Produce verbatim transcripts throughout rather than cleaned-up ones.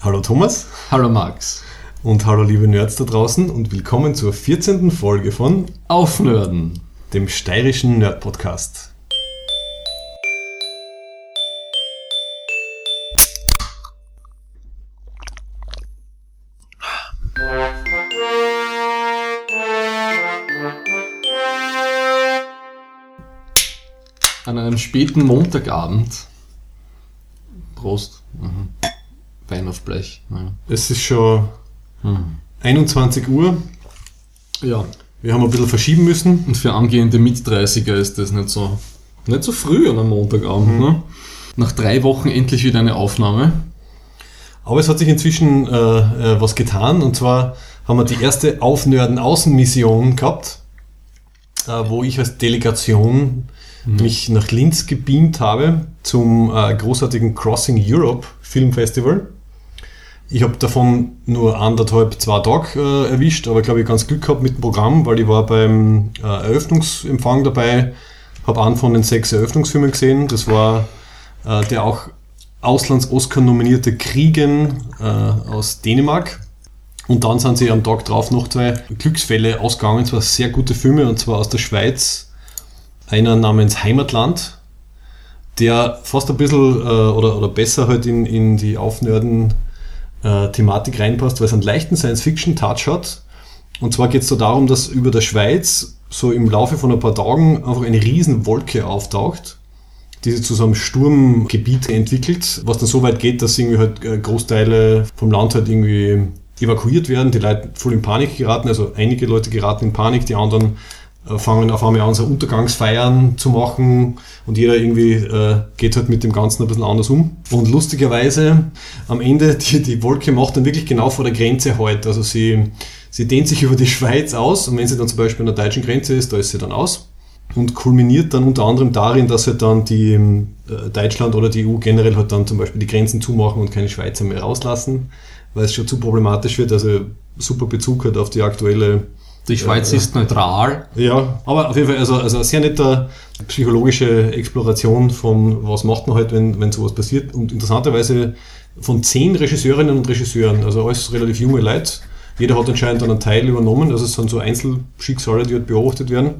Hallo Thomas. Hallo Max. Und hallo liebe Nerds da draußen und willkommen zur vierzehnten Folge von Aufnörden, dem steirischen Nerd-Podcast. An einem späten Montagabend. Prost. Mhm. Wein auf Blech. Ja. Es ist schon Mhm. einundzwanzig Uhr. Ja. Wir haben ein bisschen verschieben müssen. Und für angehende Mit-dreißiger ist das nicht so, nicht so früh an einem Montagabend. Mhm. Ne? Nach drei Wochen endlich wieder eine Aufnahme. Aber es hat sich inzwischen äh, äh, was getan. Und zwar haben wir die erste Aufnörden-Außenmission gehabt, äh, wo ich als Delegation mhm. mich nach Linz gebeamt habe zum äh, großartigen Crossing Europe Film Festival. Ich habe davon nur anderthalb, zwei Tage äh, erwischt, aber glaube ich ganz Glück gehabt mit dem Programm, weil ich war beim äh, Eröffnungsempfang dabei, habe einen von den sechs Eröffnungsfilmen gesehen. Das war äh, der auch Auslands-Oscar nominierte Kriegen äh, aus Dänemark. Und dann sind sie am Tag drauf noch zwei Glücksfälle ausgegangen, zwar sehr gute Filme, und zwar aus der Schweiz. Einer namens Heimatland, der fast ein bisschen äh, oder, oder besser halt in, in die Aufnörden-Thematik reinpasst, weil es einen leichten Science-Fiction-Touch hat. Und zwar geht es da darum, dass über der Schweiz so im Laufe von ein paar Tagen einfach eine riesen Wolke auftaucht, die sich zu so einem Sturmgebiet entwickelt, was dann so weit geht, dass irgendwie halt Großteile vom Land halt irgendwie evakuiert werden, die Leute voll in Panik geraten, also einige Leute geraten in Panik, die anderen fangen auf einmal an, so Untergangsfeiern zu machen und jeder irgendwie äh, geht halt mit dem Ganzen ein bisschen anders um. Und lustigerweise am Ende, die, die Wolke macht dann wirklich genau vor der Grenze halt. Also sie, sie dehnt sich über die Schweiz aus und wenn sie dann zum Beispiel an der deutschen Grenze ist, da ist sie dann aus und kulminiert dann unter anderem darin, dass halt dann die äh, Deutschland oder die E U generell halt dann zum Beispiel die Grenzen zumachen und keine Schweizer mehr rauslassen, weil es schon zu problematisch wird. Also super Bezug hat auf die aktuelle. Die Schweiz ja, ist neutral. Ja, aber auf jeden Fall also, also eine sehr nette psychologische Exploration von, was macht man halt, wenn, wenn sowas passiert. Und interessanterweise von zehn Regisseurinnen und Regisseuren, also alles relativ junge Leute. Jeder hat anscheinend einen Teil übernommen, also es sind so Einzelschicksale, die halt beobachtet werden.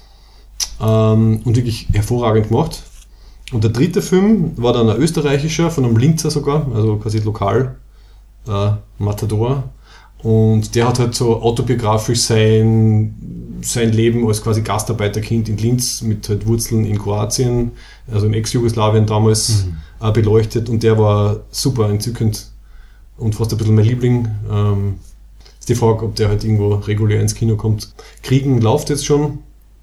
Ähm, und wirklich hervorragend gemacht. Und der dritte Film war dann ein österreichischer, von einem Linzer sogar, also quasi lokal, äh, Matador. Und der hat halt so autobiografisch sein, sein Leben als quasi Gastarbeiterkind in Linz mit halt Wurzeln in Kroatien, also im Ex-Jugoslawien damals, mhm. äh, beleuchtet. Und der war super entzückend und fast ein bisschen mein Liebling. Ähm, ist die Frage, ob der halt irgendwo regulär ins Kino kommt. Kriegen läuft jetzt schon.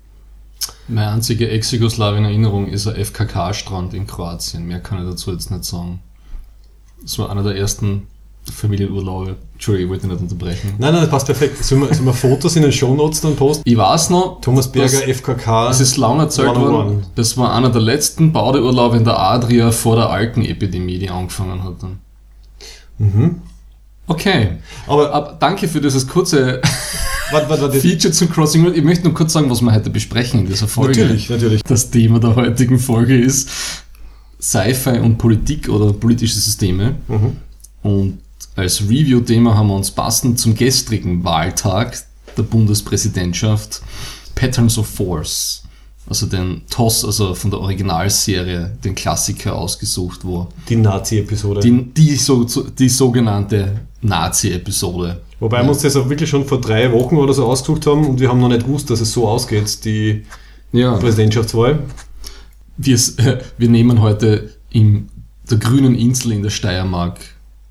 Meine einzige Ex-Jugoslawien-Erinnerung ist ein F K K-Strand in Kroatien. Mehr kann ich dazu jetzt nicht sagen. Das war einer der ersten Familienurlaube. Entschuldigung, ich wollte nicht unterbrechen. Nein, nein, das passt perfekt. Sollen wir, sollen wir Fotos in den Shownotes dann posten? Ich weiß noch, Thomas Berger, F K K. Es ist lange erzählt worden, das war einer der letzten Badeurlaube in der Adria vor der Algenepidemie, die angefangen hat dann. Mhm. Okay, aber, aber danke für dieses kurze warte, warte, warte. Feature zum Crossing Road. Ich möchte nur kurz sagen, was wir heute besprechen in dieser Folge. Natürlich, natürlich. Das Thema der heutigen Folge ist Sci-Fi und Politik oder politische Systeme. Mhm. Und als Review-Thema haben wir uns passend zum gestrigen Wahltag der Bundespräsidentschaft Patterns of Force, also den T O S, also von der Originalserie, den Klassiker ausgesucht, wo die Nazi-Episode. Die, die, so, die sogenannte Nazi-Episode. Wobei ja. wir uns das auch wirklich schon vor drei Wochen oder so ausgesucht haben und wir haben noch nicht gewusst, dass es so ausgeht, die ja. Präsidentschaftswahl. Wir, äh, wir nehmen heute in der grünen Insel in der Steiermark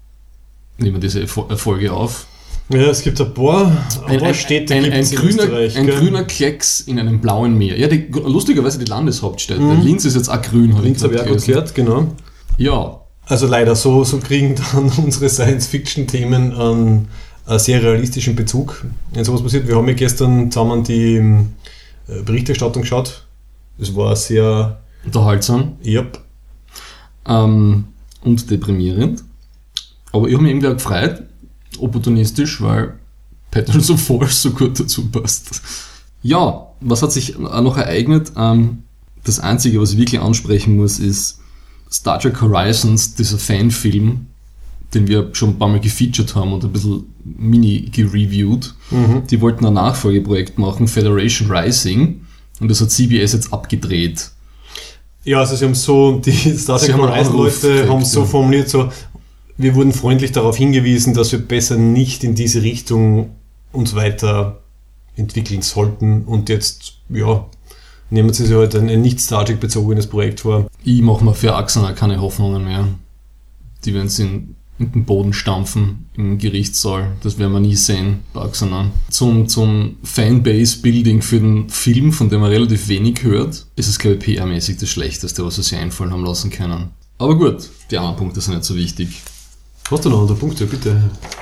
nehmen diese Folge auf. Ja, es gibt ein paar, ein paar ein, Städte ein, ein, ein, in grüner, Österreich. Ein grüner Klecks in einem blauen Meer. Ja, die, lustigerweise die Landeshauptstadt. Mhm. Linz ist jetzt auch grün. Linz habe ich auch erklärt, genau. Ja. Also leider, so, so kriegen dann unsere Science-Fiction-Themen einen, einen sehr realistischen Bezug. Wenn sowas passiert, wir haben ja gestern zusammen die äh, Berichterstattung geschaut. Es war sehr unterhaltsam. Yep. Ähm, und deprimierend. Aber ich habe mich irgendwie auch gefreut, opportunistisch, weil Patterns of Force so gut dazu passt. Ja, was hat sich noch ereignet? Ähm, das Einzige, was ich wirklich ansprechen muss, ist Star Trek Horizons, dieser Fanfilm, den wir schon ein paar Mal gefeatured haben und ein bisschen mini gereviewt. Mhm. Die wollten ein Nachfolgeprojekt machen, Federation Rising, und das hat C B S jetzt abgedreht. Ja, also sie haben so, die Star Trek Horizon-Leute haben so ja. formuliert, so, wir wurden freundlich darauf hingewiesen, dass wir besser nicht in diese Richtung uns weiter entwickeln sollten, und jetzt, ja, nehmen sie sich halt ein, ein nicht Star Trek bezogenes Projekt vor. Ich mache mir für Axana keine Hoffnungen mehr. Die werden sie in, in den Boden stampfen im Gerichtssaal. Das werden wir nie sehen bei Axana. Zum, zum Fanbase-Building für den Film, von dem man relativ wenig hört, ist es, glaube ich, P R-mäßig das Schlechteste, was sie sich einfallen haben lassen können. Aber gut, die anderen Punkte sind nicht so wichtig. Hast du noch andere Punkte, bitte?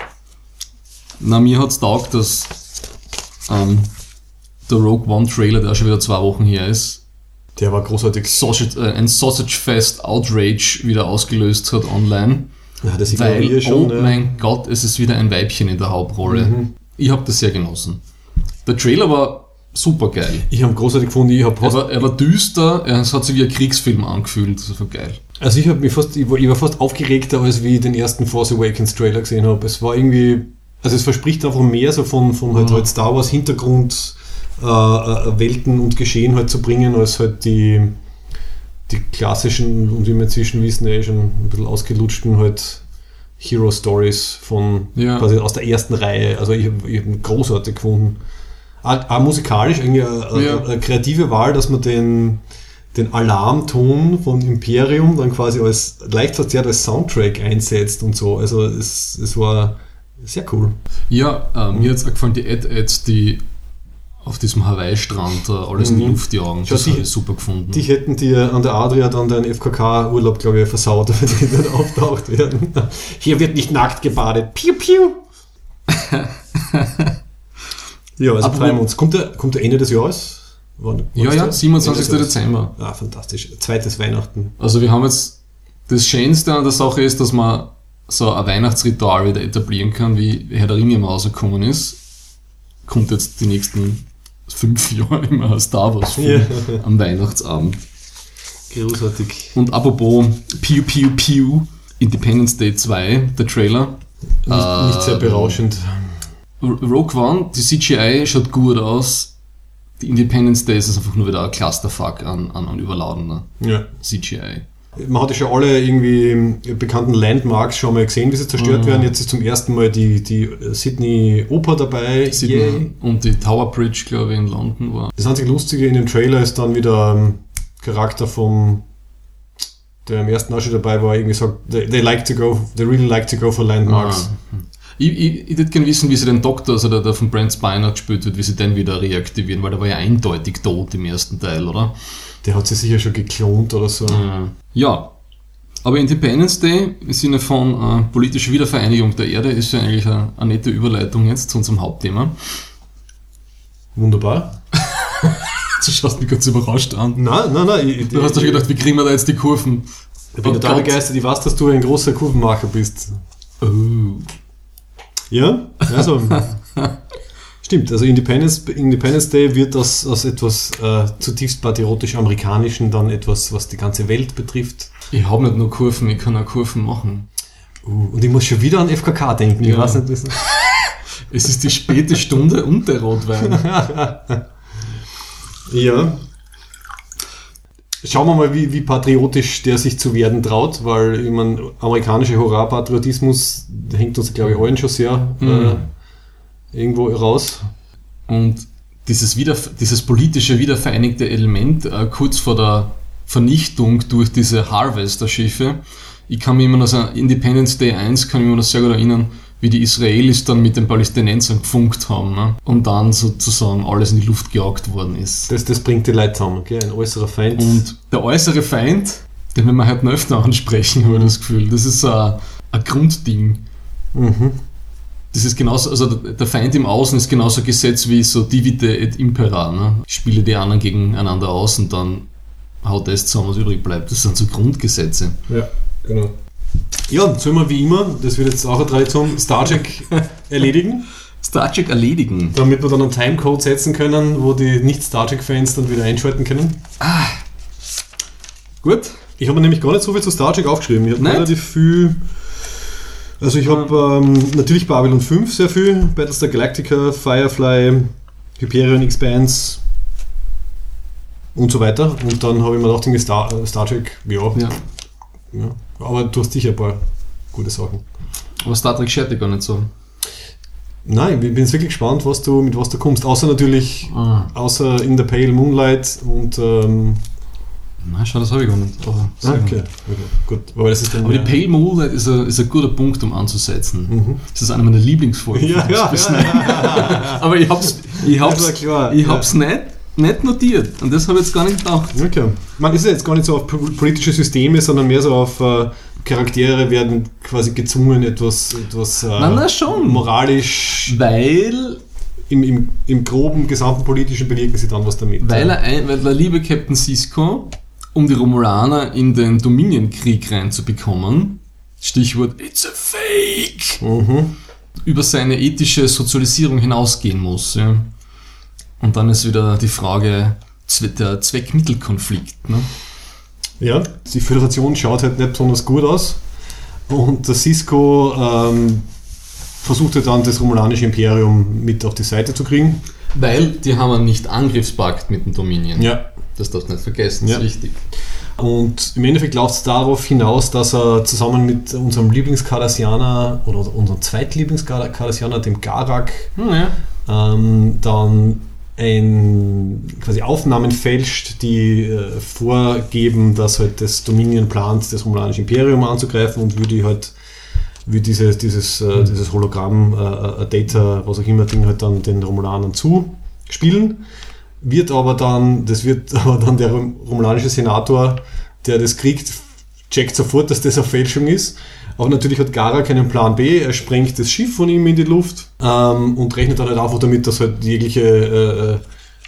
Na, mir hat's taugt, dass ähm, der Rogue One Trailer, der auch schon wieder zwei Wochen her ist, Der war großartig. Sausage, äh, ein Sausage Fest Outrage wieder ausgelöst hat online. Ja, das Weil, ignoriere ich schon. oh ja. mein Gott, es ist wieder ein Weibchen in der Hauptrolle. Mhm. Ich habe das sehr genossen. Der Trailer war super geil. Ich habe großartig gefunden, ich habe Er war, er war düster, es hat sich wie ein Kriegsfilm angefühlt. Das war geil. Also ich habe mich fast, ich war, ich war fast aufgeregter, als wie ich den ersten Force Awakens Trailer gesehen habe. Es war irgendwie, also es verspricht einfach mehr so von, von halt, Mhm. halt Star Wars Hintergrund, äh, äh, Welten und Geschehen halt zu bringen, als halt die, die klassischen, und wie wir inzwischen wissen, eh schon ein bisschen ausgelutschten halt Hero Stories von Ja. quasi aus der ersten Reihe. Also ich habe ich hab ihn großartig gefunden. Auch, auch musikalisch irgendwie eine, Ja. eine kreative Wahl, dass man den den Alarmton vom Imperium dann quasi als leicht verzerrt als Soundtrack einsetzt und so. Also es, es war sehr cool. Ja, äh, mir hat es auch gefallen, die Ad-Ads, die auf diesem Hawaii-Strand da alles in die Mhm. Luft jagen. Schau, Das die- habe ich super gefunden. Die hätten dir an der Adria dann deinen F K K-Urlaub, glaube ich, versaut, wenn die dann auftaucht werden. Hier wird nicht nackt gebadet. Piu, piu. Ja, also Apropos- freuen wir uns. Kommt der, kommt der Ende des Jahres? Wann, wann ja, ist ja, der? siebenundzwanzigster Ende des Jahres. Dezember. Ah, fantastisch. Zweites Weihnachten. Also wir haben jetzt, das Schönste an der Sache ist, dass man so ein Weihnachtsritual wieder etablieren kann, wie Herr der Ringe mal rausgekommen ist. Kommt jetzt die nächsten fünf Jahre immer ein Star Wars Film Ja. am Weihnachtsabend. Großartig. Und apropos Pew Pew Pew, Independence Day zwei, der Trailer. Nicht, nicht sehr Ähm, berauschend. Rogue One, die C G I schaut gut aus. Die Independence Day ist einfach nur wieder ein Clusterfuck an, an, an überladener Ja. C G I. Man hat ja schon alle irgendwie bekannten Landmarks schon mal gesehen, wie sie zerstört Mhm. werden. Jetzt ist zum ersten Mal die, die Sydney Oper dabei. Sieht Yay. man, und die Tower Bridge, glaube ich, in London war. Das einzige Lustige in dem Trailer ist dann wieder ein Charakter vom, der im ersten auch schon dabei war, irgendwie sagt, they, they like to go, they really like to go for landmarks. Ah. Ich, ich, ich würde gerne wissen, wie sie den Doktor, also der, der von Brent Spiner gespielt wird, wie sie den wieder reaktivieren, weil der war ja eindeutig tot im ersten Teil, oder? Der hat sich sicher schon geklont oder so. Ja, aber Independence Day im Sinne von äh, politische Wiedervereinigung der Erde ist ja eigentlich eine, eine nette Überleitung jetzt zu unserem Hauptthema. Wunderbar. Du schaust mich ganz überrascht an. Nein, nein, nein. Ich, Du hast doch schon gedacht, wie kriegen wir da jetzt die Kurven? ich bin Oh total Gott. begeistert. Ich weiß, dass du ein großer Kurvenmacher bist. Oh. Ja, also stimmt, also Independence, Independence Day wird aus, aus etwas äh, zutiefst patriotisch-amerikanischen dann etwas, was die ganze Welt betrifft. Ich habe nicht nur Kurven, ich kann auch Kurven machen. Uh, und ich muss schon wieder an F K K denken, ich Ja. weiß nicht, wissen. Es ist die späte Stunde und der Rotwein. Ja. Schauen wir mal, wie, wie patriotisch der sich zu werden traut, weil ich mein, amerikanischer Hurra-Patriotismus hängt uns, glaube ich, allen schon sehr Mhm. äh, irgendwo raus. Und dieses, wieder, dieses politische wiedervereinigte Element äh, kurz vor der Vernichtung durch diese Harvester-Schiffe. Ich kann mich immer noch an Independence Day eins kann ich mir noch sehr gut erinnern, wie die Israelis dann mit den Palästinensern gefunkt haben, ne? Und dann sozusagen alles in die Luft gejagt worden ist. Das, das bringt die Leute zusammen, gell? Ein äußerer Feind. Und der äußere Feind, den werden wir heute noch öfter ansprechen, habe ich das Gefühl. Das ist ein, ein Grundding. Mhm. Das ist genauso, also der Feind im Außen ist genauso ein Gesetz wie so Divide et Impera. Ne? Ich spiele die anderen gegeneinander aus und dann haut das zusammen, was übrig bleibt. Das sind so Grundgesetze. Ja, genau. Ja, sollen wir wie immer, das wird jetzt auch eine Tradition, Star Trek erledigen, Star Trek erledigen. damit wir dann einen Timecode setzen können, wo die Nicht-Star Trek-Fans dann wieder einschalten können. Gut. Ich habe mir nämlich gar nicht so viel zu Star Trek aufgeschrieben. Ich habe Nicht? relativ viel Also ich habe ähm, natürlich Babylon fünf sehr viel, Battlestar Galactica, Firefly, Hyperion, Expanse und so weiter. Und dann habe ich mir gedacht, Star, Star Trek, ja, Ja. ja. Aber du hast sicher ein paar gute Sachen. Aber Star Trek schert dich gar nicht so. Nein, ich bin jetzt wirklich gespannt, was du, mit was du kommst. Außer natürlich, Ah. außer In the Pale Moonlight und ähm, Nein, schau, das habe ich gar nicht. Aber, ah, okay. okay, gut. Aber das ist dann aber die mehr- Pale Moonlight ist ein, ist ein guter Punkt, um anzusetzen. Mhm. Das ist eine meiner Lieblingsfolgen. Ja, von ja, Deep Space ja, Nine. ja. Aber ich hab's, ich Das hab's, war klar, ich ja. hab's nicht, nicht notiert. Und das habe ich jetzt gar nicht gedacht. Okay. Man ist ja jetzt gar nicht so auf po- politische Systeme, sondern mehr so auf äh, Charaktere werden quasi gezwungen, etwas, etwas äh, Nein, nein, schon. moralisch Weil, im, im, im groben gesamten politischen bewegen sie dann was damit. weil, er ein, weil der liebe Captain Sisko, um die Romulaner in den Dominion-Krieg reinzubekommen, Stichwort It's a Fake, Mhm. über seine ethische Sozialisierung hinausgehen muss. Ja. Und dann ist wieder die Frage zwe- der Zweck-Mittel-Konflikt. Ne? Ja, die Föderation schaut halt nicht besonders gut aus und der Sisko ähm, versuchte dann das romulanische Imperium mit auf die Seite zu kriegen. Weil die haben einen Nicht-Angriffspakt mit dem Dominion. Ja. Das darfst du nicht vergessen, Ja. ist wichtig. Und im Endeffekt läuft es darauf hinaus, dass er zusammen mit unserem Lieblingskardassianer oder unserem Zweitlieblingskardassianer, dem Garak, Hm, ja. ähm, dann ein, quasi Aufnahmen fälscht, die äh, vorgeben, dass halt das Dominion plant, das romulanische Imperium anzugreifen und würde halt würde dieses, dieses, äh, dieses Hologramm, äh, äh, Data, was auch immer, Ding halt dann den Romulanern zuspielen. Wird aber dann, das wird aber dann der romulanische Senator, der das kriegt, checkt sofort, dass das eine Fälschung ist. Aber natürlich hat Gara keinen Plan B, er sprengt das Schiff von ihm in die Luft ähm, und rechnet dann halt einfach damit, dass halt jegliche äh,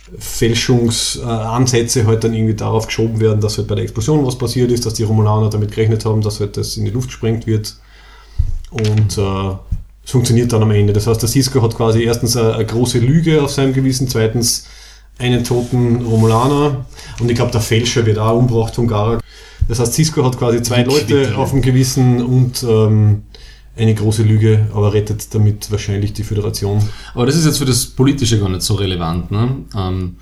Fälschungsansätze halt dann irgendwie darauf geschoben werden, dass halt bei der Explosion was passiert ist, dass die Romulaner damit gerechnet haben, dass halt das in die Luft gesprengt wird. Und äh, es funktioniert dann am Ende. Das heißt, der Sisko hat quasi erstens eine, eine große Lüge auf seinem Gewissen, zweitens einen toten Romulaner und ich glaube, der Fälscher wird auch umgebracht von Garak. Das heißt, Sisko hat quasi zwei Leute auf dem Gewissen und ähm, eine große Lüge, aber rettet damit wahrscheinlich die Föderation. Aber das ist jetzt für das Politische gar nicht so relevant. Ne? Ähm,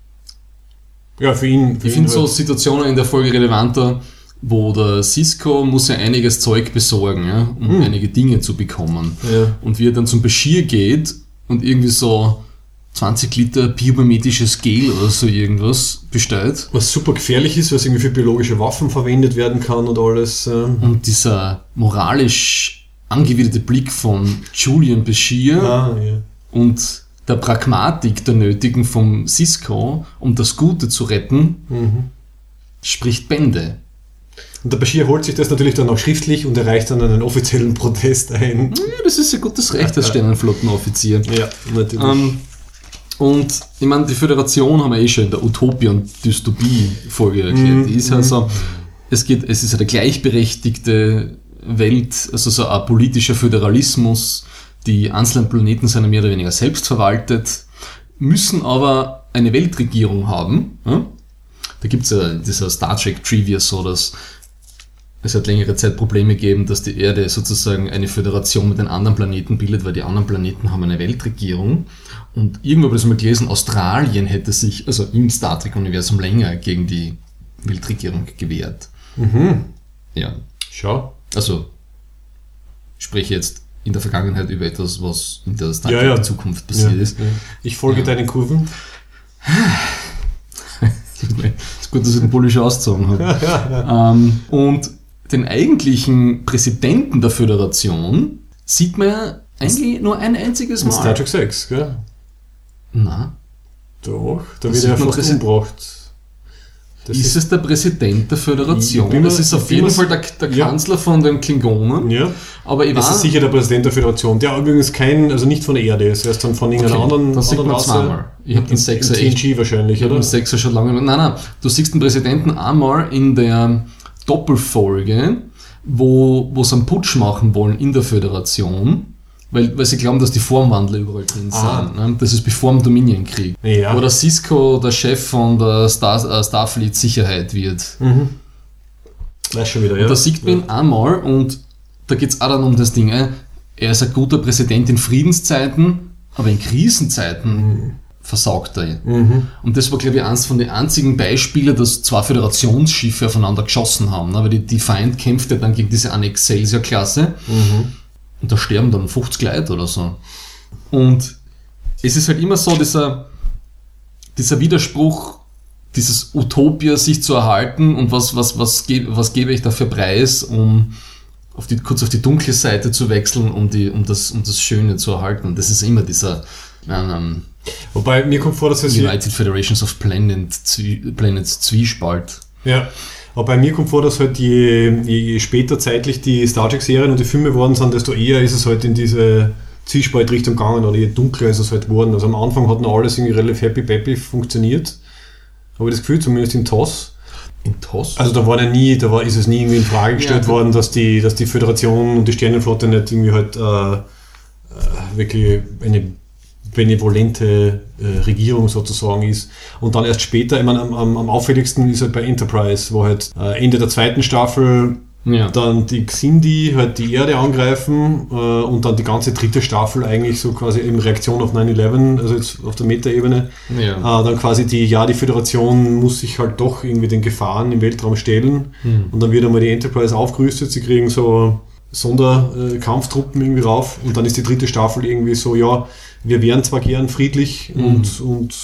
Ja, für ihn. Für ich ihn finde so halt. Situationen in der Folge relevanter, wo der Sisko muss ja einiges Zeug besorgen, ja, um Hm. einige Dinge zu bekommen. Ja. Und wie er dann zum Bashir geht und irgendwie so zwanzig Liter biomimetisches Gel oder so irgendwas bestellt. Was super gefährlich ist, was irgendwie für biologische Waffen verwendet werden kann und alles. ähm. Und dieser moralisch angewiderte Blick von Julian Bashir Ah, ja. und der Pragmatik der Nötigen vom Sisko, um das Gute zu retten, Mhm. spricht Bände. Und der Bashir holt sich das natürlich dann auch schriftlich und erreicht dann einen offiziellen Protest ein. Ja, das ist ein gutes Recht als Ja. Sternenflottenoffizier. Ja, natürlich. Ähm, und ich meine, die Föderation haben wir eh schon in der Utopie- und Dystopie-Folge erklärt. Mhm. Die ist also, es geht, es ist eine gleichberechtigte Welt, also so ein politischer Föderalismus. Die einzelnen Planeten sind mehr oder weniger selbst verwaltet, müssen aber eine Weltregierung haben. Ja? Da gibt es ja dieser Star Trek Trivia so, dass es hat längere Zeit Probleme gegeben, dass die Erde sozusagen eine Föderation mit den anderen Planeten bildet, weil die anderen Planeten haben eine Weltregierung. Und irgendwo habe ich das mal gelesen, Australien hätte sich, also im Star Trek-Universum länger gegen die Weltregierung gewehrt. Mhm. Ja, Schau. also ich spreche jetzt in der Vergangenheit über etwas, was in der Star Ja, Trek ja. Zukunft passiert Ja, ist. ja. Ich folge Ja. deinen Kurven. ist gut, dass ich den Bullisch ausgezogen habe. ähm, und den eigentlichen Präsidenten der Föderation sieht man ja eigentlich nur ein einziges In Star Mal. Trek sechs, gell? Na, Doch, da Das wird er sieht man fast Präsid- umgebracht. Das ist es der Präsident der Föderation? Ich bin mir- Das ist auf ich bin jeden mir- Fall der, der Ja. Kanzler von den Klingonen. Ja, Aber ich das war, ist sicher der Präsident der Föderation. Der übrigens kein, also nicht von der Erde ist, er ist dann von irgendeiner okay, anderen, das sieht anderen man zweimal. Ich habe den Sechser T N echt G wahrscheinlich, Ich habe oder? den Sechser schon lange. Nein, nein, du siehst den Präsidenten einmal in der Doppelfolge, wo, wo sie einen Putsch machen wollen in der Föderation, weil, weil sie glauben, dass die Formwandler überall drin Ah. sind. Ne? Das ist bevor dem Dominion-Krieg. Ja. Wo der Sisko der Chef von der Star, äh, Starfleet Sicherheit wird. Mhm. Weiß schon wieder, ja. Und da sieht man ihn einmal und da geht's auch dann um das Ding, äh, er ist ein guter Präsident in Friedenszeiten, aber in Krisenzeiten mhm. versaugt er. Mhm. Und das war, glaube ich, eins von den einzigen Beispielen, dass zwei Föderationsschiffe aufeinander geschossen haben, ne? Weil die Defiant kämpft ja dann gegen diese eine Excelsior-Klasse mhm. und da sterben dann fünfzig Leute oder so. Und es ist halt immer so, dieser, dieser Widerspruch, dieses Utopia sich zu erhalten und was, was, was, ge- was gebe ich dafür preis, um auf die, kurz auf die dunkle Seite zu wechseln, um, die, um, das, um das Schöne zu erhalten. Und das ist immer dieser ähm, Wobei mir kommt vor, dass es United Federations of Planet, Zwie- Planets Zwiespalt. Ja, aber bei mir kommt vor, dass halt je, je später zeitlich die Star Trek-Serien und die Filme geworden sind, desto eher ist es halt in diese Zwiespaltrichtung gegangen oder je dunkler ist es halt geworden. Also am Anfang hat noch alles irgendwie relativ happy-peppy funktioniert. Habe ich das Gefühl, zumindest in T O S. In T O S? Also da war ja nie, da war, ist es nie irgendwie in Frage gestellt ja, worden, dass die, dass die Föderation und die Sternenflotte nicht irgendwie halt äh, wirklich eine benevolente äh, Regierung sozusagen ist. Und dann erst später, ich meine, am, am, am auffälligsten ist halt bei Enterprise, wo halt äh, Ende der zweiten Staffel ja. dann die Xindi halt die Erde angreifen äh, und dann die ganze dritte Staffel eigentlich so quasi in Reaktion auf nine eleven, also jetzt auf der Meta-Ebene, ja. äh, dann quasi die, ja, die Föderation muss sich halt doch irgendwie den Gefahren im Weltraum stellen mhm. und dann wird einmal die Enterprise aufgerüstet, sie kriegen so Sonderkampftruppen äh, irgendwie rauf und dann ist die dritte Staffel irgendwie so, ja, wir wären zwar gern friedlich mhm. und, und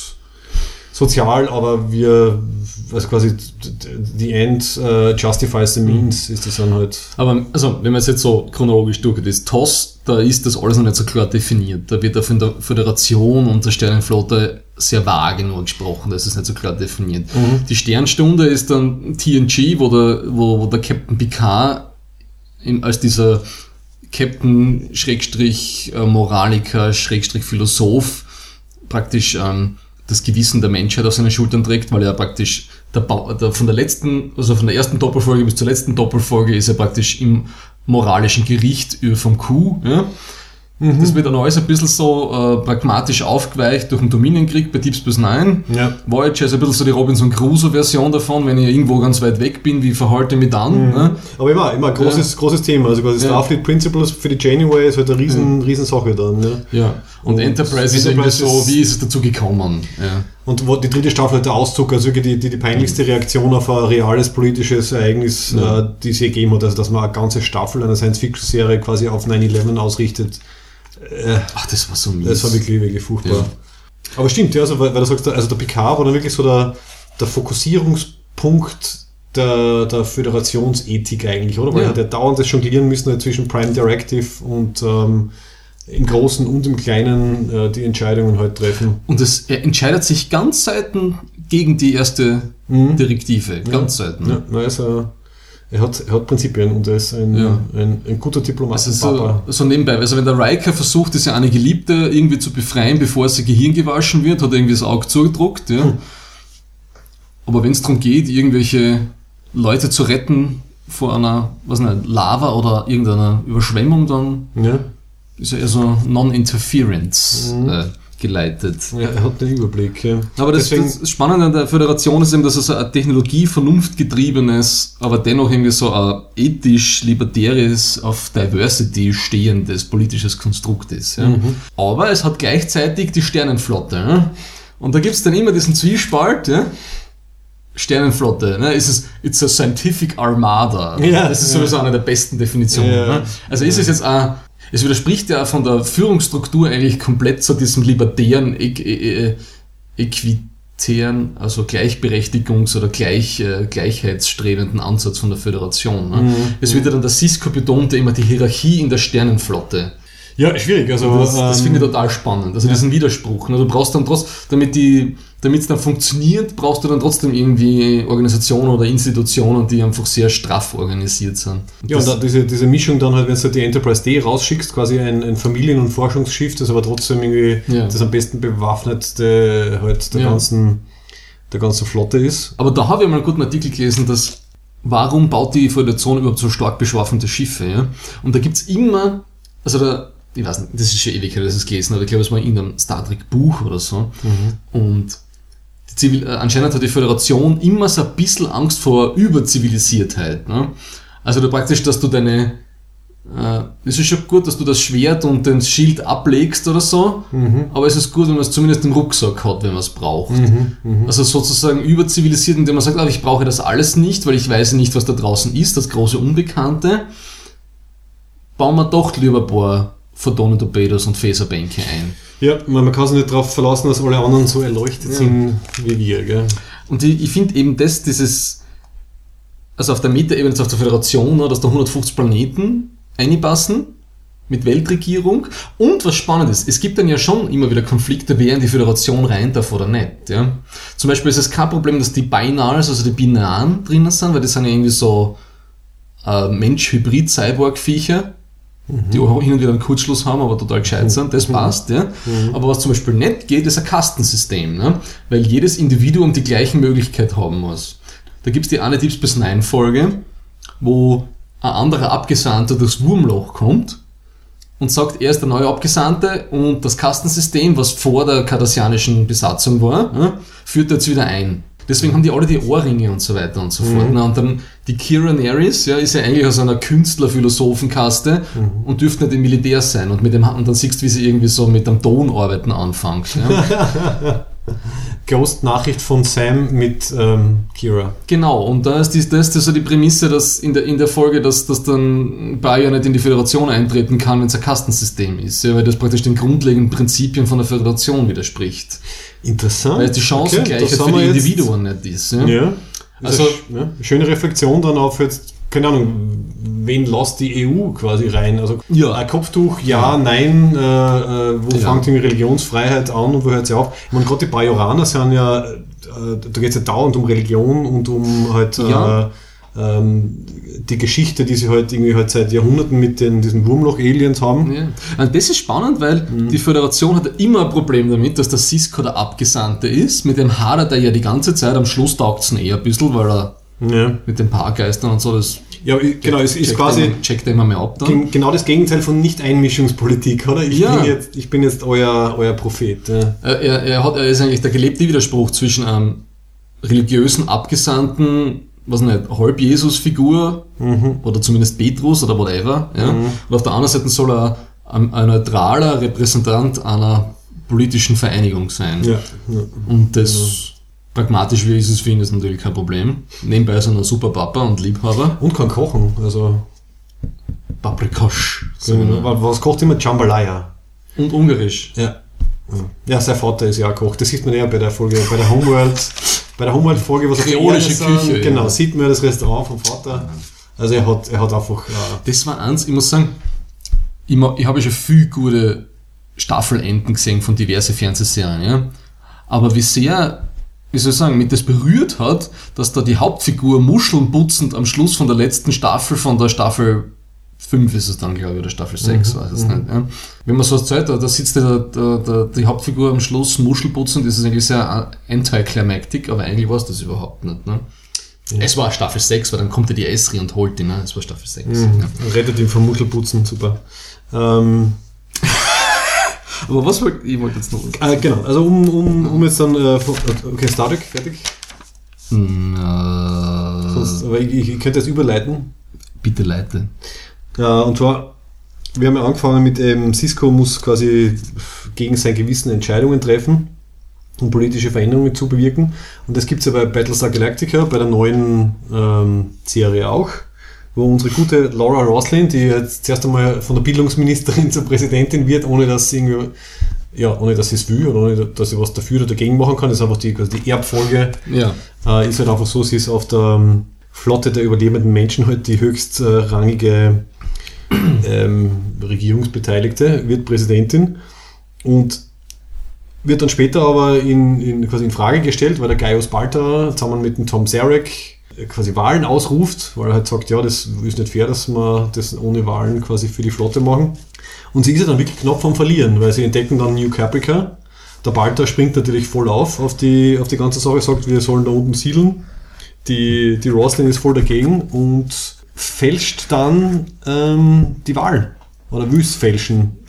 sozial, aber wir, also quasi the end uh, justifies the means, ist das dann halt. Aber also, wenn man es jetzt so chronologisch durchgeht, ist T O S, da ist das alles noch nicht so klar definiert. Da wird da von der Föderation und der Sternenflotte sehr vage nur gesprochen, das ist nicht so klar definiert. Mhm. Die Sternstunde ist dann T N G, wo der, wo, wo der Captain Picard in, als dieser Captain, Schrägstrich, äh, Moraliker, Schrägstrich, Philosoph praktisch ähm, das Gewissen der Menschheit auf seinen Schultern trägt, weil er praktisch der ba- der, von der letzten, also von der ersten Doppelfolge bis zur letzten Doppelfolge ist er praktisch im moralischen Gericht vom Q. Ja? Mhm. Das wird dann alles ein bisschen so äh, pragmatisch aufgeweicht durch den Dominienkrieg bei Deep Space Nine. Ja. Voyager ist ein bisschen so die Robinson Crusoe-Version davon, wenn ich irgendwo ganz weit weg bin, wie verhalte ich mich dann? Mhm. Ne? Aber immer, immer ein großes, ja. großes Thema. Also quasi ja. Starfleet Principles für die Janeway ist halt eine riesen, ja. riesen Sache dann. Ne? Ja, und, und Enterprise ist irgendwie so, wie ist es dazu gekommen? Ja. Und wo die dritte Staffel halt der Auszug, also die, die, die peinlichste Reaktion auf ein reales politisches Ereignis, ja. äh, die es je gegeben hat, also dass man eine ganze Staffel einer Science-Fiction-Serie quasi auf nine eleven ausrichtet. Ach, das war so mies. Das war wirklich, wirklich furchtbar. Ja. Aber stimmt, ja, also, weil, weil du sagst, also der Picard war dann wirklich so der, der Fokussierungspunkt der, der Föderationsethik eigentlich, oder? Weil ja. er hat ja dauernd das jonglieren müssen halt zwischen Prime Directive und ähm, im Großen und im Kleinen äh, die Entscheidungen halt treffen. Und es, er entscheidet sich ganz selten gegen die erste mhm. Direktive. Ganz ja. selten. Ja, na, also Er hat, er hat Prinzipien und er ist ein, ja. ein, ein guter Diplomat. Also so, so nebenbei, also wenn der Riker versucht, diese eine Geliebte irgendwie zu befreien, bevor sie Gehirn gewaschen wird, hat er irgendwie das Auge zugedruckt. Ja. Hm. Aber wenn es darum geht, irgendwelche Leute zu retten vor einer, was nicht, Lava oder irgendeiner Überschwemmung, dann ja. ist er eher so Non-Interference mhm. äh, geleitet. Ja, er hat den Überblick. Ja. Aber das, das Spannende an der Föderation ist eben, dass es so ein technologie-vernunftgetriebenes, aber dennoch irgendwie so ein ethisch-libertäres, auf Diversity stehendes politisches Konstrukt ist. Ja. Mhm. Aber es hat gleichzeitig die Sternenflotte. Ja. Und da gibt es dann immer diesen Zwiespalt, ja. Sternenflotte, ne? Ist es, it's a scientific armada. Ja, das ist ja. sowieso eine der besten Definitionen. Ja. Ne? Also ist es jetzt ein Es widerspricht ja von der Führungsstruktur eigentlich komplett zu diesem libertären, e- e- equitären, also Gleichberechtigungs- oder Gleich, äh, gleichheitsstrebenden Ansatz von der Föderation. Ne? Mhm. Es wird ja dann der Sisko betont, immer die Hierarchie in der Sternenflotte. Ja, schwierig. Also das, das ähm, finde ich total spannend. Also ja. diesen Widerspruch. Ne? Du brauchst dann trotzdem, damit die, damit es dann funktioniert, brauchst du dann trotzdem irgendwie Organisationen oder Institutionen, die einfach sehr straff organisiert sind. Und ja, und da diese, diese Mischung dann halt, wenn du die Enterprise D rausschickst, quasi ein, ein Familien- und Forschungsschiff, das aber trotzdem irgendwie ja. das am besten bewaffnete halt der, ja. ganzen, der ganzen Flotte ist. Aber da habe ich mal einen guten Artikel gelesen, dass warum baut die Föderation überhaupt so stark bewaffnete Schiffe? Ja? Und da gibt's immer, also da ich weiß nicht, das ist schon Ewigkeit, dass ich es gelesen habe, ich glaube, es war in einem Star Trek Buch oder so. Mhm. Und die Zivil- äh, anscheinend hat die Föderation immer so ein bisschen Angst vor Überzivilisiertheit. Ne? Also du praktisch, dass du deine äh, es ist schon gut, dass du das Schwert und den Schild ablegst oder so, mhm. aber es ist gut, wenn man es zumindest im Rucksack hat, wenn man es braucht. Mhm. Mhm. Also sozusagen überzivilisiert, indem man sagt, aber ich brauche das alles nicht, weil ich weiß nicht, was da draußen ist, das große Unbekannte. Bauen wir doch lieber ein paar Photon-Torpedos und Phaserbänke ein. Ja, man kann sich nicht darauf verlassen, dass alle anderen so erleuchtet ja. sind wie wir. Gell? Und ich, ich finde eben das, dieses, also auf der Metaebene, auf der Föderation, dass da hundertfünfzig Planeten einpassen mit Weltregierung. Und was spannend ist, es gibt dann ja schon immer wieder Konflikte, wer in die Föderation rein darf oder nicht. Ja? Zum Beispiel ist es kein Problem, dass die Binars, also die Binaren drinnen sind, weil die sind ja irgendwie so äh, Mensch-Hybrid-Cyborg-Viecher, die auch hin und wieder einen Kurzschluss haben, aber total gescheit sind, das passt. Ja. Mhm. Aber was zum Beispiel nicht geht, ist ein Kastensystem, ne? Weil jedes Individuum die gleichen Möglichkeiten haben muss. Da gibt es die eine Deep Space Nine Folge, wo ein anderer Abgesandter durchs Wurmloch kommt und sagt, er ist der neue Abgesandte und das Kastensystem, was vor der kardassianischen Besatzung war, ja, führt er jetzt wieder ein. Deswegen haben die alle die Ohrringe und so weiter und so fort. Mhm. Und dann die Kira Nerys, ja, ist ja eigentlich aus einer Künstler-Philosophenkaste mhm. und dürfte nicht im Militär sein. Und, mit dem, und dann siehst du, wie sie irgendwie so mit dem Ton arbeiten anfängt. Ja. Ghost-Nachricht von Sam mit ähm, Kira. Genau, und da ist, die, da ist so die Prämisse, dass in der, in der Folge, dass, dass dann Bayo nicht in die Föderation eintreten kann, wenn es ein Kastensystem ist, ja, weil das praktisch den grundlegenden Prinzipien von der Föderation widerspricht. Interessant. Weil die Chancengleichheit okay, für die Individuen nicht ist. Ja, ja. Also ja, schöne Reflexion dann auf jetzt, keine Ahnung, wen lässt die E U quasi rein? Also ja. ein Kopftuch, ja, ja. nein, äh, wo ja. fängt die Religionsfreiheit an und wo hört sie auf? Ich meine, gerade die Bajoraner sind ja, äh, da geht es ja dauernd um Religion und um halt ja. äh, ähm, die Geschichte, die sie halt irgendwie halt seit Jahrhunderten mit den, diesen Wurmloch-Aliens haben. Ja. Also das ist spannend, weil mhm. die Föderation hat immer ein Problem damit, dass der Sisko der Abgesandte ist. Mit dem hadert er ja die ganze Zeit, am Schluss taugt es ihn eher ein bisschen, weil er ja. mit den Paargeistern und so, das ja, genau, es ist quasi immer, checkt immer mehr ab dann. Genau das Gegenteil von Nicht-Einmischungspolitik, oder? Ich, ja. bin, jetzt, ich bin jetzt euer, euer Prophet. Ja. Er, er, er, hat, er ist eigentlich der gelebte Widerspruch zwischen einem religiösen Abgesandten, was nicht, Halb-Jesus-Figur mhm. oder zumindest Petrus oder whatever. Ja? Mhm. Und auf der anderen Seite soll er ein, ein neutraler Repräsentant einer politischen Vereinigung sein. Ja. Ja. Und das, ja. pragmatisch wie ist es für ihn, ist natürlich kein Problem. Nebenbei ist er ein super Papa und Liebhaber. Und kann kochen. Also Paprikasch. Genau. Was kocht immer? Jambalaya. Und Ungarisch. Ja. Ja, sein Vater ist ja auch Koch. Das sieht man ja bei der Folge, bei der Homeworld. Bei der Homeworld-Folge, was kreolische Küche. Sind, genau, ja. sieht man das Restaurant vom Vater. Also er hat, er hat einfach... Äh das war eins, ich muss sagen, ich, ich habe schon viele gute Staffelenden gesehen von diversen Fernsehserien, ja. Aber wie sehr, wie soll ich sagen, mich das berührt hat, dass da die Hauptfigur Muscheln putzend am Schluss von der letzten Staffel, von der Staffel fünf ist es dann, glaube ich, oder Staffel sechs, mhm. weiß es mhm. nicht. Ja. Wenn man so was Zeit hat, da sitzt der, der, der, die Hauptfigur am Schluss muschelputzend, das ist eigentlich sehr anticlimactic, aber eigentlich war es das überhaupt nicht. Ne? Ja. Es war Staffel sechs, weil dann kommt ja die Esri und holt ihn, ne? Es war Staffel sechs. Mhm. Ja. Rettet ihn vom Muschelputzen, super. Ähm. Aber was wollte ich wollte jetzt noch? Äh, genau, also um, um, um jetzt dann, äh, okay, Star Trek, fertig? Na, Sonst, aber ich, ich könnte das überleiten. Bitte leite. Ja, und zwar, wir haben ja angefangen mit, ähm, Sisko muss quasi gegen sein Gewissen Entscheidungen treffen, um politische Veränderungen zu bewirken. Und das gibt es ja bei Battlestar Galactica, bei der neuen ähm, Serie auch, wo unsere gute Laura Roslin, die jetzt zuerst einmal von der Bildungsministerin zur Präsidentin wird, ohne dass sie irgendwie, ja, ohne dass sie es will oder ohne dass sie was dafür oder dagegen machen kann, das ist einfach die, also die Erbfolge, ja. äh, ist halt einfach so, sie ist auf der ähm, Flotte der überlebenden Menschen halt die höchstrangige ähm, Regierungsbeteiligte, wird Präsidentin und wird dann später aber in, in, quasi in Frage gestellt, weil der Gaius Baltar zusammen mit dem Tom Zarek quasi Wahlen ausruft, weil er halt sagt, ja, das ist nicht fair, dass wir das ohne Wahlen quasi für die Flotte machen. Und sie ist ja dann wirklich knapp vom Verlieren, weil sie entdecken dann New Caprica. Der Baltar springt natürlich voll auf, auf die, auf die ganze Sache, sagt, wir sollen da unten siedeln. Die, die Roslin ist voll dagegen und fälscht dann ähm, die Wahlen. Oder will es fälschen.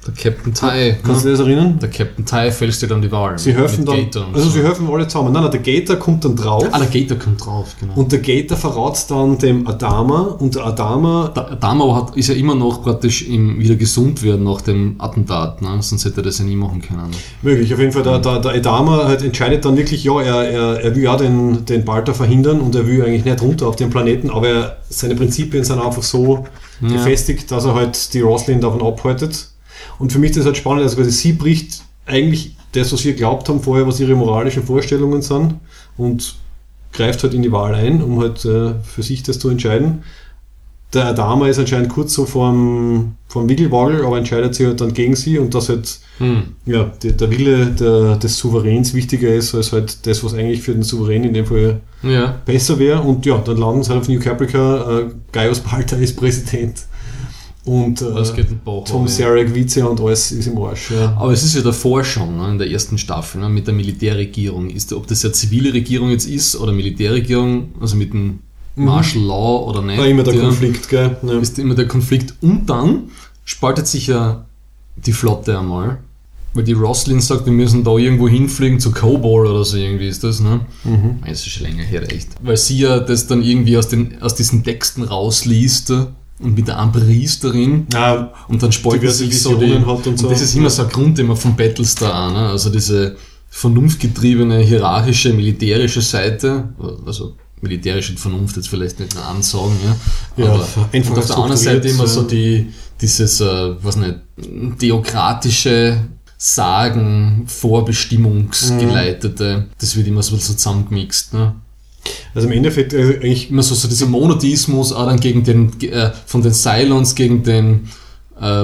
Der Captain Ty. Kannst du dir das erinnern? Der Captain Ty fällst dir dann die Wahl. Sie helfen dann, also so. sie helfen alle zusammen. Nein, nein, der Gator kommt dann drauf. Ah, der Gator kommt drauf, genau. Und der Gator verraut dann dem Adama und der Adama... Der Adama hat, ist ja immer noch praktisch im, wieder gesund werden nach dem Attentat, ne? Sonst hätte er das ja nie machen können. Möglich, auf jeden Fall. Der, der, der Adama halt entscheidet dann wirklich, ja, er, er, er will ja den, den Balta verhindern und er will eigentlich nicht runter auf den Planeten, aber er, seine Prinzipien sind einfach so ja. gefestigt, dass er halt die Roslin davon abhaltet. Und für mich ist das halt spannend, also quasi sie bricht eigentlich das, was wir geglaubt haben vorher, was ihre moralischen Vorstellungen sind und greift halt in die Wahl ein, um halt äh, für sich das zu entscheiden. Der Adama ist anscheinend kurz so vorm, vorm Wiggelwagel, aber entscheidet sich halt dann gegen sie und dass halt hm. ja, die, der Wille der, des Souveräns wichtiger ist als halt das, was eigentlich für den Souverän in dem Fall ja. besser wäre. Und ja, dann landen sie halt auf New Caprica, äh, Gaius Balta ist Präsident. Und äh, Bauch, Tom Sarek Vize und alles ist im Arsch. Ja. Aber es ist ja davor schon, ne, in der ersten Staffel, ne, mit der Militärregierung. Ist, ob das ja zivile Regierung jetzt ist oder Militärregierung, also mit dem Martial Law oder nicht. War immer der, der Konflikt, gell? Ja. Ist immer der Konflikt. Und dann spaltet sich ja die Flotte einmal, weil die Roslin sagt, wir müssen da irgendwo hinfliegen zu Kobol oder so irgendwie ist das, ne? Mhm. Das ist schon länger her, echt. Weil sie ja das dann irgendwie aus, den, aus diesen Texten rausliest und mit der einen Priesterin ja, und dann spaltet sich so die, hat und, so. Und das ist immer so ein Grundthema von Battlestar, ne? Also diese vernunftgetriebene, hierarchische, militärische Seite, also militärische Vernunft jetzt vielleicht nicht nur ansagen, ja, ja aber und auf der anderen Seite immer so die, dieses, äh, was nicht, theokratische Sagen, vorbestimmungsgeleitete, mhm. das wird immer so zusammengemixt, ne? Also im Endeffekt also eigentlich immer so, so dieser Monotheismus auch dann gegen den, äh, von den Cylons gegen den äh,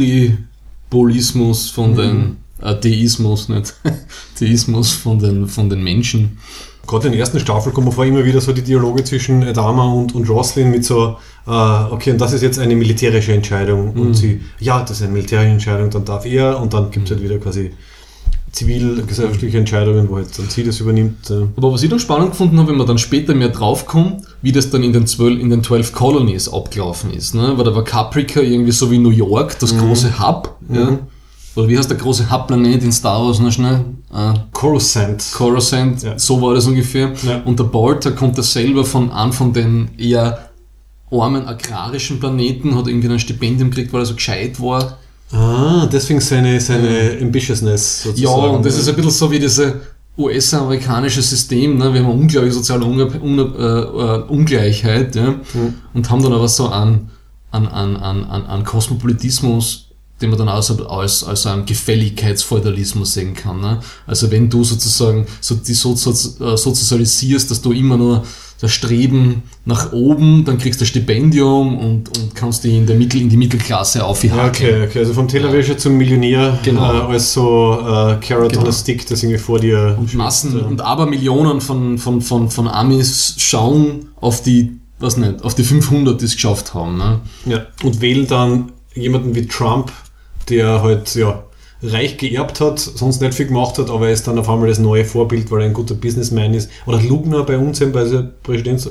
Pluripolismus von mhm. den äh, Theismus, nicht Theismus von den, von den Menschen. Gerade in der ersten Staffel kommen vor immer wieder so die Dialoge zwischen Adama und, und Roslin mit so, äh, okay, und das ist jetzt eine militärische Entscheidung. Mhm. Und sie, ja, das ist eine militärische Entscheidung, dann darf er und dann gibt es mhm. halt wieder quasi zivilgesellschaftliche Entscheidungen, wo jetzt dann sie das übernimmt. Äh. Aber was ich dann spannend gefunden habe, wenn man dann später mehr draufkommt, wie das dann in den zwölf, in den zwölf Colonies abgelaufen ist, ne? Weil da war Caprica irgendwie so wie New York, das mhm. große Hub, mhm. ja? Oder wie heißt der große Hub-Planet in Star Wars noch schnell? Äh, Coruscant. Coruscant, ja. So war das ungefähr. Ja. Und der Balta kommt da selber von einem von den eher armen agrarischen Planeten, hat irgendwie ein Stipendium gekriegt, weil er so gescheit war. Ah, deswegen seine, seine ja. Ambitiousness sozusagen. Ja, und das ist ein bisschen so wie diese U S-amerikanische System, ne? Wir haben eine unglaubliche soziale Unge- Un- äh, äh, Ungleichheit, ja? Mhm. Und haben dann aber so einen, einen, einen, einen, einen Kosmopolitismus, den man dann als, als, als einen Gefälligkeitsfeudalismus sehen kann. Ne? Also wenn du sozusagen so, die so, so, so sozialisierst, dass du immer nur das Streben nach oben, dann kriegst du ein Stipendium und, und kannst die in, der Mittel, in die Mittelklasse aufhaken. Okay, okay, also vom Television ja. zum Millionär, genau. äh, als so äh, Carrot genau. on a Stick, das irgendwie vor dir... Und Massen ja. und Abermillionen von, von, von, von Amis schauen auf die, was nicht, auf die fünfhundert, die es geschafft haben. Ne? Ja, und wählen dann jemanden wie Trump, der halt ja reich geerbt hat, sonst nicht viel gemacht hat, aber er ist dann auf einmal das neue Vorbild, weil er ein guter Businessman ist. Oder Lugner bei uns bei der Präsidents-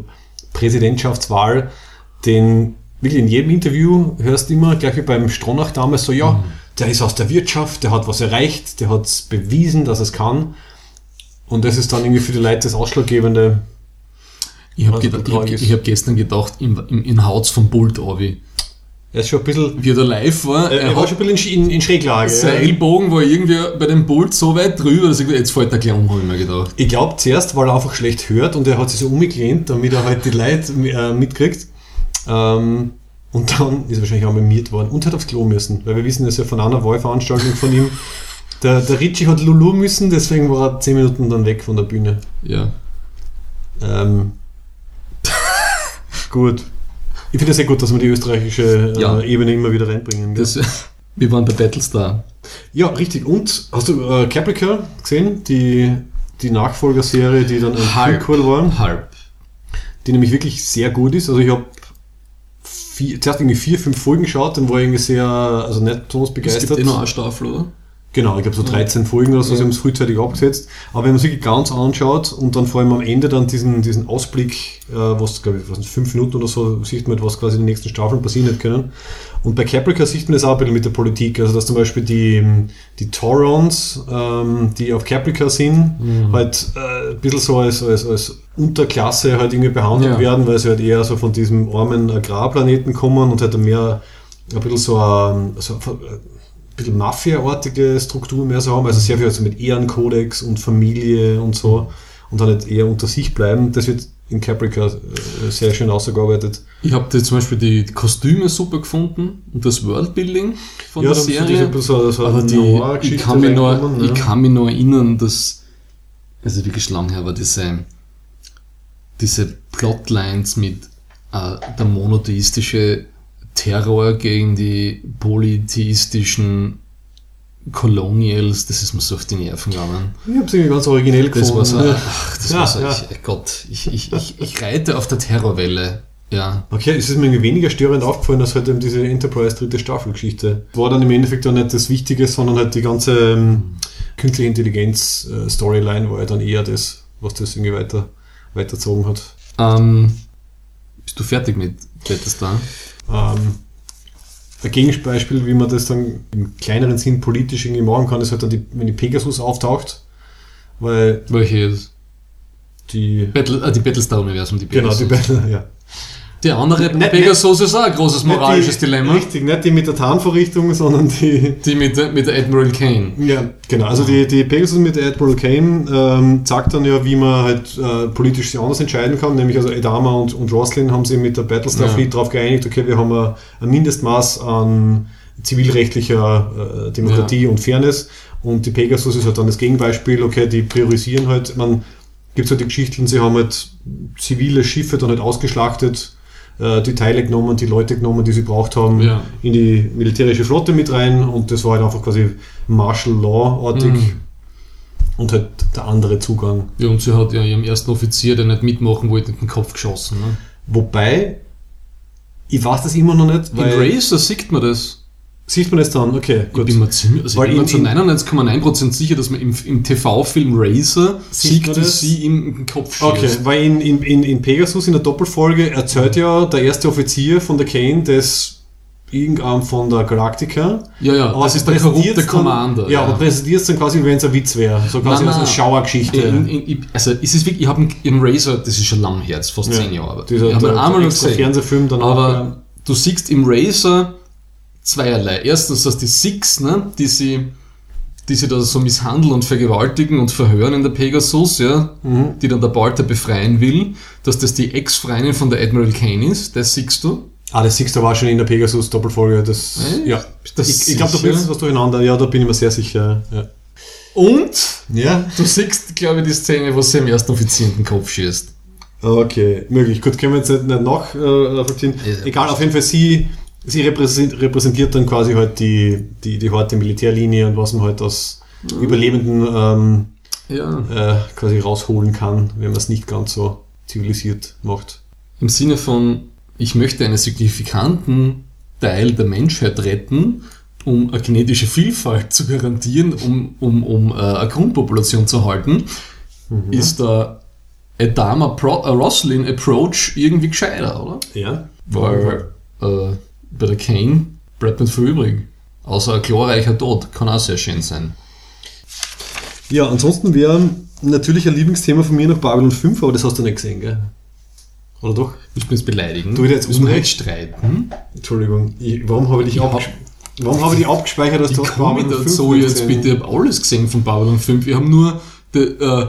Präsidentschaftswahl, den wirklich in jedem Interview hörst du immer, gleich wie beim Stronach damals, so ja, mhm. der ist aus der Wirtschaft, der hat was erreicht, der hat es bewiesen, dass er es kann. Und das ist dann irgendwie für die Leute das Ausschlaggebende. Ich habe ged- hab, hab gestern gedacht, im, im, in Haut's vom Bolt Ovi. Er ist schon ein bisschen... Wie er da live war. Er, er war schon ein bisschen in, in, in Schräglage. Sein ja. Ellbogen war irgendwie bei dem Bolt so weit drüber, dass ich jetzt fällt er gleich um, habe ich mir gedacht. Ich glaube zuerst, weil er einfach schlecht hört und er hat sich so umgelehnt, damit er halt die Leute äh, mitkriegt. Ähm, und dann ist er wahrscheinlich auch mimiert worden und hat aufs Klo müssen, weil wir wissen das ja von einer Wahlveranstaltung von ihm. Der, der Ritchie hat Lulu müssen, deswegen war er zehn Minuten dann weg von der Bühne. Ja. Ähm, gut. Ich finde es sehr gut, dass wir die österreichische äh, ja. Ebene immer wieder reinbringen. Das, wir waren bei Battlestar. Ja, richtig. Und hast du äh, Caprica gesehen? Die, die Nachfolgerserie, die dann ein Prequel war? Halb. Die nämlich wirklich sehr gut ist. Also ich habe zuerst irgendwie vier, fünf Folgen geschaut, dann war ich irgendwie sehr, also nicht besonders begeistert. Es gibt eh noch eine Staffel, oder? Genau, ich glaube so dreizehn Folgen oder so, Ja. sie haben es frühzeitig abgesetzt. Aber wenn man sich ganz anschaut und dann vor allem am Ende dann diesen, diesen Ausblick, äh, was glaube ich, was sind fünf Minuten oder so, sieht man, was quasi in den nächsten Staffeln passieren hätte können. Und bei Caprica sieht man das auch ein bisschen mit der Politik, also dass zum Beispiel die, die Taurons, ähm, die auf Caprica sind, Mhm. halt äh, ein bisschen so als, als, als Unterklasse halt irgendwie behandelt Ja. werden, weil sie halt eher so von diesem armen Agrarplaneten kommen und halt mehr ein bisschen so ein, so ein bisschen Mafia-artige Strukturen mehr so haben, also sehr viel also mit Ehrenkodex und Familie und so und dann halt eher unter sich bleiben. Das wird in Caprica äh, sehr schön ausgearbeitet. Ich habe zum Beispiel die Kostüme super gefunden und das Worldbuilding von Ja, der da ist Serie. ein bisschen so, so Aber eine die, Noir-Geschichte ich, kann mich nur, reinkommen, ich ja. kann mich nur erinnern, dass, also wirklich lang her war, diese, diese Plotlines mit äh, der monotheistische Terror gegen die polytheistischen Colonials, das ist mir so auf die Nerven gegangen. Ich habe es irgendwie ganz originell Das gefunden. war so, Ja. ach, das Ja, war so, ja. ich, Gott, ich, ich, ich, ich reite auf der Terrorwelle, ja. Okay, es ist mir irgendwie weniger störend aufgefallen als halt eben diese Enterprise dritte Staffelgeschichte. War dann im Endeffekt dann nicht das Wichtige, sondern halt die ganze ähm, künstliche Intelligenz äh, Storyline war ja dann eher das, was das irgendwie weiter weitergezogen hat. Ähm, bist du fertig mit Battlestar? Ähm, ein Gegenbeispiel, wie man das dann im kleineren Sinn politisch irgendwie machen kann, ist halt dann, die, wenn die Pegasus auftaucht, weil Welche ist? die... Battle, äh, die Battlestar-Universum, die Genau, die Pegasus. beiden, ja. Die andere Nicht- Pegasus ist auch ein großes moralisches Nicht die, Dilemma. Richtig, nicht die mit der Tarnvorrichtung, sondern die... Die mit, der- mit der Admiral Kane. Ja, genau. Also die, die Pegasus mit Admiral Kane ähm, sagt dann ja, wie man halt äh, politisch sich anders entscheiden kann. Nämlich also Adama und, und Roslin haben sich mit der Battlestar Ja. Fleet darauf geeinigt, okay, wir haben ein, ein Mindestmaß an zivilrechtlicher äh, Demokratie und Fairness. Und die Pegasus ist halt dann das Gegenbeispiel, okay, die priorisieren halt, man gibt halt die Geschichten, sie haben halt zivile Schiffe dann halt ausgeschlachtet, äh, die Teile genommen, die Leute genommen, die sie braucht haben, Ja. in die militärische Flotte mit rein und das war halt einfach quasi Martial Law-artig Mhm. und halt der andere Zugang. Ja, und sie hat ja ihrem ersten Offizier, der nicht mitmachen wollte, in den Kopf geschossen. Ne? Wobei, ich weiß das immer noch nicht, In weil Racer sieht man das. sieht man das dann, okay, Ich gut. bin mir ziemlich, also ich Weil bin mir in- zu in- neunundneunzig Komma neun Prozent sicher, dass man im, im T V-Film Racer Sieht sieht, man dass das? sie ihm in den Kopf schießt. Okay, weil in, in, in, in Pegasus in der Doppelfolge erzählt ja der erste Offizier von der Kane des irgendeinem von der Galactica. Ja, ja, Aber das ist der präsentiert's korrupte dann- Commander. Ja, aber präsentiert es dann quasi, wie wenn es ein Witz wäre. So quasi Nein, als eine nein. Schauergeschichte. In, in, in, also es ist wirklich, ich habe im Racer, das ist schon lang her, jetzt fast Ja. zehn Jahre, aber Dieser, ich habe ihn der, einmal der noch extra gesehen. Fernsehfilm danach. Aber du siehst im Racer zweierlei. Erstens, dass die Six, ne, die sie, die sie da so misshandeln und vergewaltigen und verhören in der Pegasus, ja, Mhm. die dann der Balter befreien will, dass das die Ex-Freundin von der Admiral Kane ist, das siehst du. Ah, das siehst du war schon in der Pegasus-Doppelfolge. Das, Echt? ja. Das Ich, ich glaube, da sicher? bringst du was durcheinander. Ja, da bin ich mir sehr sicher. Ja. Und Ja. du siehst, glaube ich, die Szene, wo sie im ersten Offizier in den Kopf schießt. Okay, möglich. Gut, können wir jetzt nicht nachvollziehen. Ja. Egal, auf jeden Fall, sie, sie repräsent, repräsentiert dann quasi halt die, die, die harte Militärlinie und was man halt aus Überlebenden ähm, Ja. äh, quasi rausholen kann, wenn man es nicht ganz so zivilisiert macht. Im Sinne von, ich möchte einen signifikanten Teil der Menschheit retten, um eine genetische Vielfalt zu garantieren, um, um, um äh, eine Grundpopulation zu halten, Mhm. ist der Adama Pro, äh, Roslin Approach irgendwie gescheiter, oder? Ja. Weil äh, bei der Kane bleibt nicht viel übrig. Außer ein glorreicher Tod, kann auch sehr schön sein. Ja, ansonsten wäre natürlich ein Lieblingsthema von mir noch Babylon fünf, aber das hast du nicht gesehen, gell? Oder doch? Willst du mich jetzt beleidigen? Du, jetzt Müssen wir Unrecht. jetzt streiten? Entschuldigung, ich, warum habe ich dich Ich abges warum habe ich dich abgespeichert, dass Wie du komme ich Babylon dazu nicht jetzt gesehen? bitte? Ich habe alles gesehen von Babylon fünf. Wir haben nur die äh,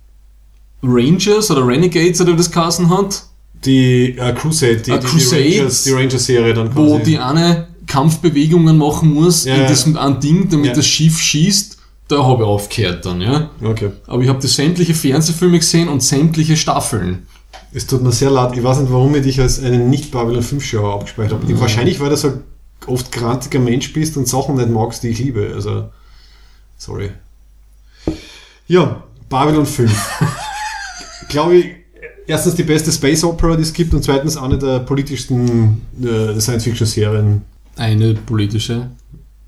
Rangers oder Renegades, oder wie das geheißen hat, Die äh, Crusade, die, Ah, die, Crusade, die Rangers, die Rangers-Serie dann quasi. wo die eine Kampfbewegungen machen muss Ja, in ja. diesem einen Ding, damit Ja. das Schiff schießt. Da habe ich aufgehört dann, ja. Okay. Aber ich habe die sämtliche Fernsehfilme gesehen und sämtliche Staffeln. Es tut mir sehr leid, ich weiß nicht, warum ich dich als einen Nicht-Babylon fünf-Schauer abgespeichert habe. Mhm. Wahrscheinlich, weil du so oft grantiger Mensch bist und Sachen nicht magst, die ich liebe. Also, sorry. Ja, Babylon fünf. Glaube ich, erstens die beste Space Opera, die es gibt, und zweitens eine der politischsten äh, Science-Fiction-Serien. Eine politische.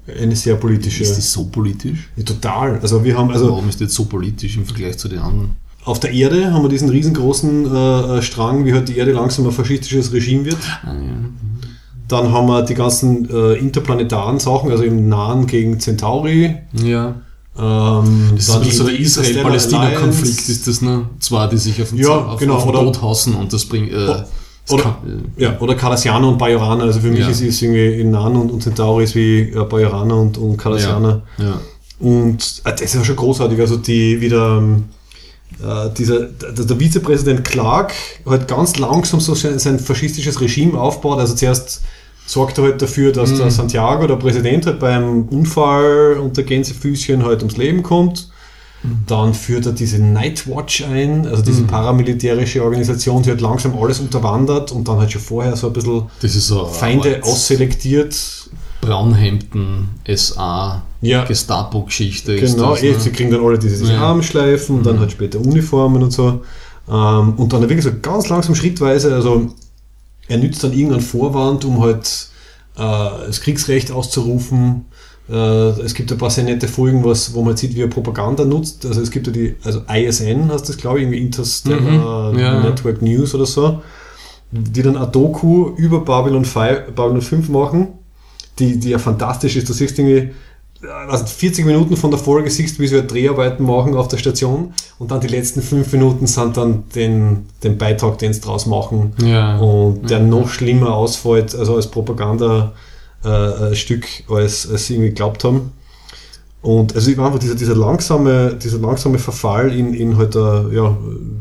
eine sehr politische. Ist das so politisch? Ja, total. Also wir haben also Warum ist das so politisch im Vergleich zu den anderen? auf der Erde haben wir diesen riesengroßen äh, Strang, wie halt die Erde langsam ein faschistisches Regime wird. Ah, ja. Dann haben wir die ganzen äh, interplanetaren Sachen, also im Nahen gegen Centauri. Ja. Ähm, Das ist dann ein bisschen so die der Israel-Palästina-Konflikt, Alliance. ist das, ne? Zwar, die sich auf den, Ja, Za- auf, genau, auf den oder- Tod hassen und das bringt... Äh, das Oder, kann, äh, ja, oder Cardassianer und Bajoraner. Also für mich Ja. ist es irgendwie in Nahen und, und Centauri ist wie äh, Bajoraner und, und Cardassianer. ja. Und äh, das ist ja schon großartig. Also die wieder ähm, äh, dieser, der, der Vizepräsident Clark halt ganz langsam so sein, sein faschistisches Regime aufbaut. Also zuerst sorgt er halt dafür, dass Mhm. der Santiago, der Präsident, halt beim Unfall unter Gänsefüßchen halt ums Leben kommt. Dann führt er diese Nightwatch ein, also diese Mhm. paramilitärische Organisation, die halt langsam alles unterwandert und dann halt schon vorher so ein bisschen Das ist so Feinde eine ausselektiert. Braunhemden, S A, Ja. Gestapo-Geschichte ist Genau, das. eh, Ne? sie kriegen dann alle diese, diese Ja. Armschleifen, dann Mhm. halt später Uniformen und so. Ähm, und dann wirklich so ganz langsam schrittweise, also er nützt dann irgendeinen Vorwand, um halt äh, das Kriegsrecht auszurufen. Äh, es gibt ein paar sehr nette Folgen, was, wo man sieht, wie er Propaganda nutzt. Also es gibt ja die, also I S N heißt das, glaube ich, irgendwie Interstellar Mhm, ja. Network News oder so, die dann ein Doku über Babylon fünf, Babylon fünf machen, die, die ja fantastisch ist. Du siehst irgendwie, also vierzig Minuten von der Folge siehst du, wie sie halt Dreharbeiten machen auf der Station und dann die letzten fünf Minuten sind dann den, den Beitrag, den sie draus machen Ja. und der Ja. noch schlimmer ausfällt, also als Propaganda äh, Stück, als, als sie irgendwie geglaubt haben. Und also war einfach dieser, dieser langsame, dieser langsame Verfall in, in halt eine, ja,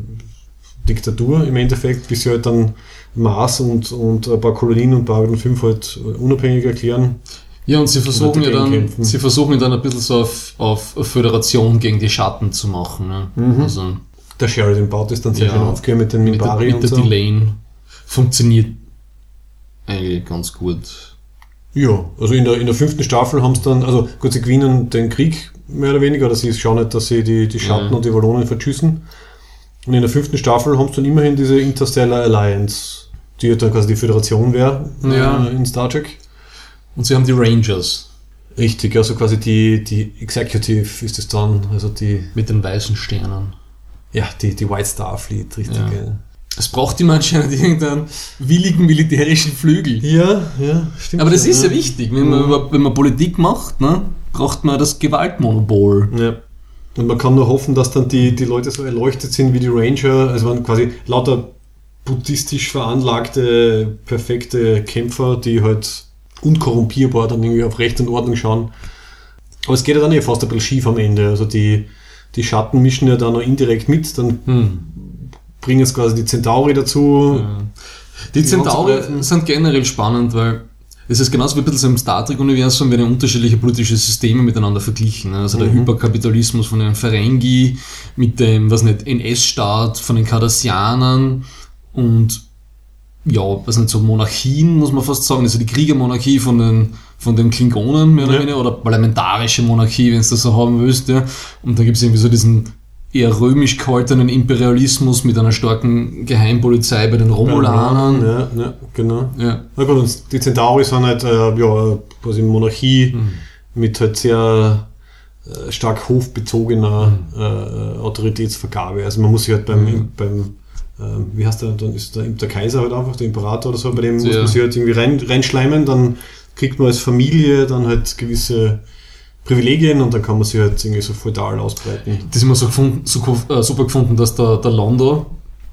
Diktatur im Endeffekt, bis sie halt dann Mars und, und ein paar Kolonien und Babylon fünf halt unabhängig erklären. Ja, und sie versuchen ja dagegen dann, kämpfen. sie versuchen ja dann ein bisschen so auf, auf Föderation gegen die Schatten zu machen. Ne? Mhm. Also, Der Sheridan baut das dann sehr Ja. schön aufgehört mit den mit der, Minbari mit und der so. Delane funktioniert eigentlich ganz gut. Ja, also in der, in der fünften Staffel haben sie dann, also gut, sie gewinnen den Krieg mehr oder weniger, oder sie schauen nicht, dass sie die, die Schatten Ja. und die Wallonen verschüssen. Und in der fünften Staffel haben sie dann immerhin diese Interstellar Alliance, die dann quasi die Föderation wäre Ja. äh, in Star Trek. Und sie haben die Rangers Richtig, also quasi die, die Executive ist es dann, also die, mit den weißen Sternen. ja, die, die White Star Fleet, richtig. Ja. Ja, Es braucht immer anscheinend irgendeinen willigen militärischen Flügel. ja, ja stimmt. Aber das schon, ist ja wichtig, wenn man, über- wenn man Politik macht, ne, braucht man das Gewaltmonopol. Ja. Und man kann nur hoffen, dass dann die, die Leute so erleuchtet sind wie die Ranger, also man quasi lauter buddhistisch veranlagte, perfekte Kämpfer, die halt unkorrumpierbar dann irgendwie auf Recht und Ordnung schauen. Aber es geht ja dann eh fast ein bisschen schief am Ende. Also die, die Schatten mischen ja da noch indirekt mit, dann Hm. bringen es quasi die Centauri dazu. Ja. Die Die Zentauri anzugreifen. sind generell spannend, weil es ist genauso wie ein bisschen so im Star Trek-Universum, werden unterschiedliche politische Systeme miteinander verglichen. ne? Also der Mhm. Hyperkapitalismus von den Ferengi mit dem, was nicht, N S-Staat von den Cardassianern und ja, was nicht, so Monarchien, muss man fast sagen, also die Kriegermonarchie von den, von den Klingonen mehr oder Ja. weniger, oder parlamentarische Monarchie, wenn du das so haben willst, ja. Und da gibt es irgendwie so diesen eher römisch gehaltenen Imperialismus mit einer starken Geheimpolizei bei den Romulanern. Ja, ja, genau. Ja. Na gut, und die Centauri sind halt äh, ja, quasi Monarchie Mhm. mit halt sehr äh, stark hofbezogener äh, Autoritätsvergabe. Also man muss sich halt beim, Mhm. beim ähm, wie heißt der, dann ist der, der Kaiser halt einfach, der Imperator oder so, bei dem muss Ja. man sich halt irgendwie rein, reinschleimen, dann kriegt man als Familie dann halt gewisse Privilegien und dann kann man sich halt irgendwie so feudal ausbreiten. Das ist immer so, gefunden, so äh, super gefunden, dass der, der Londo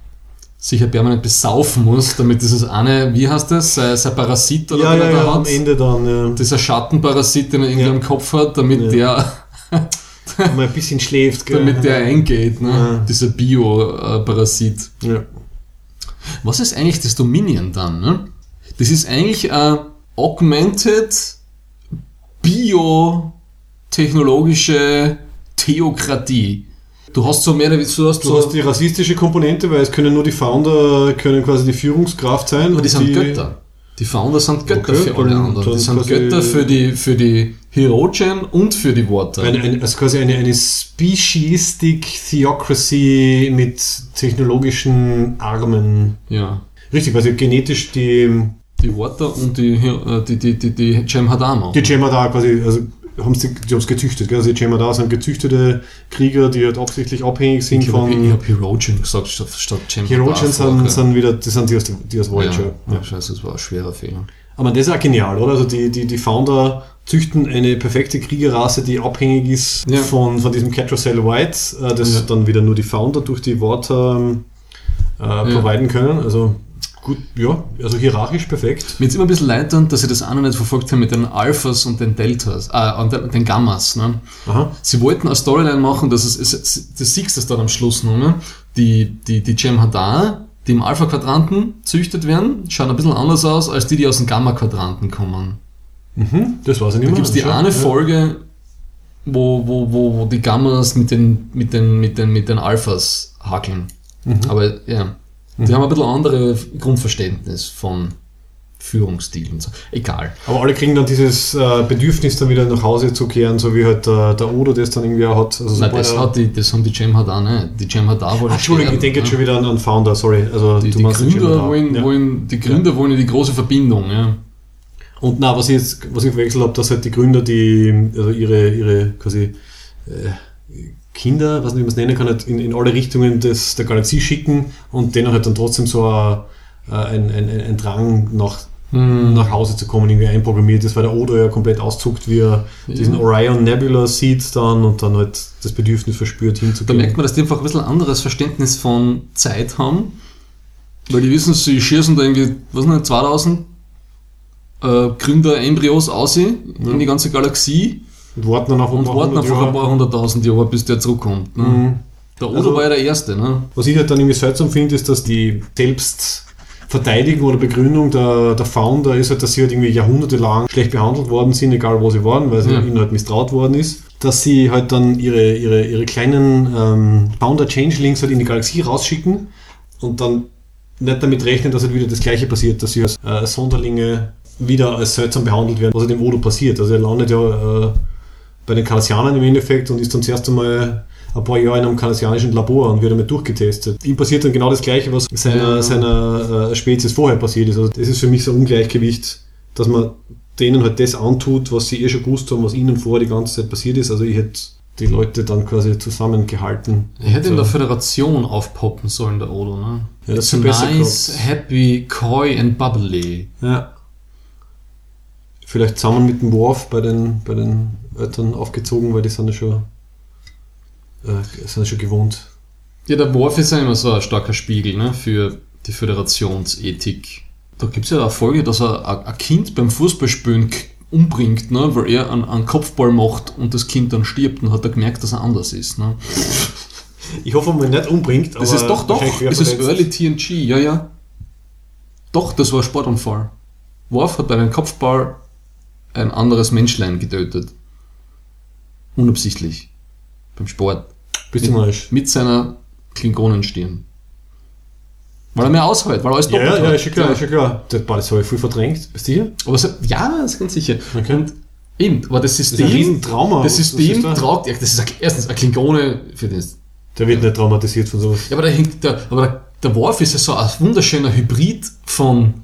sich ja permanent besaufen muss, damit dieses eine, wie heißt das, sein, sein Parasit oder Ja, den ja, er da ja, am hat, Ende dann ja, dieser Schattenparasit, den er irgendwie Ja. am Kopf hat, damit Ja. der mal ein bisschen schläft. Gell? damit der eingeht, ne? Ja. Dieser Bio-Parasit. Ja. Was ist eigentlich das Dominion dann? Ne? Das ist eigentlich eine augmented biotechnologische Theokratie. Du hast so mehr, du hast Du so, hast die rassistische Komponente, weil es können nur die Founder, können quasi die Führungskraft sein. aber die und sind Götter. Die Founder sind Götter Okay, für alle dann- anderen. Die dann sind quasi- Götter für die, für die Herogen und für die Worte. Eine, eine, also quasi eine, eine Speciestic Theocracy mit technologischen Armen. ja. Richtig, weil sie genetisch die, Die Water und die, die, die, die, die Jem'Hadar. Die Jem'Hadar quasi, also haben sie, die haben es gezüchtet, gell? Also die Jem'Hadar sind gezüchtete Krieger, die halt absichtlich abhängig sind ich von... Ich habe Herogen gesagt statt, statt Jem'Hadar. Herogen sind, sind wieder, das sind die aus, die aus Voyager. Ja, ja. Scheiße, das war ein schwerer Fehler. Aber das ist auch genial, oder? Also die, die, die Founder züchten eine perfekte Kriegerrasse, die abhängig ist ja. von, von diesem Catracel White, das ja. dann wieder nur die Founder durch die Water äh, ja. providen können. Also gut, ja, also hierarchisch perfekt. Mir ist immer ein bisschen leid dann, dass sie das auch noch nicht verfolgt haben mit den Alphas und den Deltas, äh, und den, den Gammas. Ne? Aha. Sie wollten eine Storyline machen, dass es, es das siehst du dann am Schluss noch, ne? Die, die, die Jem'Hadar, die im Alpha-Quadranten züchtet werden, schauen ein bisschen anders aus, als die, die aus dem Gamma-Quadranten kommen. Mhm, das weiß ich nicht mehr. Da gibt es die schon. eine Folge, wo, wo, wo, wo die Gammas mit den, mit den, mit den, mit den Alphas hackeln. Mhm. Aber ja, die mhm. haben ein bisschen andere Grundverständnis von Führungsstil und so. Egal. Aber alle kriegen dann dieses äh, Bedürfnis, dann wieder nach Hause zu kehren, so wie halt äh, der Odo das dann irgendwie auch hat. Also Nein, das, hat die, das haben die Jem'Hadar nicht. Die Jem'Hadar wollen. Ach, Entschuldigung, ich denke jetzt ja. schon wieder an, an Founder, sorry. Also, die, du die, Gründer wollen, ja. wollen, die Gründer ja. wollen die große Verbindung. Ja. Und na, was ich jetzt was ich verwechselt habe, dass halt die Gründer, die also ihre, ihre quasi äh, Kinder, was nicht, wie man es nennen kann, halt in, in alle Richtungen des, der Galaxie schicken und denen halt dann trotzdem so ein, ein, ein, ein Drang nach, hm. nach Hause zu kommen irgendwie einprogrammiert ist, weil der Odo ja komplett auszuckt, wie er ja. diesen Orion Nebula sieht dann und dann halt das Bedürfnis verspürt hinzugehen. Da merkt man, dass die einfach ein bisschen anderes Verständnis von Zeit haben, weil die wissen, sie schießen da irgendwie, was nicht, zweitausend äh, Gründer-Embryos aussehen ja. in die ganze Galaxie. Und warten dann auf ein und paar warten einfach Jahre. ein paar hunderttausend Jahre, bis der zurückkommt. Ne? Mhm. Der Odo also, war ja der Erste. Ne? Was ich halt dann irgendwie seltsam finde, ist, dass die Selbstverteidigung oder Begründung der, der Founder ist halt, dass sie halt irgendwie jahrhundertelang schlecht behandelt worden sind, egal wo sie waren, weil sie ja. ihnen halt misstraut worden ist. Dass sie halt dann ihre, ihre, ihre kleinen ähm, Founder-Changelings halt in die Galaxie rausschicken und dann nicht damit rechnen, dass halt wieder das Gleiche passiert, dass sie als äh, Sonderlinge wieder als seltsam behandelt werden, was halt dem Odo passiert. Also er landet ja äh, bei den Cardassianern im Endeffekt und ist dann zuerst einmal ein paar Jahre in einem cardassianischen Labor und wird damit durchgetestet. Ihm passiert dann genau das Gleiche, was seiner, ja. seiner äh, Spezies vorher passiert ist. Also das ist für mich so ein Ungleichgewicht, dass man denen halt das antut, was sie eh schon gewusst haben, was ihnen vorher die ganze Zeit passiert ist. Also ich hätte die Leute dann quasi zusammengehalten. Er hätte in der Föderation aufpoppen sollen, der Odo, ne? Ja, das ist so nice, gehabt. Happy, coy and bubbly. Ja. Vielleicht zusammen mit dem Worf bei den, bei den Eltern aufgezogen, weil die sind ja schon, äh, sind ja schon gewohnt. Ja, der Worf ist ja immer so ein starker Spiegel, ne, für die Föderationsethik. Da gibt es ja eine Folge, dass er ein Kind beim Fußballspielen umbringt, ne, weil er einen, einen Kopfball macht und das Kind dann stirbt und hat er gemerkt, dass er anders ist. Ne. Ich hoffe, man nicht umbringt. Das ist doch, doch, das ist Early T N G, ja, ja. Doch, das war ein Sportunfall. Worf hat bei einem Kopfball ein anderes Menschlein getötet. Unabsichtlich. Beim Sport. Bist du mit, mit seiner Klingonenstirn. Weil er mehr aushält, weil er alles doppelt hat. Ja, ja, hat. ist schon klar, ja. ist schon klar. Das, das habe ich voll verdrängt. Bist du hier? Aber so, ja, das ist ganz sicher. Okay. Und eben, aber das System... Das ist ein Riesentrauma. Das System da? tragt... Ja, das ist ein, erstens ein Klingone für das. Der wird ja. nicht traumatisiert von sowas. Ja, aber der, der, aber der, der Worf ist ja so ein wunderschöner Hybrid von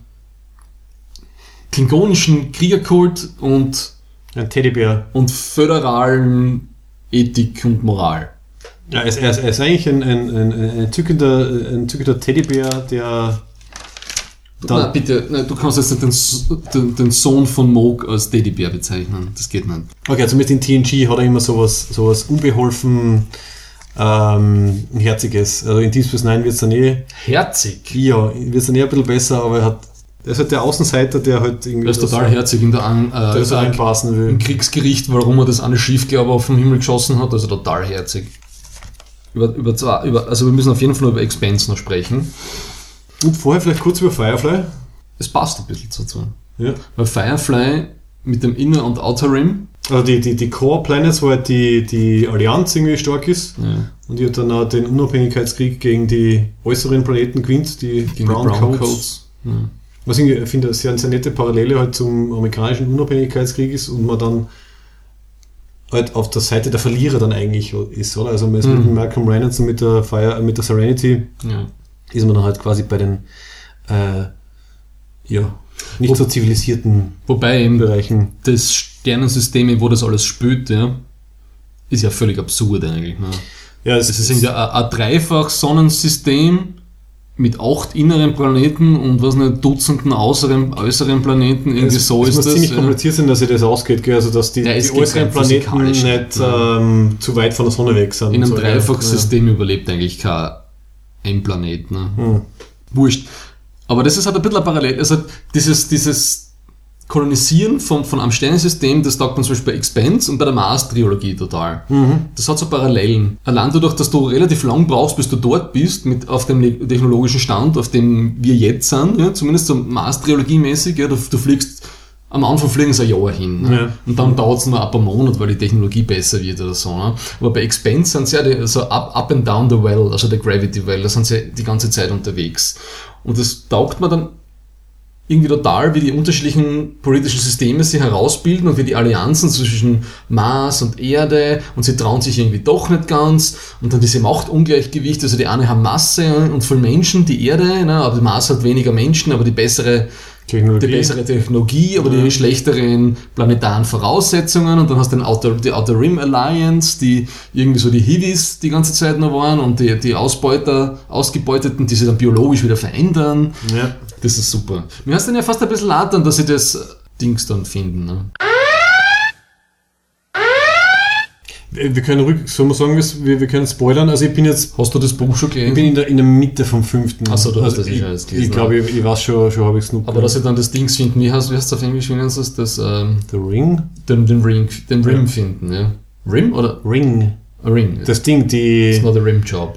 klingonischen Kriegerkult und ein Teddybär und föderalen Ethik und Moral. Ja, er ist, er ist, er ist eigentlich ein, ein, ein, ein, entzückender, ein entzückender Teddybär, der... Na, bitte, na, du kannst jetzt nicht den, den, den Sohn von Moog als Teddybär bezeichnen. Das geht nicht. Okay, zumindest in T N G hat er immer sowas, sowas unbeholfen ähm, Herziges. Also in Deep Space Nine wird es dann eh... Herzig? Ja, wird es dann eh ein bisschen besser, aber er hat... Er ist halt der Außenseiter, der halt irgendwie... Er ist total so herzig in der An, äh, der so reinpassen will. Im Kriegsgericht, warum er das eine Schiefglaube auf den Himmel geschossen hat, also total herzig. Über, über zwei, über, also wir müssen auf jeden Fall über Expanse noch sprechen. Und vorher vielleicht kurz über Firefly. Es passt ein bisschen dazu. Ja. Weil Firefly mit dem Inner- und Outer Rim... Also die, die, die Core Planets, wo halt die, die Allianz irgendwie stark ist. Ja. Und die hat dann auch den Unabhängigkeitskrieg gegen die äußeren Planeten gewinnt, die gegen Brown, die Brown Coats. Coats. Ja. Was ich finde, sehr, sehr nette Parallele halt zum amerikanischen Unabhängigkeitskrieg ist und man dann halt auf der Seite der Verlierer dann eigentlich ist, oder? Also man ist mhm. mit Malcolm Reynolds und mit der Fire, mit der Serenity ja. ist man dann halt quasi bei den äh, ja, nicht Wo, so zivilisierten wobei eben Bereichen. Das Sternensystem, wo das alles spielt, ja, ist ja völlig absurd eigentlich. Ne? Ja, es, das ist irgendwie ein, ein Dreifach-Sonnensystem mit acht inneren Planeten und was nicht, Dutzenden äußeren, äußeren Planeten, irgendwie es, so es ist muss das. ziemlich ja. kompliziert sein, dass sich das ausgeht, gell? Also dass die, Ja, die äußeren Planeten nicht ähm, zu weit von der Sonne weg sind. In einem so, Dreifachsystem ja. überlebt eigentlich kein ein Planet. Ne? Hm. Wurscht. Aber das ist halt ein bisschen ein Parallel. Also dieses, dieses Kolonisieren von, von einem Sternensystem, das taugt man zum Beispiel bei Expanse und bei der Mars-Trilogie total. Mhm. Das hat so Parallelen. Allein dadurch, dass du relativ lang brauchst, bis du dort bist, mit auf dem technologischen Stand, auf dem wir jetzt sind, ja, zumindest so Mars-Trilogie-mäßig, ja, du, du fliegst, am Anfang fliegen sie ein Jahr hin. Ne? Ja. Und dann dauert es nur ein paar Monate, weil die Technologie besser wird oder so. Ne? Aber bei Expanse sind sie ja die, so up, up and down the well, also der Gravity Well, da sind sie die ganze Zeit unterwegs. Und das taugt man dann irgendwie total, wie die unterschiedlichen politischen Systeme sich herausbilden und wie die Allianzen zwischen Mars und Erde und sie trauen sich irgendwie doch nicht ganz und dann diese Machtungleichgewicht, also die eine haben Masse und voll Menschen, die Erde, ne, aber die Mars hat weniger Menschen, aber die bessere Technologie, die bessere Technologie aber ja. die schlechteren planetaren Voraussetzungen und dann hast du den Outer, die Outer Rim Alliance, die irgendwie so die Hiwis die ganze Zeit noch waren und die, die Ausbeuter, Ausgebeuteten, die sich dann biologisch wieder verändern. Ja. Das ist super. Mir hast dann ja fast ein bisschen leid dann, dass sie das Dings dann finden. Ne? Wir können rück, soll man sagen, wir, wir können spoilern. Also ich bin jetzt. Hast du das Buch schon gelesen? Ich bin in der, in der Mitte vom fünften. Achso, du also hast das ich, schon alles gelesen. Ich glaube, ich, ich weiß schon, schon habe ich es genug. Aber dass sie dann das Dings finden, wie heißt es auf Englisch, wie nennt es das? Ähm, The Ring? Den, den Ring, den Rim ja. finden, ja. Rim oder? Ring. A Ring. Das Ding, die. It's not a Rim Job.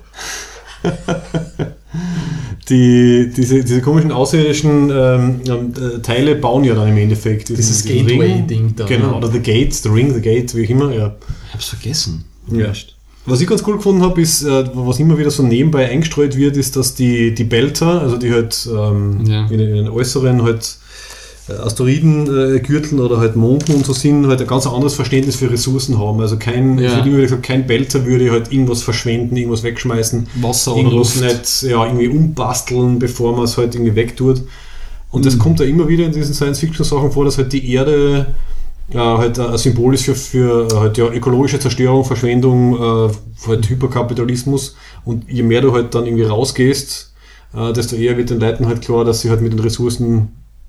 Die, diese, diese komischen außerirdischen ähm, äh, Teile bauen ja dann im Endeffekt. Diesen, Dieses Gateway-Ding da. Genau, oder The Gate, The Ring, The Gate, wie auch immer, ja. Ich hab's vergessen. Ja. Was ich ganz cool gefunden habe, ist, äh, was immer wieder so nebenbei eingestreut wird, ist, dass die, die Belter, also die halt ähm, ja. in, in den äußeren halt Asteroidengürteln äh, oder halt Monden und so sind, halt ein ganz anderes Verständnis für Ressourcen haben. Also kein, ja. ich würde immer wieder gesagt, kein Belter würde halt irgendwas verschwenden, irgendwas wegschmeißen, Wasser irgendwas oder Luft. nicht ja, irgendwie umbasteln, bevor man es halt irgendwie wegtut. Und mhm. das kommt ja immer wieder in diesen Science-Fiction-Sachen vor, dass halt die Erde äh, halt ein Symbol ist für, für äh, halt, ja, ökologische Zerstörung, Verschwendung, äh, halt Hyperkapitalismus. Und je mehr du halt dann irgendwie rausgehst, äh, desto eher wird den Leuten halt klar, dass sie halt mit den Ressourcen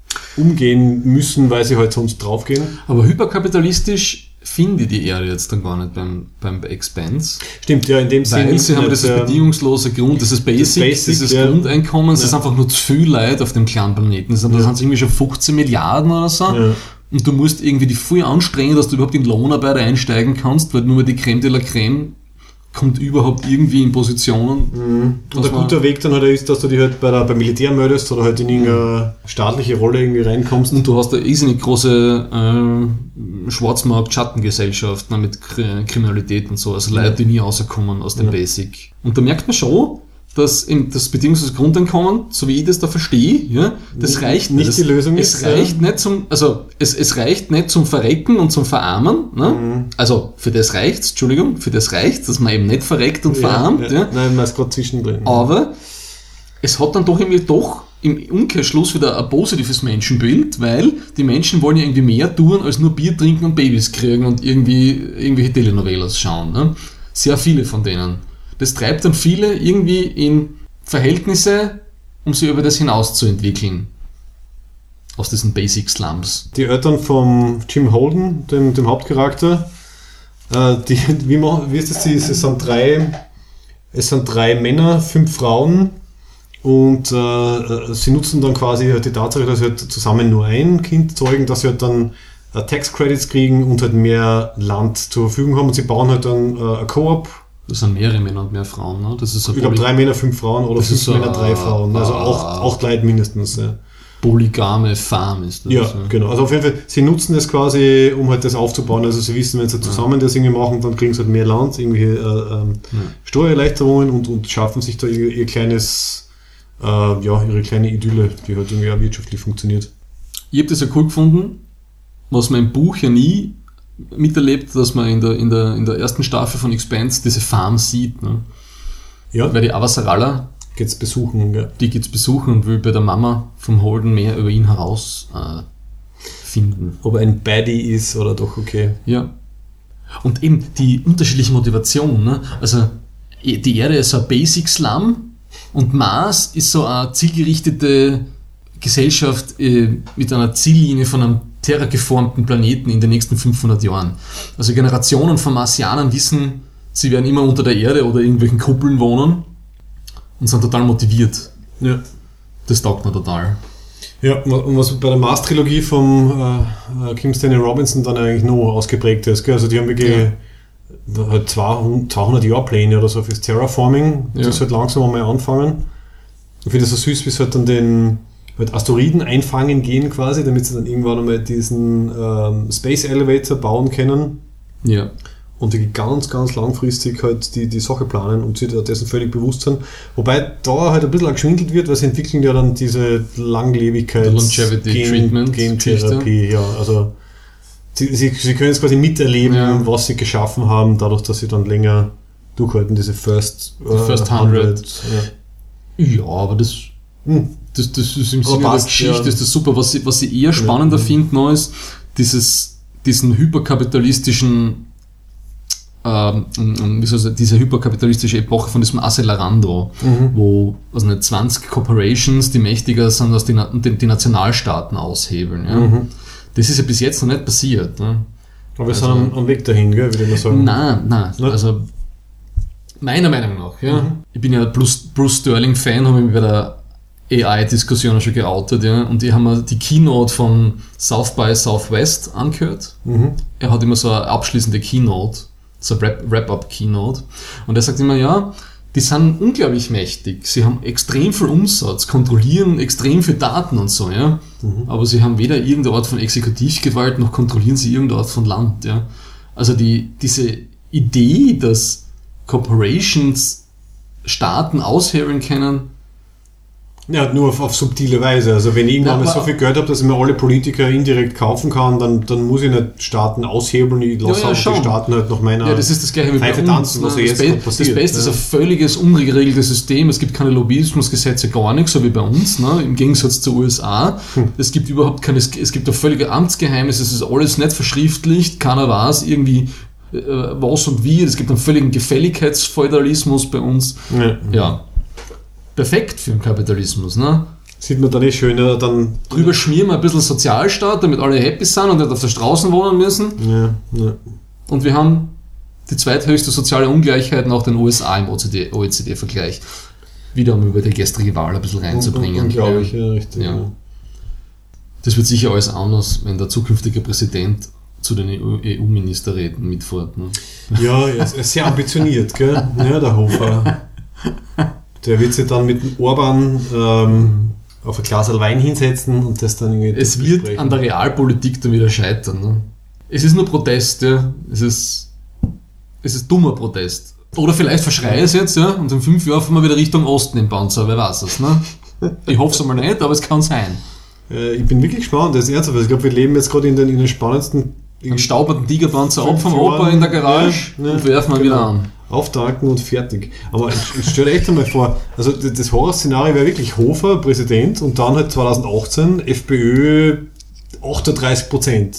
umgehen müssen, weil sie halt sonst draufgehen. Aber hyperkapitalistisch finde ich die Erde jetzt dann gar nicht beim, beim Expanse. Stimmt, ja, in dem Sinne. Weil sie haben dieses ähm, bedingungslose Grund, dieses Basic, das Basic dieses ja. Grundeinkommen, es ja. ist einfach nur zu viel Leid auf dem kleinen Planeten. Das sind ja. irgendwie schon fünfzehn Milliarden oder so. Ja. Und du musst irgendwie dich voll anstrengen, dass du überhaupt in Lohnarbeit einsteigen kannst, weil nur die Creme de la Creme kommt überhaupt irgendwie in Positionen. Mhm. Und ein guter Weg dann halt ist, dass du dich halt bei der, beim Militär meldest oder halt in irgendeine staatliche Rolle irgendwie reinkommst. Und du hast eine irrsinnig große äh, Schwarzmarkt-Schattengesellschaft ne, mit Kri- Kriminalität und so, also Leute, die nie rauskommen aus dem ja. Basic. Und da merkt man schon, dass im, das bedingungslose Grundeinkommen, so wie ich das da verstehe, ja, das reicht nicht. Das, die Lösung es ist. Reicht ja. nicht zum, also es, es reicht nicht zum Verrecken und zum Verarmen. Ne? Mhm. Also für das reicht's, Entschuldigung, für das reicht's, dass man eben nicht verreckt und ja, verarmt. Ja. Ja. Nein, man ist gerade zwischendrin. Aber es hat dann doch irgendwie doch im Umkehrschluss wieder ein positives Menschenbild, weil die Menschen wollen ja irgendwie mehr tun, als nur Bier trinken und Babys kriegen und irgendwie irgendwelche Telenovelas schauen. Ne? Sehr viele von denen. Das treibt dann viele irgendwie in Verhältnisse, um sie über das hinaus zu entwickeln. Aus diesen Basic Slums. Die Eltern von Jim Holden, dem, dem Hauptcharakter, äh, die, wie, man, wie ist das? Es sind drei, es sind drei Männer, fünf Frauen und äh, sie nutzen dann quasi die Tatsache, dass sie halt zusammen nur ein Kind zeugen, dass sie halt dann äh, Tax Credits kriegen und halt mehr Land zur Verfügung haben und sie bauen halt dann äh, ein Co-op. Das sind mehrere Männer und mehr Frauen, ne? Das ist ich glaube drei Männer, fünf Frauen oder fünf Männer, drei Frauen. Also auch, auch Leute mindestens. Ja. Polygame Farm ist das. Ja, ja, genau. Also auf jeden Fall, sie nutzen das quasi, um halt das aufzubauen. Also sie wissen, wenn sie zusammen ja. das irgendwie machen, dann kriegen sie halt mehr Land, irgendwelche äh, ähm, ja. Steuererleichterungen und, und schaffen sich da ihr, ihr kleines, äh, ja, ihre kleine Idylle, die halt irgendwie auch wirtschaftlich funktioniert. Ich habe das ja cool gefunden, was man im Buch ja nie miterlebt, dass man in der, in der, in der ersten Staffel von Expanse diese Farm sieht. Ne? Ja. Weil die Avasarala, geht's besuchen, gell? Die geht's besuchen und will bei der Mama vom Holden mehr über ihn heraus äh, finden. Ob er ein Baddie ist oder doch okay. Ja. Und eben die unterschiedliche Motivation. Ne? Also die Erde ist so ein Basic Slum und Mars ist so eine zielgerichtete Gesellschaft äh, mit einer Ziellinie von einem terrageformten Planeten in den nächsten fünfhundert Jahren. Also Generationen von Marsianern wissen, sie werden immer unter der Erde oder irgendwelchen Kuppeln wohnen und sind total motiviert. Ja. Das taugt mir total. Ja, und was bei der Mars-Trilogie vom äh, Kim Stanley Robinson dann eigentlich noch ausgeprägt ist. Gell? Also die haben wirklich ja. halt zweihundert Jahre Pläne oder so fürs Terraforming, ja. das halt langsam einmal anfangen. Ich finde das so süß, wie es halt dann den halt Asteroiden einfangen gehen quasi, damit sie dann irgendwann einmal diesen ähm, Space Elevator bauen können. Ja. Und die ganz, ganz langfristig halt die, die Sache planen und sich dessen völlig bewusst sind. Wobei da halt ein bisschen geschwindelt wird, weil sie entwickeln ja dann diese Langlebigkeit, Longevity Gentherapie, ja, also sie, sie, sie können jetzt quasi miterleben, ja. was sie geschaffen haben, dadurch, dass sie dann länger durchhalten, diese First, uh, First hundred. hundred ja. ja, aber das, hm. das, das ist im Sinne der Geschichte, ja. ist das super. Was sie, was sie eher spannender ja. finden, noch ist dieses, diesen hyperkapitalistischen Ähm, wie soll ich, diese hyperkapitalistische Epoche von diesem Accelerando, mhm. wo also nicht zwanzig Corporations, die mächtiger sind als die, die, die Nationalstaaten aushebeln. Ja? Mhm. Das ist ja bis jetzt noch nicht passiert. Ne? Aber wir also, sind am, am Weg dahin, gell, würde ich mal sagen. Nein, nein. Nicht? Also meiner Meinung nach. Ja? Mhm. Ich bin ja Bruce, Bruce Sterling-Fan, habe mich bei der A I-Diskussion schon geoutet. Ja? Und die haben mir die Keynote von South by Southwest angehört. Mhm. Er hat immer so eine abschließende Keynote, so Wrap-up-Keynote. Und er sagt immer, ja, die sind unglaublich mächtig. Sie haben extrem viel Umsatz, kontrollieren extrem viel Daten und so, ja. Mhm. Aber sie haben weder irgendeine Art von Exekutivgewalt, noch kontrollieren sie irgendeine Art von Land, ja. Also die, diese Idee, dass Corporations Staaten aushebeln können, ja, nur auf, auf subtile Weise. Also wenn ich irgendwann ja, mal so viel Geld habe, dass ich mir alle Politiker indirekt kaufen kann, dann, dann muss ich nicht Staaten aushebeln, ich lasse ja, ja, die Staaten halt nach meiner ja, das ist das Gleiche wie bei uns, tanzen, was ne? jetzt das, passiert. Das Beste ja. ist ein völliges ungeregeltes System, es gibt keine Lobbyismusgesetze, gar nichts, so wie bei uns, ne? Im Gegensatz zu U S A. Hm. Es gibt überhaupt keine, es gibt ein völlige Amtsgeheimnis, es ist alles nicht verschriftlicht, keiner weiß irgendwie äh, was und wie, es gibt einen völligen Gefälligkeitsfeudalismus bei uns. Ja. ja. Perfekt für den Kapitalismus, ne? Sieht man da nicht schön, ja, dann... Drüber schmieren wir ein bisschen Sozialstaat, damit alle happy sind und nicht auf der Straße wohnen müssen. Ja, ja. Und wir haben die zweithöchste soziale Ungleichheit nach den U S A im O E C D-Vergleich. Wieder um über die gestrige Wahl ein bisschen reinzubringen. Glaube ich, ja, richtig. Ja. Ja. Das wird sicher alles anders, wenn der zukünftige Präsident zu den E U-Ministerräten mitfährt. Ne? Ja, er ist sehr ambitioniert, gell? Ja, der Hofer. Der wird sich dann mit dem Orban ähm, auf ein Glas Wein hinsetzen und das dann irgendwie Es wird besprechen. An der Realpolitik dann wieder scheitern. Ne? Es ist nur Protest, ja. Es ist, es ist dummer Protest. Oder vielleicht verschreie es jetzt, ja, und in fünf Jahren fahren wir wieder Richtung Osten im Panzer, wer weiß es, ne? Ich hoffe es einmal nicht, aber es kann sein. Äh, ich bin wirklich gespannt, das ist ernsthaft. Ich glaube, wir leben jetzt gerade in den, in den spannendsten... Einen staubernden Tigerpanzer ab vom Opa in der Garage ja, ja, und werfen wir genau. wieder an. Auftanken und fertig. Aber ich stelle echt einmal vor, also das Horrorszenario wäre wirklich Hofer, Präsident, und dann halt zwanzig achtzehn FPÖ achtunddreißig Prozent.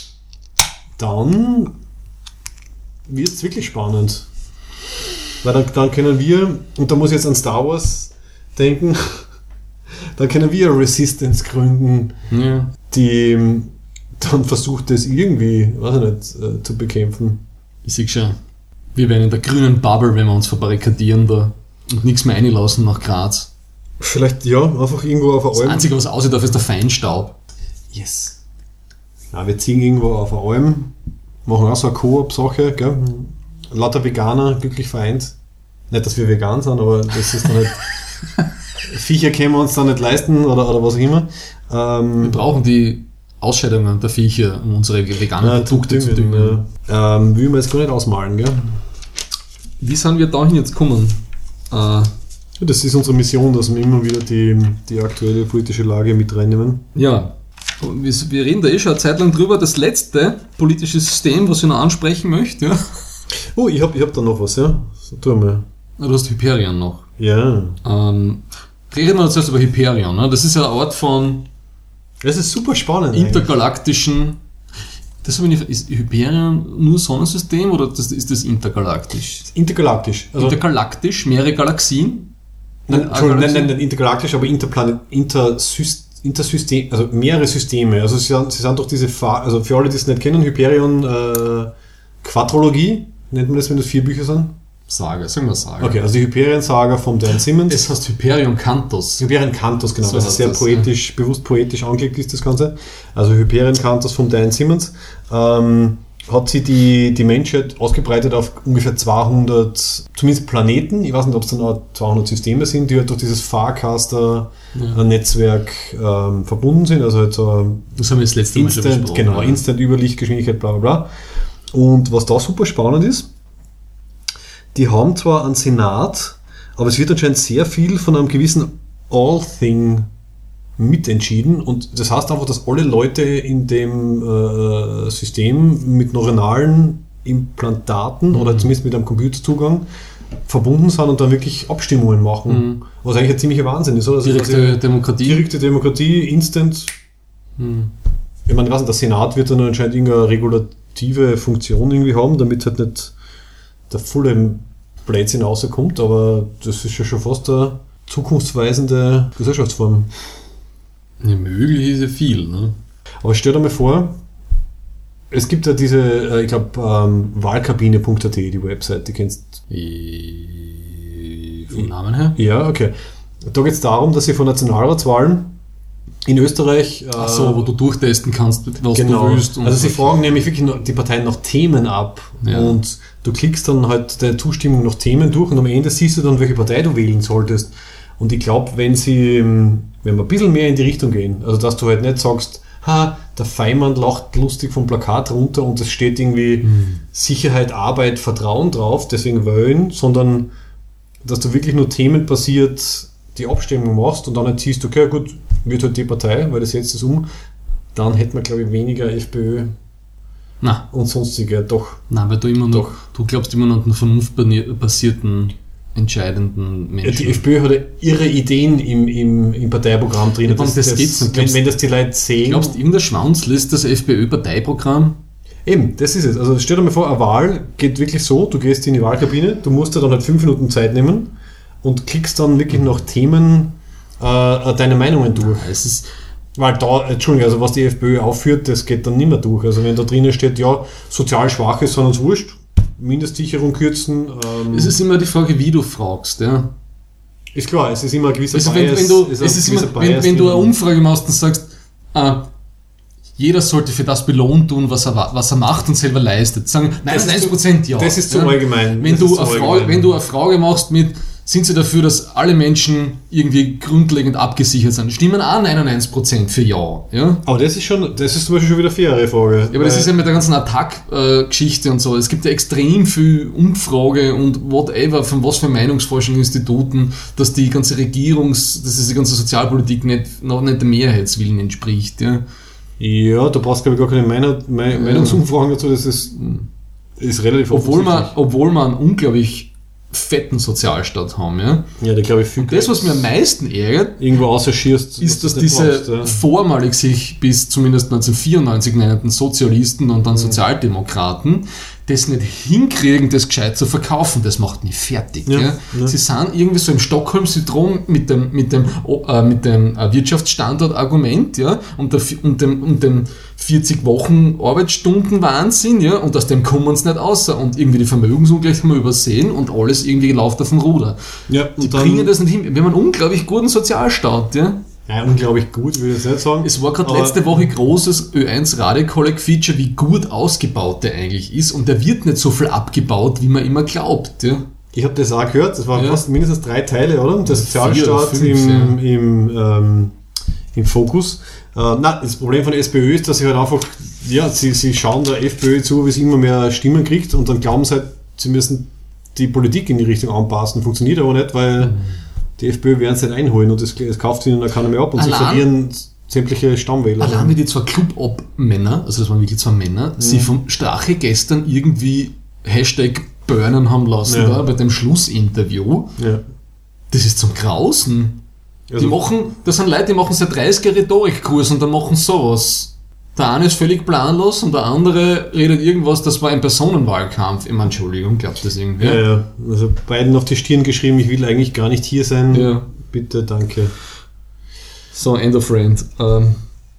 Dann wird es wirklich spannend. Weil dann, dann können wir, und da muss ich jetzt an Star Wars denken, dann können wir Resistance gründen, ja. die dann versucht, das irgendwie, weiß ich nicht, zu bekämpfen. Ich sehe schon. Wir werden in der grünen Bubble, wenn wir uns verbarrikadieren da und nichts mehr reinlassen nach Graz. Vielleicht, ja, einfach irgendwo auf eine Alm. Das Einzige, was aussieht, ist der Feinstaub. Yes. Ja, wir ziehen irgendwo auf eine Alm, machen auch so eine Koop-Sache, gell? Lauter Veganer, glücklich vereint. Nicht, dass wir vegan sind, aber das ist dann halt... Viecher können wir uns dann nicht leisten oder, oder was auch immer. Ähm, wir brauchen die Ausscheidungen der Viecher, um unsere veganen ja, Produkte zu düngen. düngen. Ja. Ähm, will man jetzt gar nicht ausmalen, gell? Wie sind wir dahin jetzt gekommen? Äh, ja, das ist unsere Mission, dass wir immer wieder die, die aktuelle politische Lage mit reinnehmen. Ja, wir, wir reden da eh schon eine Zeit lang drüber. Das letzte politische System, was ich noch ansprechen möchte. Ja. Oh, ich habe ich hab da noch was, ja. So, tu mal. Du hast Hyperion noch. Ja. Ähm, reden wir zuerst über Hyperion. Ne? Das ist ja eine Art von Das ist super spannend. intergalaktischen. Das habe ich nicht, ist Hyperion nur Sonnensystem oder das, ist das intergalaktisch? Intergalaktisch. Also, Intergalaktisch, mehrere Galaxien? nein, Eine Entschuldigung, nein, Galaxie? nein, nicht intergalaktisch, aber Interplanet, Intersys- Intersystem, also mehrere Systeme. Also sie sind, sie sind durch diese, Fa- also für alle, die es nicht kennen, Hyperion äh, Quadrologie, nennt man das, wenn das vier Bücher sind? Saga, sagen wir Saga. Okay, also die Hyperion-Saga von Dan Simmons. Das heißt Hyperion Cantos. Hyperion Cantos, genau, So das ist heißt sehr das, poetisch, bewusst poetisch angelegt ist das Ganze. Also Hyperion Cantos von Dan Simmons. Ähm, hat sie die, die Menschheit ausgebreitet auf ungefähr zweihundert, zumindest Planeten, ich weiß nicht, ob es dann auch zweihundert Systeme sind, die halt durch dieses Farcaster-Netzwerk ähm, verbunden sind, also halt so Das haben wir das letzte Mal schon Instant, besprochen. genau, ja. Instant Überlichtgeschwindigkeit, bla bla bla. Und was da super spannend ist, die haben zwar einen Senat, aber es wird anscheinend sehr viel von einem gewissen All-Thing mitentschieden und das heißt einfach, dass alle Leute in dem äh, System mit neuronalen Implantaten mhm. oder zumindest mit einem Computerzugang verbunden sind und dann wirklich Abstimmungen machen, Mhm. was eigentlich ein ziemlicher Wahnsinn ist. Oder? Also Direkte quasi Demokratie. direkte Demokratie, Instant. Mhm. Ich meine, ich weiß nicht, der Senat wird dann anscheinend irgendeine regulative Funktion irgendwie haben, damit halt nicht der volle Blödsinn rauskommt, aber das ist ja schon fast eine zukunftsweisende Gesellschaftsform. Ja, möglich ist ja viel. Ne? Aber stell dir mal vor, es gibt ja diese, äh, ich glaube, ähm, wahlkabine punkt a t, die Website, die kennst I- Vom Namen her? Ja, okay. Da geht es darum, dass sie von Nationalratswahlen in Österreich... Äh, Ach so, wo du durchtesten kannst, was genau. du willst. Und Also sie fragen nämlich wirklich noch die Parteien nach Themen ab Ja. und du klickst dann halt deine Zustimmung nach Themen durch und am Ende siehst du dann, welche Partei du wählen solltest. Und ich glaube, wenn sie, wenn wir ein bisschen mehr in die Richtung gehen, also dass du halt nicht sagst, ha, der Feimann lacht lustig vom Plakat runter und es steht irgendwie Mhm. Sicherheit, Arbeit, Vertrauen drauf, deswegen wählen, sondern dass du wirklich nur themenbasiert die Abstimmung machst und dann halt siehst, okay, gut, wird halt die Partei, weil das setzt es um, dann hätten wir, glaube ich, weniger FPÖ Na, und sonstige, doch. nein, weil du immer noch, Doch. du glaubst immer noch an einen vernunftbasierten, entscheidenden Ja, Menschen. die FPÖ hat ja irre Ideen im, im, im Parteiprogramm drin. Ja, das geht's nicht. wenn, Glaubst- wenn das die Leute sehen. Glaubst du, irgendein Schwanz lässt das FPÖ-Parteiprogramm? Eben, das ist es. Also stell dir mal vor, eine Wahl geht wirklich so, du gehst in die Wahlkabine, du musst dir dann halt fünf Minuten Zeit nehmen und klickst dann wirklich nach Themen äh, deine Meinungen durch. Es ist, Weil da, Entschuldigung, also was die FPÖ aufführt, das geht dann nicht mehr durch. Also wenn da drinnen steht, ja, sozial Schwache sind uns wurscht, Mindestsicherung kürzen. Ähm, es ist immer die Frage, wie du fragst. Ja? ist klar, es ist immer ein gewisser Also wenn, Bias. wenn, du, ist es ein ist immer, gewisser wenn, Bias wenn du eine drin. Umfrage machst und sagst, äh, jeder sollte für das belohnt tun, was er, wa- was er macht und selber leistet. Sagen Das ist neunundneunzig zu- Prozent ja. das ist zu ja? allgemein. Wenn Das du, ist zu eine Frage, allgemein. wenn du eine Frage machst mit, sind sie dafür, dass alle Menschen irgendwie grundlegend abgesichert sind, stimmen auch neunundneunzig Prozent für Ja. ja? Aber das ist schon, das ist zum Beispiel schon wieder eine faire Frage. Ja, aber das Weil- ist ja mit der ganzen Attack-Geschichte und so. Es gibt ja extrem viel Umfrage und whatever, von was für Meinungsforschungsinstituten, dass die ganze Regierungs-, dass diese ganze Sozialpolitik nicht, noch nicht dem Mehrheitswillen entspricht. Ja. Ja, da brauchst du, glaube ich, gar keine Meinung, Me- Meinungsumfragen dazu, das ist, ist relativ Obwohl man, offensichtlich. obwohl man einen unglaublich fetten Sozialstaat haben. Ja. Ja, da glaube ich viel. Und das, was mir am meisten ärgert, irgendwo ausschierst, ist, dass was du nicht diese brauchst, ja. vormalig sich bis zumindest neunzehnhundertvierundneunzig nennenden Sozialisten und dann Mhm. Sozialdemokraten das nicht hinkriegen, das gescheit zu verkaufen. Das macht mich fertig. Ja, Ja. ja. Sie sind irgendwie so im Stockholm-Syndrom mit dem, mit dem, äh, mit dem äh, Wirtschaftsstandort-Argument, ja, und, der, und dem, und dem vierzig Wochen Arbeitsstunden-Wahnsinn, ja, und aus dem kommen sie nicht raus. Und irgendwie die Vermögensungleichheit haben wir übersehen und alles irgendwie läuft auf dem Ruder. Ja, Die und dann, bringen das nicht hin. Wir haben einen unglaublich guten Sozialstaat, ja. ja, unglaublich gut, würde ich jetzt nicht sagen. Es war gerade Aber- letzte Woche großes Ö eins Radio-Kolleg-Feature, wie gut ausgebaut der eigentlich ist. Und der wird nicht so viel abgebaut, wie man immer glaubt. Ja. Ich habe das auch gehört, das waren Ja. fast mindestens drei Teile, oder? Der Vier oder Sozialstaat fünf, im, im, ähm, im Fokus. Äh, nein, das Problem von der SPÖ ist, dass sie halt einfach, ja, sie, sie schauen der FPÖ zu, wie sie immer mehr Stimmen kriegt und dann glauben sie halt, sie müssen die Politik in die Richtung anpassen. Funktioniert aber nicht, weil die FPÖ werden es nicht einholen und es, es kauft ihnen dann keiner mehr ab und sie Allein- verlieren sämtliche Stammwähler. Allein wie die zwei Club-Ob-Männer, also das waren wirklich zwei Männer, Mhm. sie vom Strache gestern irgendwie Hashtag burnen haben lassen Ja. da bei dem Schlussinterview. Ja. Das ist zum Grausen. Also, die machen, das sind Leute, die machen seit dreißig Jahren Rhetorikkurs und dann machen sowas. Der eine ist völlig planlos und der andere redet irgendwas, das war ein Personenwahlkampf. Ich meine, Entschuldigung, glaubt das irgendwie? ja, ja. Also beiden auf die Stirn geschrieben, ich will eigentlich gar nicht hier sein. Ja. Bitte, danke. So, end of rant. Ähm.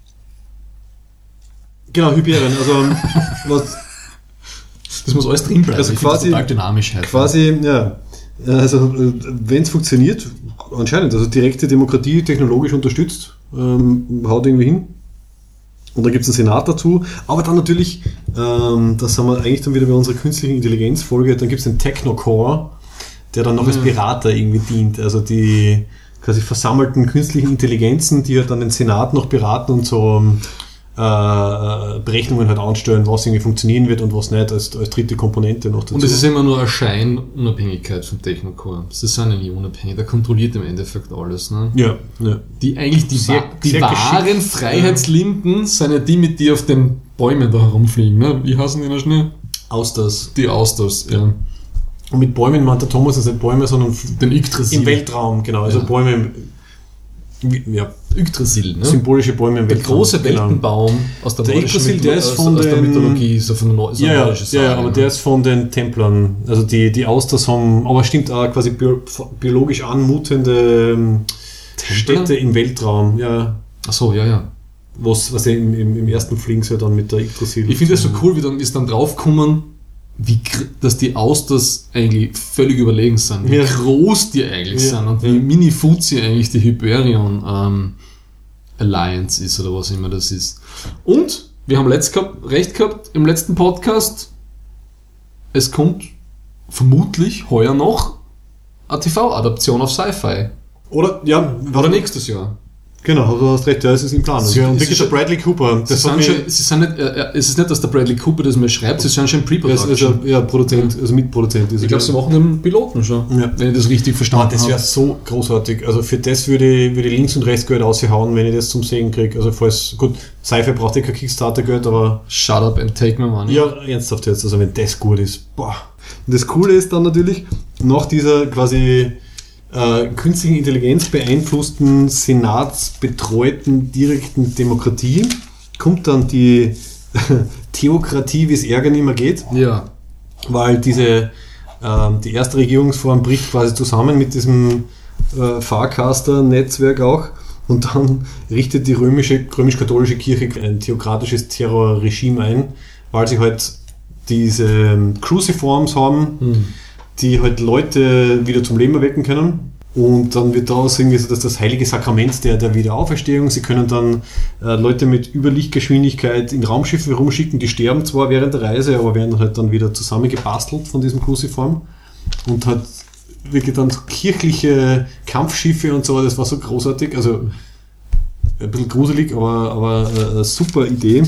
Genau, Hyperion. Also, was, Das muss alles drin bleiben. Also ich finde das quasi- total dynamisch halt. quasi, ja, also wenn es funktioniert, anscheinend, also direkte Demokratie technologisch unterstützt, ähm, haut irgendwie hin. Und dann gibt es einen Senat dazu, aber dann natürlich, ähm, das haben wir eigentlich dann wieder bei unserer künstlichen Intelligenz-Folge, dann gibt es den Technocore, der dann noch als Mhm. Berater irgendwie dient, also die quasi versammelten künstlichen Intelligenzen, die halt dann den Senat noch beraten und so äh, Berechnungen halt anstellen, was irgendwie funktionieren wird und was nicht, als, als dritte Komponente noch dazu. Und es ist immer nur eine Scheinunabhängigkeit vom Technocore. Sie sind ja nicht unabhängig, der kontrolliert im Endeffekt alles. Ne? ja, ja. Die eigentlich die, Sehr- wa die sehr wahren geschickt. Freiheitslinden sind ja die, mit die auf den Bäumen da herumfliegen. Ne? Wie heißen die noch schnell? Austers. Die Austers, ja. Und mit Bäumen meint der Thomas, das sind nicht Bäume, sondern Den Yggdrasil. im Weltraum, genau. Also Ja. Bäume, im, wie- ja, Yggdrasil, ne? symbolische Bäume im Der Weltraum. große genau. Weltenbaum aus der, Der nordischen Yggdrasil, der Mytholo- ist aus, von aus der den- Mythologie, ist ja von der Nord- ist eine Ja, ja, nordische ja, ja, Sage, aber ne? der ist von den Templern. Also die, die Austers haben, aber stimmt auch quasi bio, biologisch anmutende ähm, Templer? Städte im Weltraum. Ja, Ach so, ja, ja. was, was im, im, im ersten fliegen sie ja dann mit der Yggdrasil. Ich finde das so cool, wie dann ist dann draufgekommen, wie, gr- dass die Austers eigentlich völlig überlegen sind, wie Ja. groß die eigentlich Ja. sind und Ja. wie mini-fuzzi eigentlich die Hyperion ähm, Alliance ist oder was immer das ist. Und wir haben letzt gehabt, recht gehabt im letzten Podcast, es kommt vermutlich heuer noch eine T V-Adaption auf Sci-Fi. Oder, ja, Oder nächstes Jahr. genau, du hast recht, ja, es ist im Plan. Es- Ja, und es wirklich ist der Bradley Cooper. Sie Das hat sind mich, schon, sie sind nicht, äh, äh, es ist nicht, dass der Bradley Cooper das mir schreibt, sie sind schon er ist, Pre-Production. ist er, ja, Produzent, also Mitproduzent. Ist Ich glaube, sie machen den Piloten schon, Ja. wenn ich das richtig Ah, verstanden das wäre habe. so großartig. Also für das würde ich, würde ich links und rechts Geld aushauen, wenn ich das zum Sehen kriege. Also falls, gut, Sci-Fi braucht eh kein Kickstarter-Geld, aber Shut up and take my money. ja, ernsthaft jetzt, also wenn das gut ist, boah. Und das Coole ist dann natürlich, nach dieser quasi äh, künstlichen Intelligenz beeinflussten, senatsbetreuten, direkten Demokratie, kommt dann die Theokratie, wie es Ärger nicht mehr geht, Ja. weil diese, ähm, die erste Regierungsform bricht quasi zusammen mit diesem äh, Farcaster-Netzwerk auch. Und dann richtet die römische, römisch-katholische Kirche ein theokratisches Terrorregime ein, weil sie halt diese ähm, Cruciforms haben, Hm. die halt Leute wieder zum Leben erwecken können. Und dann wird daraus irgendwie so, dass das heilige Sakrament der, der Wiederauferstehung, sie können dann äh, Leute mit Überlichtgeschwindigkeit in Raumschiffe rumschicken, die sterben zwar während der Reise, aber werden halt dann wieder zusammengebastelt von diesem Cruciform. Und halt wirklich dann so kirchliche Kampfschiffe und so, das war so großartig, also ein bisschen gruselig, aber, aber äh, eine super Idee.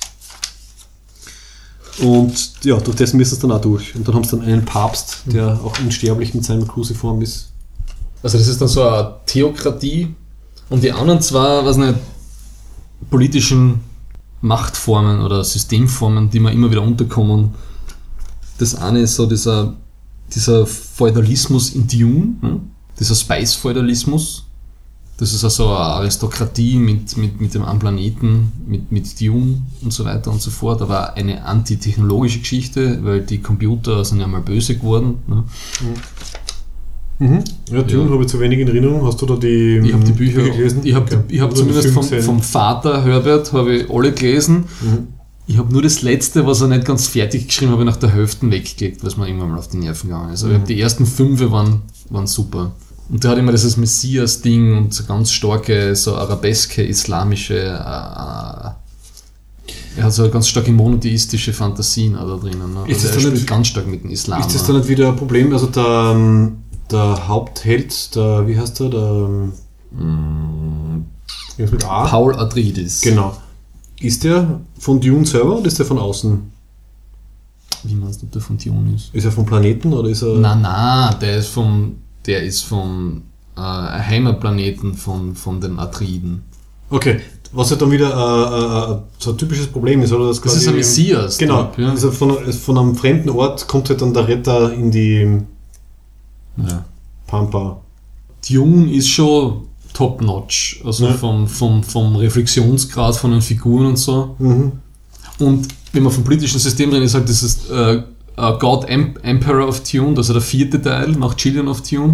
Und ja, durch das müssen sie dann auch durch. Und dann haben sie dann einen Papst, der auch unsterblich mit seinem Cruciform ist. Also das ist dann so eine Theokratie und die anderen zwei, was nicht, politischen Machtformen oder Systemformen, die mir immer wieder unterkommen. Das eine ist so dieser, dieser Feudalismus in Dune, ne? Dieser Spice-Feudalismus. Das ist also eine Aristokratie mit, mit, mit dem einen Planeten, mit, mit Dune und so weiter und so fort, aber eine antitechnologische Geschichte, weil die Computer sind ja mal böse geworden. Ne? Mhm. Ja, Dune Ja. habe ich zu wenig in Erinnerung. Hast du da die, Ich habe die Bücher gelesen? Ich habe Okay. ich hab Oder den zumindest Film vom, gesehen? vom Vater Herbert habe ich alle gelesen. Mhm. Ich habe nur das letzte, was er nicht ganz fertig geschrieben habe, nach der Hälfte weggelegt, was mir irgendwann mal auf die Nerven gegangen ist. Aber Mhm. ich hab die ersten fünf waren, waren super. Und der hat immer dieses Messias-Ding und so ganz starke, so arabeske, islamische, äh, er hat so ganz starke monotheistische Fantasien auch da drinnen. Ne? Ist Also das er dann spielt nicht- ganz stark mit dem Islam. Ist das ne? dann nicht wieder ein Problem? Also der, ähm, der Hauptheld, der, wie heißt der? Der ähm, irgendwas mit A? Paul Atreides. Genau. Ist der von Dune selber oder ist der von außen? Wie meinst du, ob der von Dune ist? Ist er vom Planeten oder ist er... Na, na, der ist vom, der ist vom äh, Heimatplaneten von, von den Atreiden. Okay, was ja dann wieder äh, äh, so ein typisches Problem ist, oder? Das ist ein Messias. Genau, Typ, ja. also von, von einem fremden Ort kommt halt dann der Retter in die Ja. Pampa. Dune ist schon top-notch, also Ja. vom, vom, vom Reflexionsgrad von den Figuren und so. Mhm. Und wenn man vom politischen System reden, ich sage, das ist äh, God Em- Emperor of Dune, also der vierte Teil nach Children of Dune,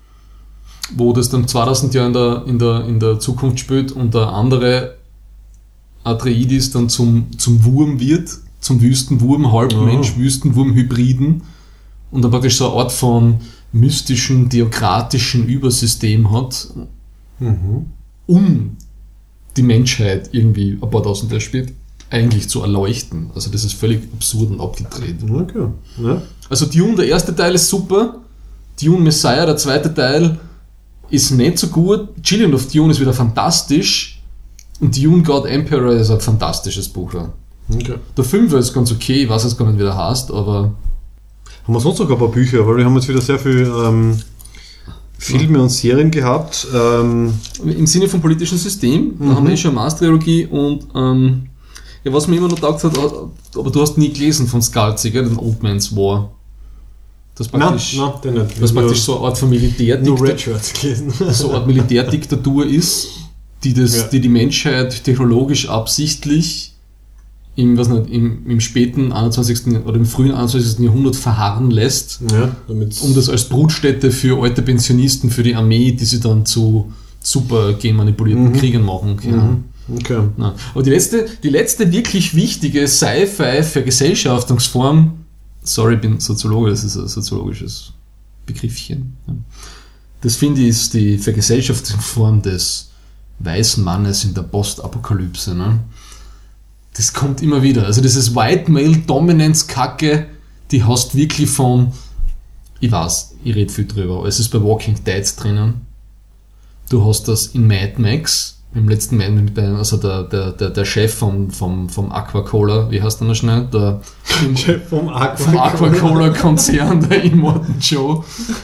wo das dann zweitausend Jahre in der, in der, in der Zukunft spielt und der andere Atreides dann zum, zum Wurm wird, zum Wüstenwurm, Halbmensch, Oh. Wüstenwurm-Hybriden und dann praktisch so eine Art von mystischen, theokratischen Übersystem hat, Mhm. um die Menschheit irgendwie ein paar tausend Jahre später eigentlich zu erleuchten. Also das ist völlig absurd und abgedreht. Okay. Ja. Also Dune, der erste Teil ist super, Dune Messiah, der zweite Teil ist nicht so gut, Children of Dune ist wieder fantastisch und Dune God Emperor ist ein fantastisches Buch. Ja. Okay. Der Fünfer ist ganz okay, ich weiß jetzt gar nicht, wie der heißt, aber Haben wir sonst noch ein paar Bücher, weil wir haben jetzt wieder sehr viel ähm, Filme und Serien gehabt. Ähm, im Sinne vom politischen System, da Mhm. haben wir eh schon eine Mars-Trilogie und ähm, ja, was mir immer noch taugt hat, aber du hast nie gelesen von Scalzi, gell, den Old Man's War. Das nein, praktisch, nein, den nicht. was Nur- praktisch so eine Art von nur Militärdiktatur, Red Shirts gelesen. so eine Art Militärdiktatur ist, die, das, Ja. die die Menschheit technologisch absichtlich im, was nicht, im, im späten einundzwanzigsten oder im frühen einundzwanzigsten Jahrhundert verharren lässt, Ja, damit um das als Brutstätte für alte Pensionisten, für die Armee, die sie dann zu super genmanipulierten Mhm. Kriegern machen können. Mhm. Okay. Nein. Aber die letzte, die letzte wirklich wichtige Sci-Fi-Vergesellschaftungsform, sorry, ich bin Soziologe, das ist ein soziologisches Begriffchen. ja. Das finde ich ist die Vergesellschaftungsform des weißen Mannes in der Postapokalypse. Ne? Das kommt immer wieder. Also dieses White Male Dominance Kacke, die hast wirklich von, ich weiß, ich rede viel drüber, aber es ist bei Walking Dead drinnen. Du hast das in Mad Max, im letzten Mad Max, also der, der, der, der Chef vom, vom, vom Aquacola, wie heißt der noch schnell? Der, Chef vom Aqua- vom Aquacola-Konzern, der Immortan Joe.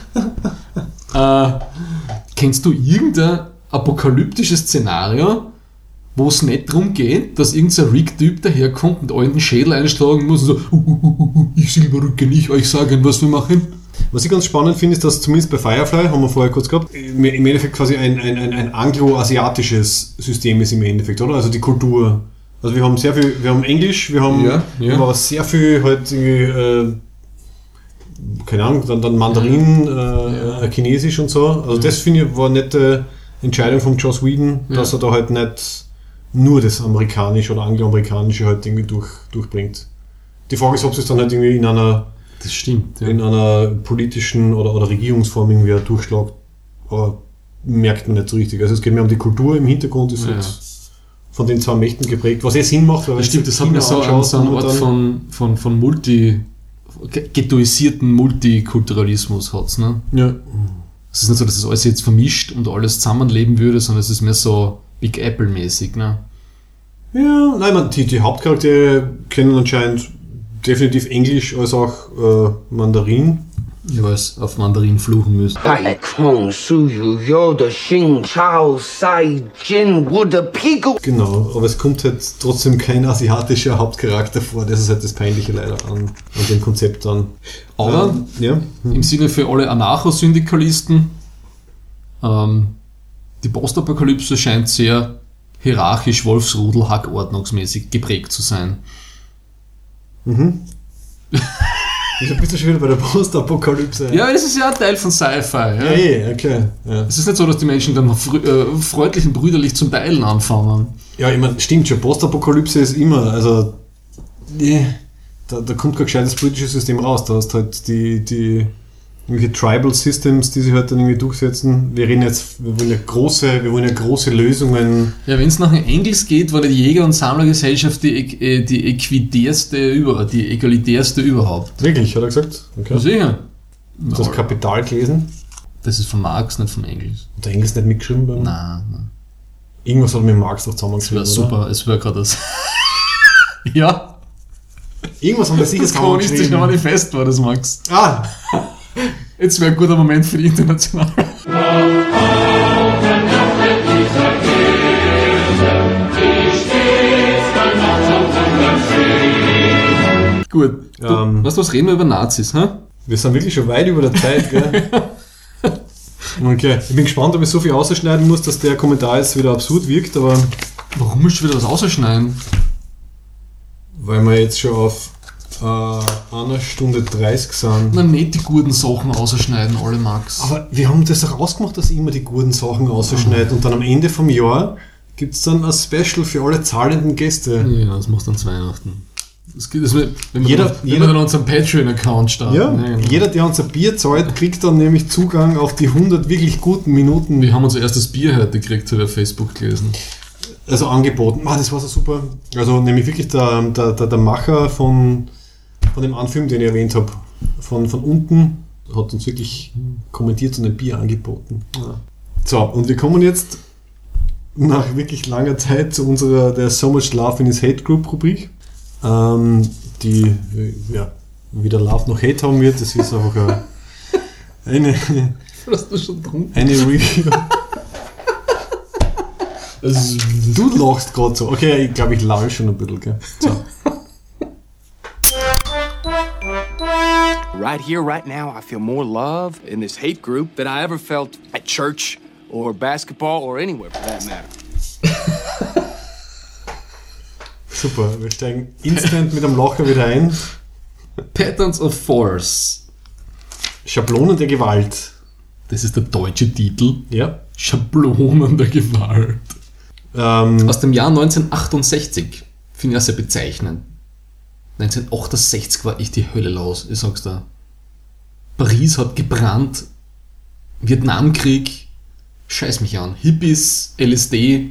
äh, kennst du irgendein apokalyptisches Szenario, wo es nicht darum geht, dass irgendein Rick-Typ daherkommt und allen den Schädel einschlagen muss und so, uh, uh, uh, uh, ich Silberrücken, ich euch sagen, was wir machen? Was ich ganz spannend finde, ist, dass zumindest bei Firefly, haben wir vorher kurz gehabt, im im Endeffekt quasi ein, ein, ein, ein anglo-asiatisches System ist im Endeffekt, oder? Also die Kultur. Also wir haben sehr viel, wir haben Englisch, wir haben, Ja, wir ja. haben aber sehr viel halt irgendwie, äh, keine Ahnung, dann, dann Mandarin, Ja. äh, Chinesisch und so. Also das finde ich war eine nette Entscheidung von Joss Whedon, Ja. dass er da halt nicht nur das Amerikanische oder Angloamerikanische halt irgendwie durch, durchbringt. Die Frage ist, ob es dann halt irgendwie in einer Das stimmt, ja. in einer politischen oder, oder Regierungsform irgendwie ein Durchschlag, aber merkt man nicht so richtig. Also es geht mehr um die Kultur im Hintergrund, ist Ja. halt von den zwei Mächten geprägt, was eh Sinn macht, weil Das wenn stimmt, du das hat mir so, anschaust, so eine und Art dann- von, von, von Multi, ghettoisierten Multikulturalismus hat. Ne? Ja. Es ist nicht so, dass das alles jetzt vermischt und alles zusammenleben würde, sondern es ist mehr so Big Apple-mäßig. Ne? Ja, nein, man, die, die Hauptcharaktere kennen anscheinend definitiv Englisch als auch äh, Mandarin. Ich weiß, auf Mandarin fluchen müsst. 太空所有的新潮塞进我的屁股。 Genau, aber es kommt halt trotzdem kein asiatischer Hauptcharakter vor. Das ist halt das Peinliche leider an, an dem Konzept dann. Aber Ähm, ja. im Sinne für alle Anarcho-Syndikalisten, ähm, die Postapokalypse scheint sehr hierarchisch, Wolfsrudel, hackordnungsmäßig geprägt zu sein. Wieso bist du schon wieder bei der Postapokalypse? Ja, es ist ja ein Teil von Sci-Fi. Ja. Ja, eh, okay. Ja. Es ist nicht so, dass die Menschen dann frü- äh, freundlich und brüderlich zum Teilen anfangen. Ja, ich meine, stimmt schon, Postapokalypse ist immer, also, nee, da, da kommt kein gescheites politisches System raus. Da hast halt die, die irgendwelche Tribal Systems, die sich halt dann irgendwie durchsetzen. Wir reden jetzt, wir wollen ja große, wir wollen ja große Lösungen. Ja, wenn es nach den Engels geht, war die Jäger- und Sammlergesellschaft die, äh, die equidärste über, die egalitärste überhaupt. Wirklich, hat er gesagt? Okay. Sicher. Hast du das Kapital gelesen? Das ist von Marx, nicht von Engels. Hat der Engels nicht mitgeschrieben? Beim Nein, nein. Irgendwas hat er mit Marx noch Es wäre zusammengeschrieben, super, es wäre gerade das. Ja, Irgendwas haben wir sicher das kommunistische zusammengeschrieben. Manifest war das, Max. Ah, Jetzt wäre ein guter Moment für die Internationale. Gut. Du, Ähm. weißt du was, reden wir über Nazis, hä? wir sind wirklich schon weit über der Zeit, gell? Okay, ich bin gespannt, ob ich so viel ausschneiden muss, dass der Kommentar jetzt wieder absurd wirkt, aber... Warum musst du wieder was ausschneiden? Weil wir jetzt schon auf äh, einer Stunde dreißig sind. Na, nicht die guten Sachen ausschneiden, alle Max. Aber wir haben das auch ausgemacht, dass ich immer die guten Sachen ausschneide und dann am Ende vom Jahr gibt es dann ein Special für alle zahlenden Gäste. Ja, das machst du dann Weihnachten. Das geht, das, wenn wir Jeder- dann, wenn jeder- wir dann unseren Patreon-Account starten. Ja, Ja, genau. jeder, der uns ein Bier zahlt, kriegt dann nämlich Zugang auf die hundert wirklich guten Minuten. Wir haben unser erstes Bier heute gekriegt, habe ich auf Facebook gelesen. Also angeboten. Ah, das war so super. Also nämlich wirklich der, der, der, der Macher von, von dem einen Film, den ich erwähnt habe, von, von unten, hat uns wirklich kommentiert und ein Bier angeboten. Ja. So, und wir kommen jetzt nach wirklich langer Zeit zu unserer der So Much Love in His Hate Group Rubrik, ähm, die äh, ja, weder Love noch Hate haben wird. Das ist einfach eine, eine, Hast du schon getrunken? eine Review. Also, Du lachst gerade so. Okay, ich glaube, ich lall schon ein bisschen. Gell? So. Right here, right now, I feel more love in this hate group than I ever felt at church or basketball or anywhere for that matter. Super, wir steigen instant mit einem Lacher wieder ein. Patterns of Force. Schablonen der Gewalt. Das ist der deutsche Titel. Ja. Schablonen der Gewalt. Ähm, Aus dem Jahr neunzehnhundertachtundsechzig. Finde ich auch sehr bezeichnend. neunzehnhundertachtundsechzig war echt die Hölle los, ich sag's da. Paris hat gebrannt. Vietnamkrieg. Scheiß mich an. Hippies, L S D.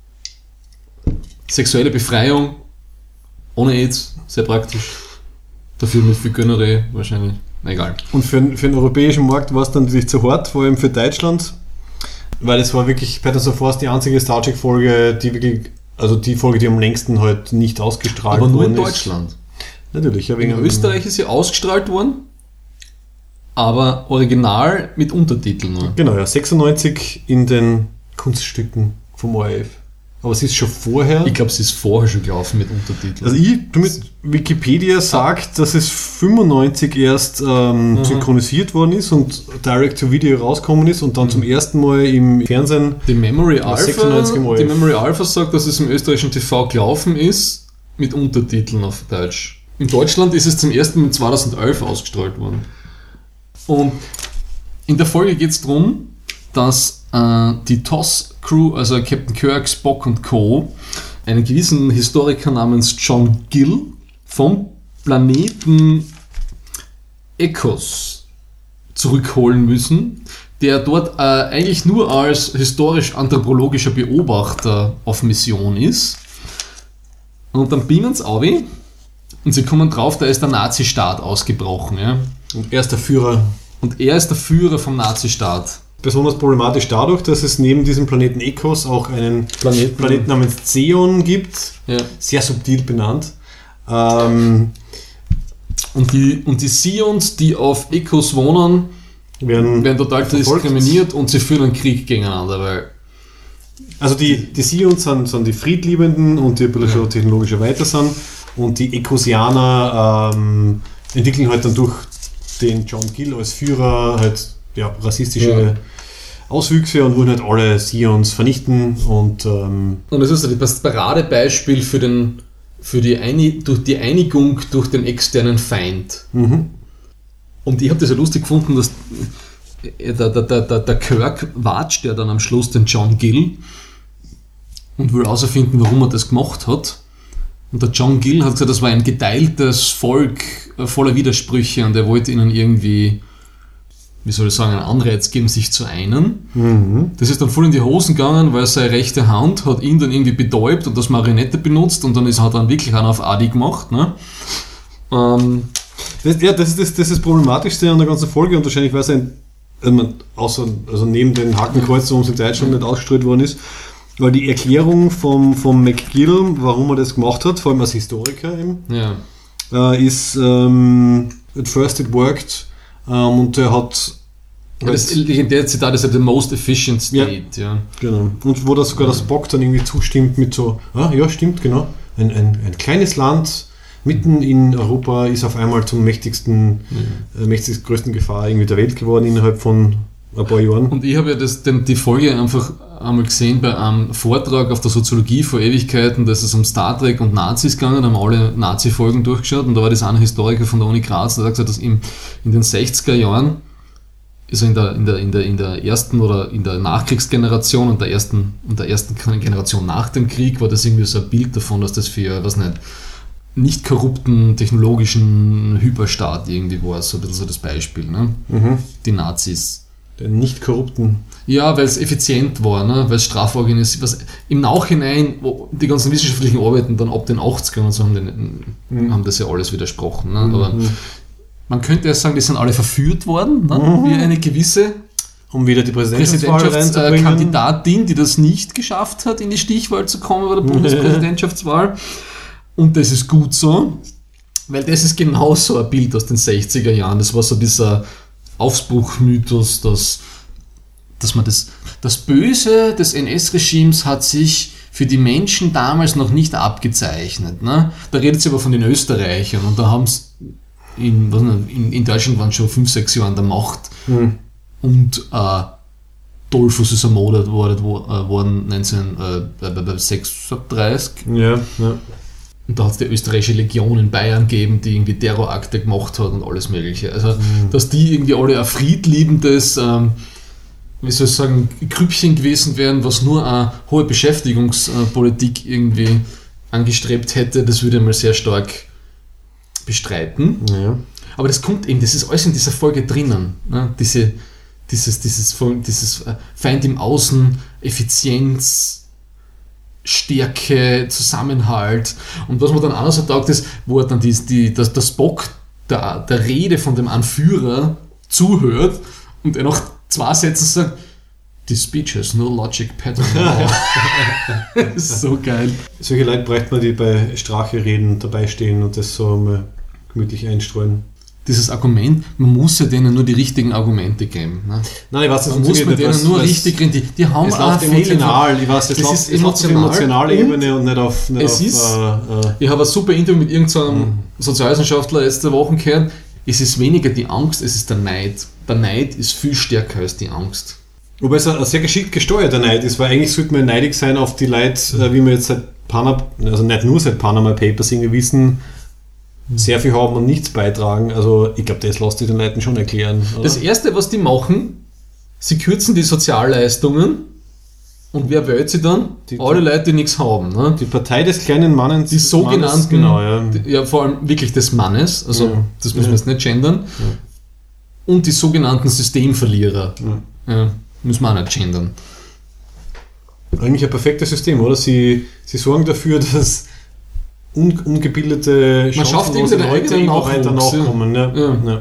Sexuelle Befreiung. Ohne AIDS. Sehr praktisch. Dafür mit viel Gönnerei wahrscheinlich. Na egal. und für, für den europäischen Markt war es dann natürlich zu hart, vor allem für Deutschland. Weil es war wirklich Patterns of Force die einzige Star Trek-Folge, die wirklich, also die Folge, die am längsten halt nicht ausgestrahlt Aber nur in worden ist. Deutschland. Natürlich, ja, wegen In Österreich ist sie ausgestrahlt worden, aber original mit Untertiteln nur. Genau, ja, sechsundneunzig in den Kunststücken vom O R F. Aber es ist schon vorher. Ich glaube, sie ist vorher schon gelaufen mit Untertiteln. Also ich, damit Wikipedia sagt, dass es fünfundneunzig erst ähm, synchronisiert worden ist und Direct-to-Video rausgekommen ist und dann zum ersten Mal im Fernsehen. die Memory Ja, Alpha, sechsundneunzig im O R F. die Memory Alpha sagt, dass es im österreichischen T V gelaufen ist mit Untertiteln auf Deutsch. In Deutschland ist es zum ersten Mal zweitausendelf ausgestrahlt worden. Und in der Folge geht es darum, dass äh, die T O S-Crew, also Captain Kirk, Spock und Co., einen gewissen Historiker namens John Gill vom Planeten Echos zurückholen müssen, der dort äh, eigentlich nur als historisch-anthropologischer Beobachter auf Mission ist. Und dann beamen sie auf und sie kommen drauf, da ist der Nazi-Staat ausgebrochen. Ja? Und er ist der Führer. Und er ist der Führer vom Nazi-Staat. Besonders problematisch dadurch, dass es neben diesem Planeten Echos auch einen Planeten. Planeten namens Zeon gibt. Ja. Sehr subtil benannt. Ähm, Und die, und die Sions, die auf Echos wohnen, werden, werden total verfolgt. diskriminiert und sie führen einen Krieg gegeneinander, weil Also die, die Sions sind, sind die Friedliebenden und die ein bisschen schon technologischer weiter sind. Und die Echosianer ähm, entwickeln halt dann durch den John Gill als Führer halt ja, rassistische Ja. Auswüchse und wollen halt alle Sions vernichten. Und ähm, Und das ist das Paradebeispiel für, den, für die, Einig, durch die Einigung durch den externen Feind. mhm. Und ich habe das ja lustig gefunden, dass der, der, der, der, der Kirk watscht ja dann am Schluss den John Gill und will herausfinden, warum er das gemacht hat. Und der John Gill hat gesagt, das war ein geteiltes Volk äh, voller Widersprüche und er wollte ihnen irgendwie, wie soll ich sagen, einen Anreiz geben, sich zu einen. Mhm. Das ist dann voll in die Hosen gegangen, weil seine rechte Hand hat ihn dann irgendwie betäubt und das Marionette benutzt und dann ist, hat er dann wirklich einen auf Adi gemacht. Ne? Ähm, Das, ja, das ist das, das ist das Problematischste an der ganzen Folge und wahrscheinlich, weil es ein, also außer, also neben den Hakenkreuz, warum es in Deutschland nicht ausgestrahlt worden ist, weil die Erklärung vom, vom McGill, warum er das gemacht hat, vor allem als Historiker eben, ja. äh, ist ähm, at first it worked ähm, und er hat Ja, das legendäre Zitat ist ja the most efficient state. Ja. genau, und wo das sogar der Spock dann irgendwie zustimmt mit so, ah, ja stimmt, genau, ein, ein, ein kleines Land mitten in Europa ist auf einmal zum mächtigsten, Mhm. äh, mächtigsten größten Gefahr irgendwie der Welt geworden innerhalb von ein paar Jahren. Und ich habe ja das, den, die Folge einfach einmal gesehen bei einem Vortrag auf der Soziologie vor Ewigkeiten, da ist es um Star Trek und Nazis gegangen, da haben alle Nazi-Folgen durchgeschaut und da war das eine Historiker von der Uni Graz, der hat gesagt, dass im, in den sechziger Jahren, also in der, in, der, in, der, in der ersten oder in der Nachkriegsgeneration und der ersten, und der ersten Generation nach dem Krieg, war das irgendwie so ein Bild davon, dass das für, was nicht, nicht korrupten technologischen Hyperstaat irgendwie war, so ein bisschen so das Beispiel, ne? Mhm. Die Nazis. Den nicht korrupten. Ja, weil es effizient war, ne? Weil es straforganisiert, was im Nachhinein, wo die ganzen wissenschaftlichen Arbeiten dann ab den achtzigern und so haben, den, mhm. haben das ja alles widersprochen. Ne? Aber mhm. man könnte ja sagen, die sind alle verführt worden, ne? Mhm. Wie eine gewisse Um wieder die Präsidentschaftswahl reinzubringen. Präsidentschaftskandidatin, die das nicht geschafft hat, in die Stichwahl zu kommen bei der Bundespräsidentschaftswahl. Und das ist gut so, weil das ist genau so ein Bild aus den sechziger Jahren. Das war so dieser Aufbruchmythos, dass, dass man das, das Böse des N S-Regimes hat sich für die Menschen damals noch nicht abgezeichnet. Ne? Da redet sie aber von den Österreichern und da haben es in, in, in Deutschland waren schon fünf, sechs Jahre an der Macht hm. und äh, Dollfuss ist ermordet worden neunzehnhundertsechsunddreißig. Ja, ja. Und da hat es die österreichische Legion in Bayern gegeben, die irgendwie Terrorakte gemacht hat und alles Mögliche. Also, mhm. dass die irgendwie alle ein friedliebendes, ähm, wie soll ich sagen, Grüppchen gewesen wären, was nur eine hohe Beschäftigungspolitik irgendwie angestrebt hätte, das würde ich mal sehr stark bestreiten. Ja. Aber das kommt eben, das ist alles in dieser Folge drinnen. Ne? Diese, dieses, dieses, dieses Feind im Außen, Effizienz, Stärke, Zusammenhalt. Und was man dann auch noch so taugt ist, wo er dann die, die, das, das Spock der, der Rede von dem Anführer zuhört und er noch zwei Sätze sagt, "The speech has no logic pattern at all." Das ist so geil. Solche Leute bräuchte man, die bei Strache-Reden dabei stehen und das so mal gemütlich einstreuen. Dieses Argument, man muss ja denen nur die richtigen Argumente geben. Ne? Nein, ich weiß, das man muss mit denen was, nur was, richtig reden. Die, die haben es läuft emotional. Ich weiß, es läuft ist es läuft auf emotionaler Ebene und nicht auf... Nicht es auf ist, äh, äh, ich habe ein super Interview mit irgendeinem mhm. Sozialwissenschaftler letzte Woche gehört. Es ist weniger die Angst, es ist der Neid. Der Neid ist viel stärker als die Angst. Wobei es ein sehr geschickt gesteuerter Neid ist, weil eigentlich sollte man neidig sein auf die Leute, wie wir jetzt seit Panama, also nicht nur seit Panama Papers irgendwie wissen, sehr viel haben und nichts beitragen. Also ich glaube, das lässt sich den Leuten schon erklären. Oder? Das Erste, was die machen, sie kürzen die Sozialleistungen und wer wählt sie dann? Die, Alle Leute, die nichts haben. Ne? Die Partei des kleinen Mannes. Die sogenannten, Mannes, genau, ja. Die, ja vor allem wirklich des Mannes, also ja. das müssen ja. wir jetzt nicht gendern, ja. Und die sogenannten Systemverlierer. Ja. Ja, müssen wir auch nicht gendern. Eigentlich ein perfektes System, oder? Sie, sie sorgen dafür, dass un, ungebildete, man schafft eben seine Leute eigenen immer weiter nachkommen. Ja. Ja. Ja.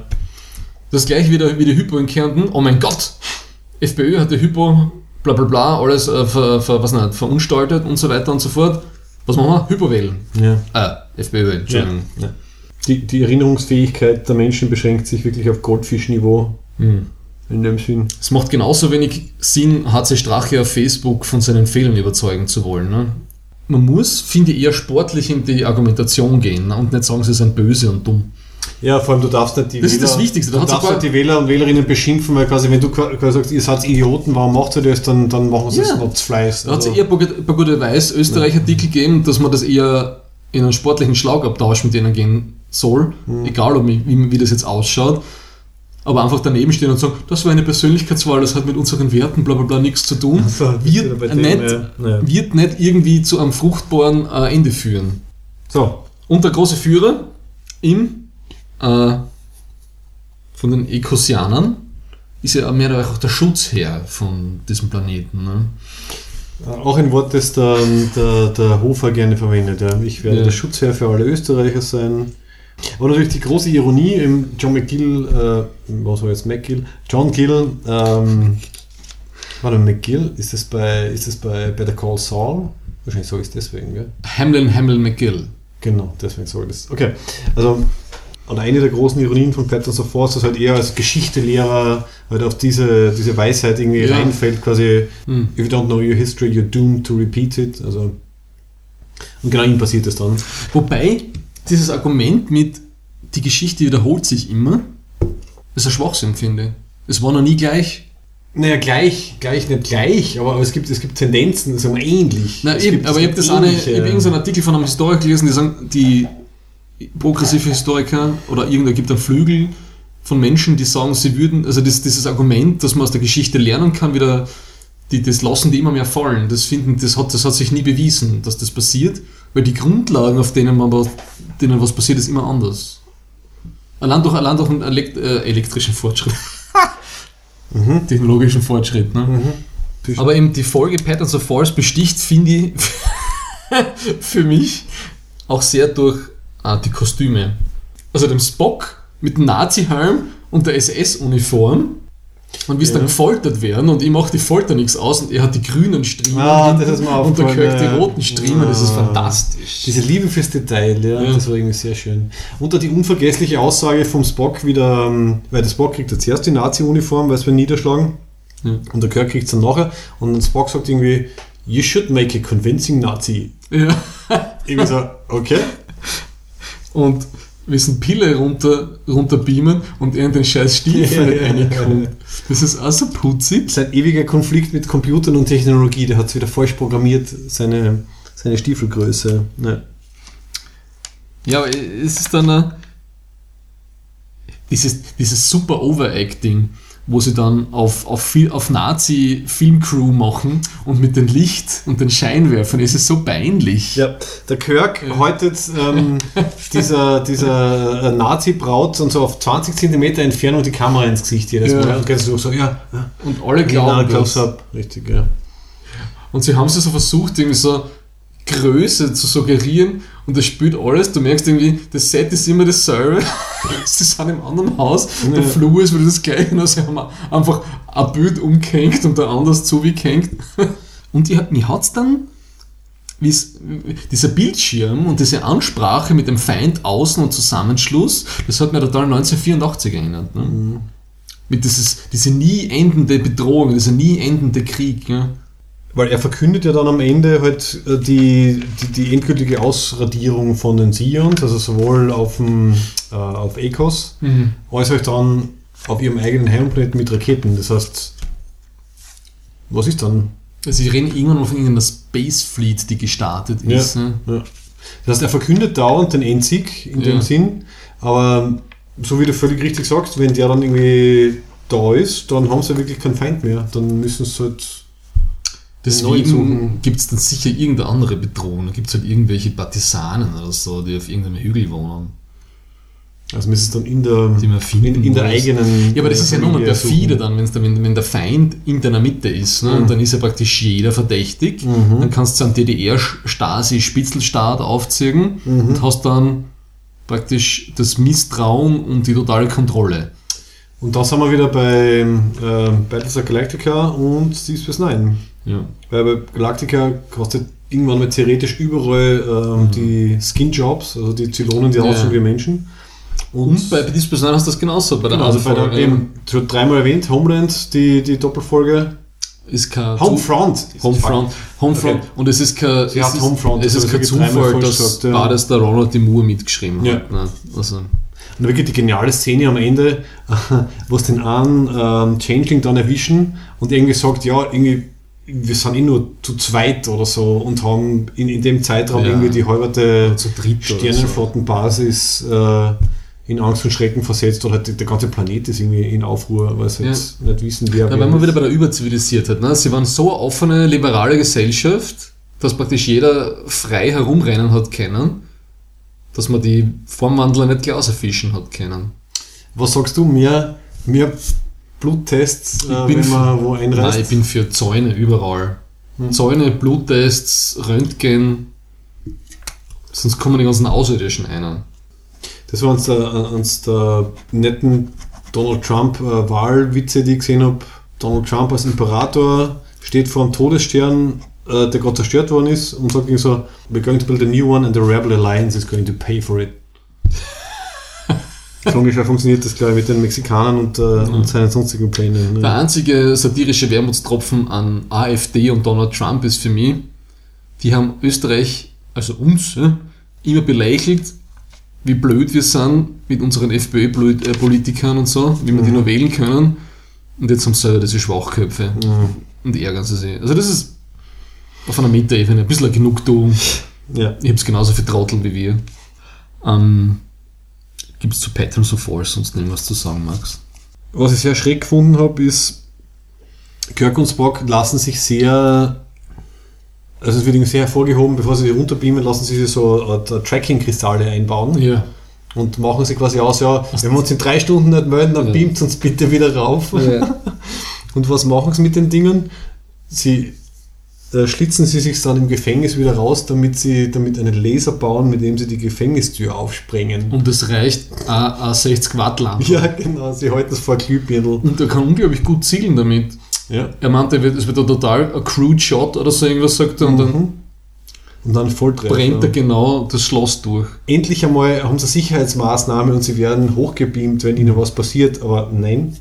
Das gleiche wie, der, wie die Hypo in Kärnten. Oh mein Gott! FPÖ hat die Hypo, bla bla bla, alles äh, ver, ver, was nicht, verunstaltet und so weiter und so fort. Was machen wir? Hypo wählen. Ja. Ah, FPÖ wählen, Entschuldigung. Ja. Ja. Die, die Erinnerungsfähigkeit der Menschen beschränkt sich wirklich auf Goldfischniveau. Mhm. In dem Sinn. Es macht genauso wenig Sinn, H C Strache auf Facebook von seinen Fehlern überzeugen zu wollen. Ne? Man muss, finde ich, eher sportlich in die Argumentation gehen, ne? Und nicht sagen, sie sind böse und dumm. Ja, vor allem du darfst nicht die das Wähler, ist das Wichtigste. Du darfst nicht die Wähler und Wählerinnen beschimpfen, weil quasi, wenn du quasi sagst, ihr seid Idioten, warum macht ihr das, dann, dann machen sie es ja. not Fleiß. Da hat es eher ein paar gute Weiß-Österreich-Artikel gegeben, dass man das eher in einen sportlichen Schlagabtausch mit denen gehen soll, mhm. egal ob, wie, wie das jetzt ausschaut. Aber einfach daneben stehen und sagen, das war eine Persönlichkeitswahl, das hat mit unseren Werten bla bla bla nichts zu tun, also, wird, dem, nicht, ja. Ja. wird nicht irgendwie zu einem fruchtbaren äh, Ende führen. So. Und der große Führer im, äh, von den Ekosianern ist ja mehr oder weniger auch der Schutzherr von diesem Planeten. Ne? Auch ein Wort, das der, der, der Hofer gerne verwendet. Ja. Ich werde ja. der Schutzherr für alle Österreicher sein. Aber natürlich die große Ironie im John McGill, äh, was war jetzt McGill? John Gill, ähm, warte, McGill, ist das bei, ist das bei Better Call Saul? Wahrscheinlich sage ich es deswegen, gell? Hamlin, Hamlin McGill. Genau, deswegen sage ich das. Okay, also, und eine der großen Ironien von Patterns of Force, dass halt eher als Geschichtelehrer halt auf diese, diese Weisheit irgendwie ja. reinfällt, quasi, hm. if you don't know your history, you're doomed to repeat it. Also, und genau ihm passiert das dann. Wobei, dieses Argument mit, die Geschichte wiederholt sich immer, ist ein Schwachsinn, finde ich. Es war noch nie gleich. Naja, gleich, gleich, nicht gleich, aber es gibt, es gibt Tendenzen, sagen wir ähnlich. Na, es eben, gibt, aber ich habe das eine, ich habe irgendeinen Artikel von einem Historiker gelesen, die sagen, die progressive Historiker oder irgendwer gibt einen Flügel von Menschen, die sagen, sie würden, also das, dieses Argument, dass man aus der Geschichte lernen kann, wieder, die, das lassen die immer mehr fallen. Das finden, das hat, das hat sich nie bewiesen, dass das passiert, weil die Grundlagen, auf denen man was, denen was passiert, ist immer anders. Allein durch, allein durch einen Elekt, äh, elektrischen Fortschritt. mhm. Technologischen Fortschritt. Ne? Mhm. Aber eben die Folge Patterns of Force besticht, finde ich, für mich auch sehr durch ah, die Kostüme. Also dem Spock mit dem Nazi-Helm und der S S-Uniform und wie es ja. dann gefoltert werden und ihm macht die Folter nichts aus und er hat die grünen Striemen ah, das ist mir und der Kirk die ja. roten Striemen, ah, das ist fantastisch. Diese Liebe fürs Detail, ja, ja, das war irgendwie sehr schön. Und da die unvergessliche Aussage vom Spock wieder, weil der Spock kriegt ja zuerst die Nazi-Uniform, weil es wir niederschlagen ja. und der Kirk kriegt es dann nachher und der Spock sagt irgendwie, you should make a convincing Nazi. Ja. Irgendwie so, okay. Und wir sind Pille runter, runter beamen und er in den scheiß Stiefel nicht reinkommt. Das ist auch so putzig. Sein ewiger Konflikt mit Computern und Technologie, der hat es wieder falsch programmiert, seine, seine Stiefelgröße. Ja. ja, aber es ist dann ein, dieses, dieses super Overacting, wo sie dann auf, auf, auf Nazi-Filmcrew machen und mit dem Licht und den Scheinwerfern ist es so peinlich. Ja, der Kirk ja. häutet ähm, dieser, dieser Nazi-Braut und so auf zwanzig Zentimeter Entfernung die Kamera ins Gesicht jedes Mal. Ja. Und ganz so, so, ja, ja. Und alle glauben das. Richtig, ja. Und sie haben es so versucht, irgendwie so Größe zu suggerieren und das spielt alles, du merkst irgendwie, das Set ist immer dasselbe, sie sind im anderen Haus, ja. der Flur ist wieder das gleiche, nur sie haben einfach ein Bild umgehängt und der anders zu wie gehängt. Und die, mir hat es dann, wie's, dieser Bildschirm und diese Ansprache mit dem Feind außen und Zusammenschluss, das hat mir total neunzehnhundertvierundachtzig erinnert. Ne? Mhm. Mit dieses, diese nie endende Bedrohung, dieser nie endende Krieg. Ja? Weil er verkündet ja dann am Ende halt die, die, die endgültige Ausradierung von den Sions, also sowohl auf, dem, äh, auf Ecos, mhm. als auch dann auf ihrem eigenen Heimplaneten mit Raketen. Das heißt, was ist dann? Also sie reden irgendwann von irgendeiner Space Fleet, die gestartet ist. Ja, ne? ja. Das heißt, er verkündet dauernd den Endsieg in ja. dem Sinn, aber so wie du völlig richtig sagst, wenn der dann irgendwie da ist, dann haben sie wirklich keinen Feind mehr. Dann müssen sie halt deswegen gibt es dann sicher irgendeine andere Bedrohung. Da gibt es halt irgendwelche Partisanen oder so, die auf irgendeinem Hügel wohnen. Also müssen es dann in der, in, in der eigenen... Ja, aber das ist ja nur noch perfide dann, wenn's dann, wenn, wenn der Feind in deiner Mitte ist, ne, mhm. und dann ist ja praktisch jeder verdächtig, mhm. dann kannst du einen D D R-Stasi-Spitzelstaat aufziehen mhm. und hast dann praktisch das Misstrauen und die totale Kontrolle. Und da sind wir wieder bei äh, Battlestar Galactica und Deep Space Nine. Ja. Weil bei Galactica kostet irgendwann mal theoretisch überall ähm, mhm. die Skin-Jobs, also die Zylonen, die ja. aussehen wie Menschen. Und, und bei Deep Space Nine hast du das genauso. Bei der genau, also bei der, eben, schon dreimal erwähnt, Homeland, die, die Doppelfolge. Ist kein Homefront. Homefront. Homefront. Okay. Und es ist kein, Sie es ist, Homefront, es ist kein Zufall, dass gesagt, ja. beides der Ronald D. Moore mitgeschrieben ja. hat. Ne? Also. Und wirklich die geniale Szene am Ende, wo es den einen ähm, Changeling dann erwischen und irgendwie sagt, ja, irgendwie, wir sind eh nur zu zweit oder so und haben in, in dem Zeitraum ja. irgendwie die halbe Sternenflottenbasis so. äh, in Angst und Schrecken versetzt oder halt der ganze Planet ist irgendwie in Aufruhr, weil sie jetzt ja. nicht wissen, wer ja, weil man wieder bei der Überzivilisiertheit, ne? Sie waren so eine offene, liberale Gesellschaft, dass praktisch jeder frei herumrennen hat können, dass man die Formwandler nicht gleich auserfischen hat können. Was sagst du, mehr, mehr Bluttests, äh, wenn man wo einreist? Nein, ich bin für Zäune überall. Hm. Zäune, Bluttests, Röntgen, sonst kommen die ganzen Außerirdischen ein. Das war eines der, eines der netten Donald Trump-Wahlwitze, die ich gesehen habe. Donald Trump als Imperator steht vor einem Todesstern, der gerade zerstört worden ist und sagt so, we're going to build a new one and the Rebel Alliance is going to pay for it. So ungefähr funktioniert das, glaube ich, mit den Mexikanern und, äh, ja. und seinen sonstigen Plänen. Ne? Der einzige satirische Wermutstropfen an AfD und Donald Trump ist für mich, die haben Österreich, also uns, ja, immer belächelt, wie blöd wir sind mit unseren FPÖ-Politikern und so, wie wir mhm. die nur wählen können. Und jetzt haben sie selber diese Schwachköpfe Mhm. und ärgern sie sich. Also das ist auf einer Metaebene ein bisschen eine Genugtuung. Ja. Ich hab's genauso für Trottel wie wir. Ähm, Gibt es zu Patterns of Force sonst noch irgendwas zu sagen, Max? Was ich sehr schräg gefunden habe, ist, Kirk und Spock lassen sich sehr, also es wird ihnen sehr hervorgehoben, bevor sie die runterbeamen, lassen sie sich so äh, Tracking-Kristalle einbauen Ja. und machen sie quasi aus, ja, wenn wir uns in drei Stunden nicht melden, dann Ja. beamt uns bitte wieder rauf. Ja. Und was machen sie mit den Dingen? Sie äh, schlitzen sie sich dann im Gefängnis wieder raus, damit sie damit einen Laser bauen, mit dem sie die Gefängnistür aufsprengen. Und das reicht eine, eine sechzig Watt Lampe. Ja, genau, sie halten es vor Glühbirndl. Und er kann unglaublich gut zielen damit. Ja. Er meinte, es wird, es wird ein total ein crude Shot oder so irgendwas, sagt er, und dann Und dann Volltreffer. brennt er genau das Schloss durch. Endlich einmal haben sie Sicherheitsmaßnahmen und sie werden hochgebeamt, wenn ihnen was passiert, aber nein,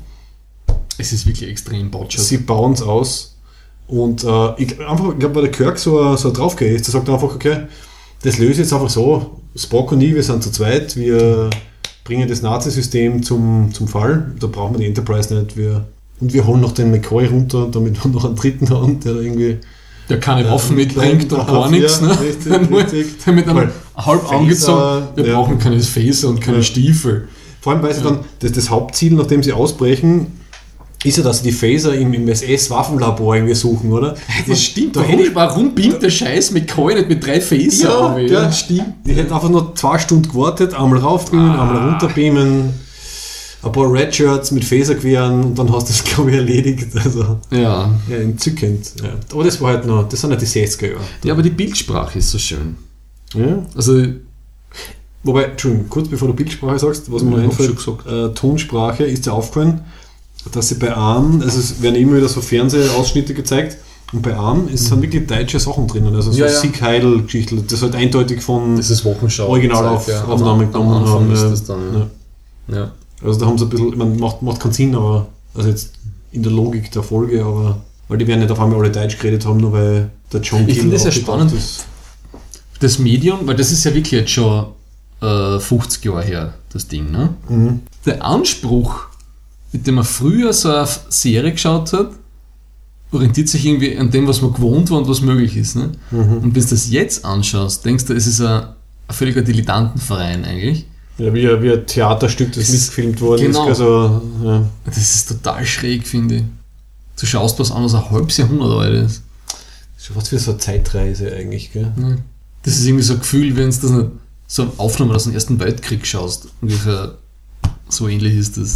Es ist wirklich extrem botschert. sie bauen es aus. Und äh, ich einfach, ich glaube, weil der Kirk so, so draufgeht ist, der sagt einfach, okay, das löse ich jetzt einfach so, Spock und ich, wir sind zu zweit, wir bringen das Nazi-System zum, zum Fall, da brauchen wir die Enterprise nicht, wir, und wir holen noch den McCoy runter, damit wir noch einen dritten haben, der da irgendwie Der keine Ja, Waffen mitbringt und ja, gar nichts. ja, Ne? richtig, Der nur- richtig. der mit einem Weil halb Phaser, angezogen, wir ja. brauchen keine Phaser und keine Ja. Stiefel. Vor allem, weil sie dann, das, das Hauptziel, nachdem sie ausbrechen, ist ja, dass sie die Phaser im, im S S-Waffenlabor irgendwie suchen, oder? Das stimmt. Da Warum, hätte ich, warum beamt der Scheiß McCoy nicht mit drei Phaser ja, auf, ja, stimmt. Ich hätte einfach nur zwei Stunden gewartet, einmal raufbeamen, Ah. einmal runterbeamen, ein paar Redshirts mit Phasergewehren und dann hast du das, glaube ich, erledigt. Also, Ja. ja, entzückend. Ja. Aber das war halt noch, das sind ja die sechziger Jahre. Ja, aber die Bildsprache ist so schön. Ja. Also, Wobei, Entschuldigung, kurz bevor du Bildsprache sagst, was mir noch Ich hab einfällt, schon gesagt. äh, Tonsprache ist dir aufgefallen, dass sie bei Arm, also es werden immer wieder so Fernsehausschnitte gezeigt, und bei Arm ist, sind wirklich deutsche Sachen drinnen, also so Ja, ja. Sieg Heidel-Geschichten, das ist halt eindeutig von das ist Wochenschau. Originalaufnahme genommen Am Anfang haben. ist ja. das dann, Ja. ja. Also da haben sie ein bisschen, man macht, macht keinen Sinn, aber also jetzt in der Logik der Folge, aber weil die werden nicht auf einmal alle Deutsch geredet haben, nur weil der John Ich Gill finde das ja aufgetaucht spannend. ist. Das Medium, weil das ist ja wirklich jetzt schon äh, fünfzig Jahre her, das Ding, ne? Mhm. Der Anspruch, mit dem man früher so eine Serie geschaut hat, orientiert sich irgendwie an dem, was man gewohnt war und was möglich ist. Ne? Mhm. Und wenn du das jetzt anschaust, denkst du, es ist ein, ein völliger Dilettantenverein eigentlich. Ja, wie, ein- wie ein Theaterstück, das Es- mitgefilmt worden genau. ist. Also, ja. Das ist total schräg, finde ich. Du schaust was an, was ein halbes Jahrhundert alt ist. Schon fast wie so eine Zeitreise eigentlich, gell? Ne? Das ist irgendwie so ein Gefühl, wenn du das nicht so Aufnahmen aus dem Ersten Weltkrieg schaust. Ungefähr so ähnlich ist das.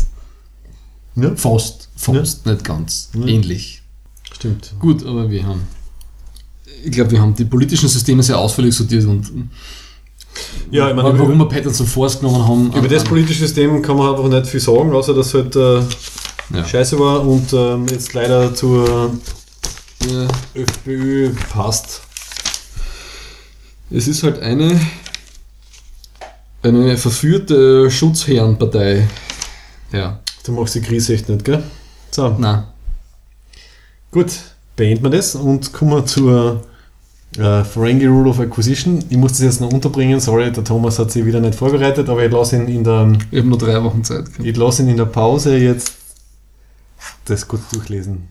Ja. Fast, fast, nicht ganz. Ja. Ähnlich. Stimmt. Gut, aber wir haben, ich glaube, wir haben die politischen Systeme sehr ausführlich sortiert und Ja, ich meine, warum über, wir Patterson Force genommen haben. über das politische System kann man einfach nicht viel sagen, außer dass es halt äh, Ja. scheiße war und ähm, jetzt leider zur Ja, FPÖ passt. es ist halt eine, eine verführte Schutzherrenpartei. Ja, Du machst die Krise echt nicht, gell? So, na, gut, beenden wir das und kommen wir zur äh, Ferengi Rule of Acquisition. Ich muss das jetzt noch unterbringen, sorry, der Thomas hat sich wieder nicht vorbereitet, aber ich lasse ihn in der, ich habe nur drei Wochen Zeit gehabt. ich lasse ihn in der Pause jetzt das kurz durchlesen.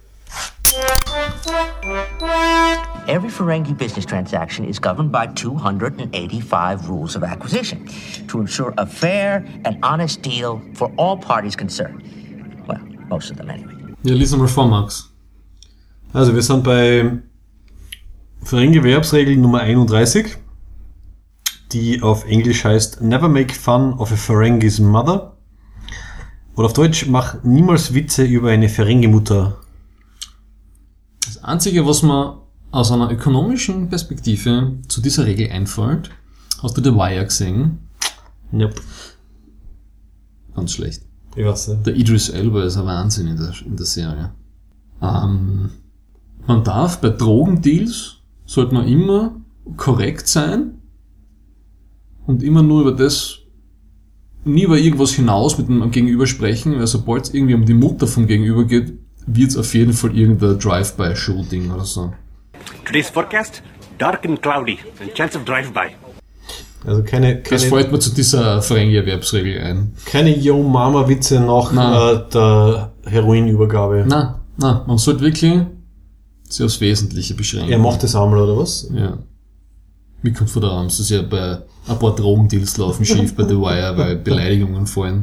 Every Ferengi business transaction is governed by two hundred eighty-five rules of acquisition to ensure a fair and honest deal for all parties concerned. Well, most of them anyway. Ja, lies mal vor, Max. Also wir sind bei Ferengi-Verbsregel Nummer einunddreißig, die auf Englisch heißt Never make fun of a Ferengi's mother. Oder auf Deutsch, mach niemals Witze über eine Ferengi-Mutter. Das Einzige, was mir aus einer ökonomischen Perspektive zu dieser Regel einfällt, hast du The Wire gesehen? Nope. Ganz schlecht. Ich weiß nicht. Der Idris Elba ist ein Wahnsinn in der, in der Serie. Ähm, man darf bei Drogendeals, sollte man immer korrekt sein und immer nur über das, nie über irgendwas hinaus mit dem Gegenüber sprechen, weil sobald es irgendwie um die Mutter vom Gegenüber geht, wird es auf jeden Fall irgendein Drive-by-Shooting oder so. Today's forecast, dark and cloudy, and chance of drive-by. Also keine, Das keine, fällt mir zu dieser Ferengi-Erwerbsregel ein. keine Yo-Mama-Witze nach Nein. äh, der Heroinübergabe. Nein, nein, man sollte wirklich sich aufs Wesentliche beschränken. Er macht das einmal, oder was? Ja. Mir kommt vor der Angst, dass ja bei ein paar Drogendeals laufen schief bei The Wire, weil Beleidigungen fallen.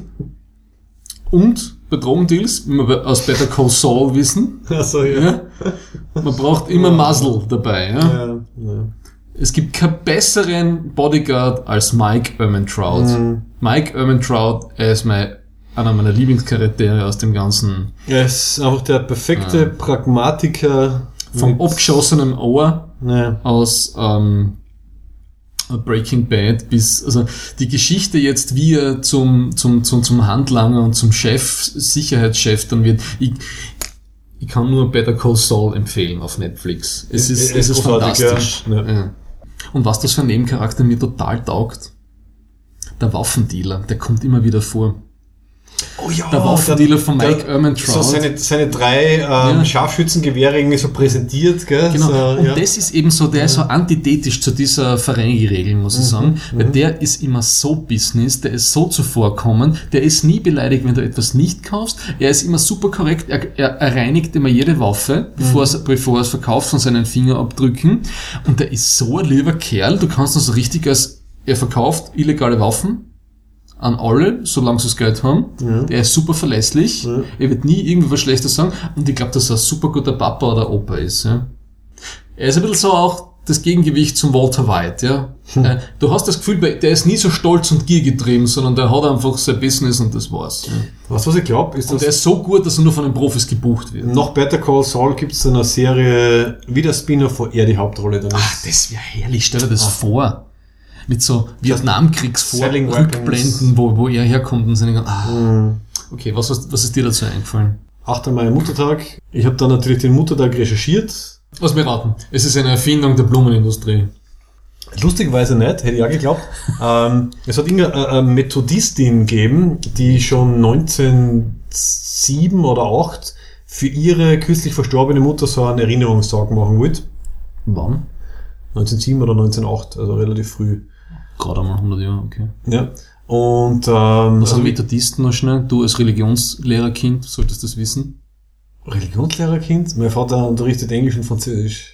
Und bei Drogendeals, wie wir aus Better Call Saul wissen, Achso, ja. ja, man braucht immer Muzzle dabei. Ja? Ja, ja. Es gibt keinen besseren Bodyguard als Mike Ehrmantraut. Mhm. Mike Ehrmantraut, er ist mein, einer meiner Lieblingscharaktere aus dem ganzen, Er ist einfach der perfekte Ja. Pragmatiker. vom mit- abgeschossenen Ohr Ja. aus ähm, Breaking Bad bis, also die Geschichte jetzt, wie er zum, zum, zum, zum Handlanger und zum Chef, Sicherheitschef dann wird, ich, ich kann nur Better Call Saul empfehlen auf Netflix. Es ist, Er es ist ist großartig, fantastisch. ja. Ja. Ja. Und was das für ein Nebencharakter mir total taugt, der Waffendealer, der kommt immer wieder vor. Oh ja, Der Waffendealer von Mike Ehrmantraut. So seine, seine drei ähm, Ja. Scharfschützengewehre irgendwie so präsentiert, gell? Genau. So, und ja. das ist eben so, der ist so antithetisch zu dieser Ferengi-Regel, muss ich sagen. Weil der ist immer so Business, der ist so zuvorkommend, der ist nie beleidigt, wenn du etwas nicht kaufst. Er ist immer super korrekt, er, er, er reinigt immer jede Waffe, bevor, es, bevor er es verkauft von seinen Fingerabdrücken. Und der ist so ein lieber Kerl, du kannst ihn so richtig als, er verkauft illegale Waffen an alle, solange sie das Geld haben. Ja. Der ist super verlässlich. Ja. Er wird nie irgendwie was Schlechtes sagen. Und ich glaube, dass er ein super guter Papa oder Opa ist. Ja. Er ist ein bisschen so auch das Gegengewicht zum Walter White. Ja. Hm. Äh, Du hast das Gefühl, der ist nie so stolz und giergetrieben, sondern der hat einfach sein Business und das war's. Ja. Was, was ich glaube, ist, Und dass der ist so gut, dass er nur von den Profis gebucht wird. nach Better Call Saul gibt es eine Serie, wie der Spin-off, wo er die Hauptrolle dann Ach, ist. das wäre herrlich. Stell dir das vor. Mit so Vietnamkriegsvor Selling Rückblenden, wo, wo er herkommt und seine, ah. Mhm. Okay, was, was, was ist dir dazu eingefallen? achter Mai Muttertag. Ich habe dann natürlich den Muttertag recherchiert. Lass mir raten. Es ist eine Erfindung der Blumenindustrie. Lustigerweise nicht, hätte ich auch geglaubt. ähm, es hat irgendeine eine Methodistin gegeben, die schon neunzehnhundertsieben oder acht für ihre kürzlich verstorbene Mutter so einen Erinnerungstag machen wollte. Wann? neunzehnhundertsieben oder neunzehnhundertacht, also relativ früh. Gerade einmal hundert Jahre, okay. Ja. Und ähm, Was also sind Methodisten noch schnell? Du als Religionslehrerkind solltest das wissen. Religionslehrerkind? Mein Vater unterrichtet Englisch und Französisch.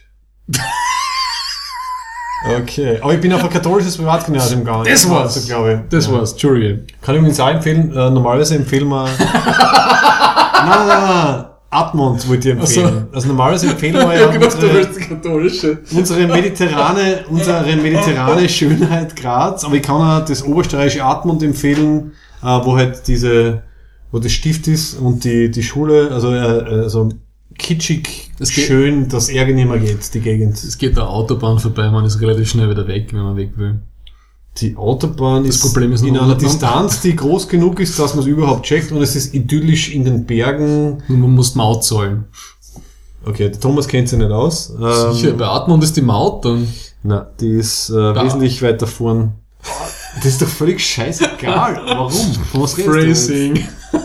Okay, aber ich bin auf ein katholisches Privatgymnasium gegangen. Das war's. Also, glaube ich. Das Ja. war's, Entschuldige. Kann ich übrigens auch empfehlen, äh, normalerweise empfehlen wir... nein, nein, nein, Admont wollte ich empfehlen. Ach so. Also normalerweise empfehlen wir ja unsere, katholische. unsere mediterrane, unsere mediterrane Schönheit Graz, aber ich kann auch das obersteirische Admont empfehlen, äh, wo halt diese, wo das Stift ist und die, die Schule, also, äh, also kitschig, Das geht- schön, dass Ärger nicht mehr geht, die Gegend. Es geht der Autobahn vorbei, man ist relativ schnell wieder weg, wenn man weg will. Die Autobahn ist, Problem ist in noch einer Ordnung. Distanz, die groß genug ist, dass man es überhaupt checkt, und es ist idyllisch in den Bergen. Und man muss Maut zahlen. Okay, der Thomas kennt sich nicht aus. Ähm, Sicher, bei Atmund ist die Maut dann. Na, die ist äh, wesentlich weiter vorn. Das ist doch völlig scheißegal. Warum? Von was redest du jetzt?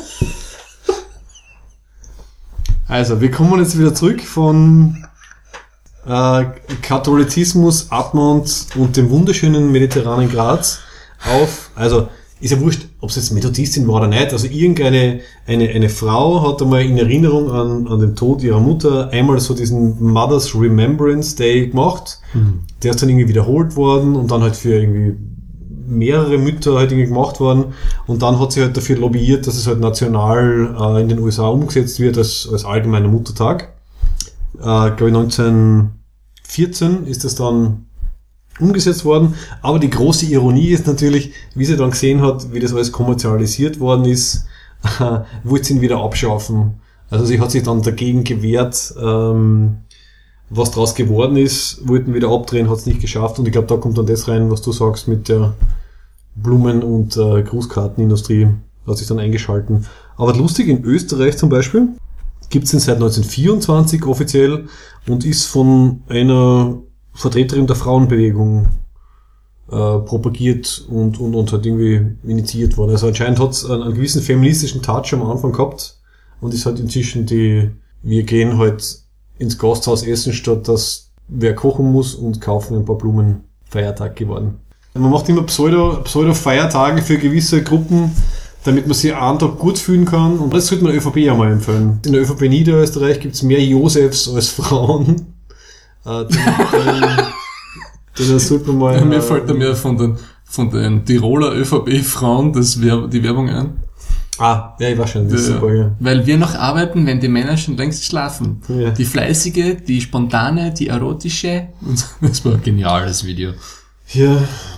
Also, wir kommen jetzt wieder zurück von äh, Katholizismus, Admont und dem wunderschönen mediterranen Graz auf, also ist ja wurscht, ob es jetzt Methodistin war oder nicht, also irgendeine eine, eine Frau hat einmal in Erinnerung an, an den Tod ihrer Mutter einmal so diesen Mother's Remembrance Day gemacht, Mhm. der ist dann irgendwie wiederholt worden und dann halt für irgendwie mehrere Mütter halt irgendwie gemacht worden, und dann hat sie halt dafür lobbyiert, dass es halt national äh, in den U S A umgesetzt wird als, als allgemeiner Muttertag. Äh, glaube ich neunzehnhundertvierzehn ist das dann umgesetzt worden, aber die große Ironie ist natürlich, wie sie dann gesehen hat, wie das alles kommerzialisiert worden ist, äh, wollte sie ihn wieder abschaffen. Also sie hat sich dann dagegen gewehrt, ähm, was draus geworden ist, wollten wieder abdrehen, hat es nicht geschafft, und ich glaube, da kommt dann das rein, was du sagst mit der Blumen- und äh, Grußkartenindustrie, hat sich dann eingeschalten. Aber lustig, in Österreich zum Beispiel gibt es den seit neunzehnhundertvierundzwanzig offiziell und ist von einer Vertreterin der Frauenbewegung äh, propagiert und, und, und halt irgendwie initiiert worden. Also anscheinend hat es einen, einen gewissen feministischen Touch am Anfang gehabt und ist halt inzwischen die, wir gehen halt ins Gasthaus essen, statt dass wer kochen muss, und kaufen ein paar Blumen Feiertag geworden. Man macht immer Pseudo, Pseudo-Feiertage für gewisse Gruppen, damit man sich einen Tag gut fühlen kann. Und das sollte man der ÖVP ja mal empfehlen. In der ÖVP Niederösterreich gibt es mehr Josefs als Frauen. Äh, den, den, den sollte man mal... Ja, mir fällt da mehr von den, von den Tiroler ÖVP-Frauen das Werb- die Werbung ein. Ah, ja, ich war schon, das ist Ja, super, ja. weil wir noch arbeiten, wenn die Männer schon längst schlafen. Ja. Die fleißige, die spontane, die erotische. Und das war ein geniales Video. Ja,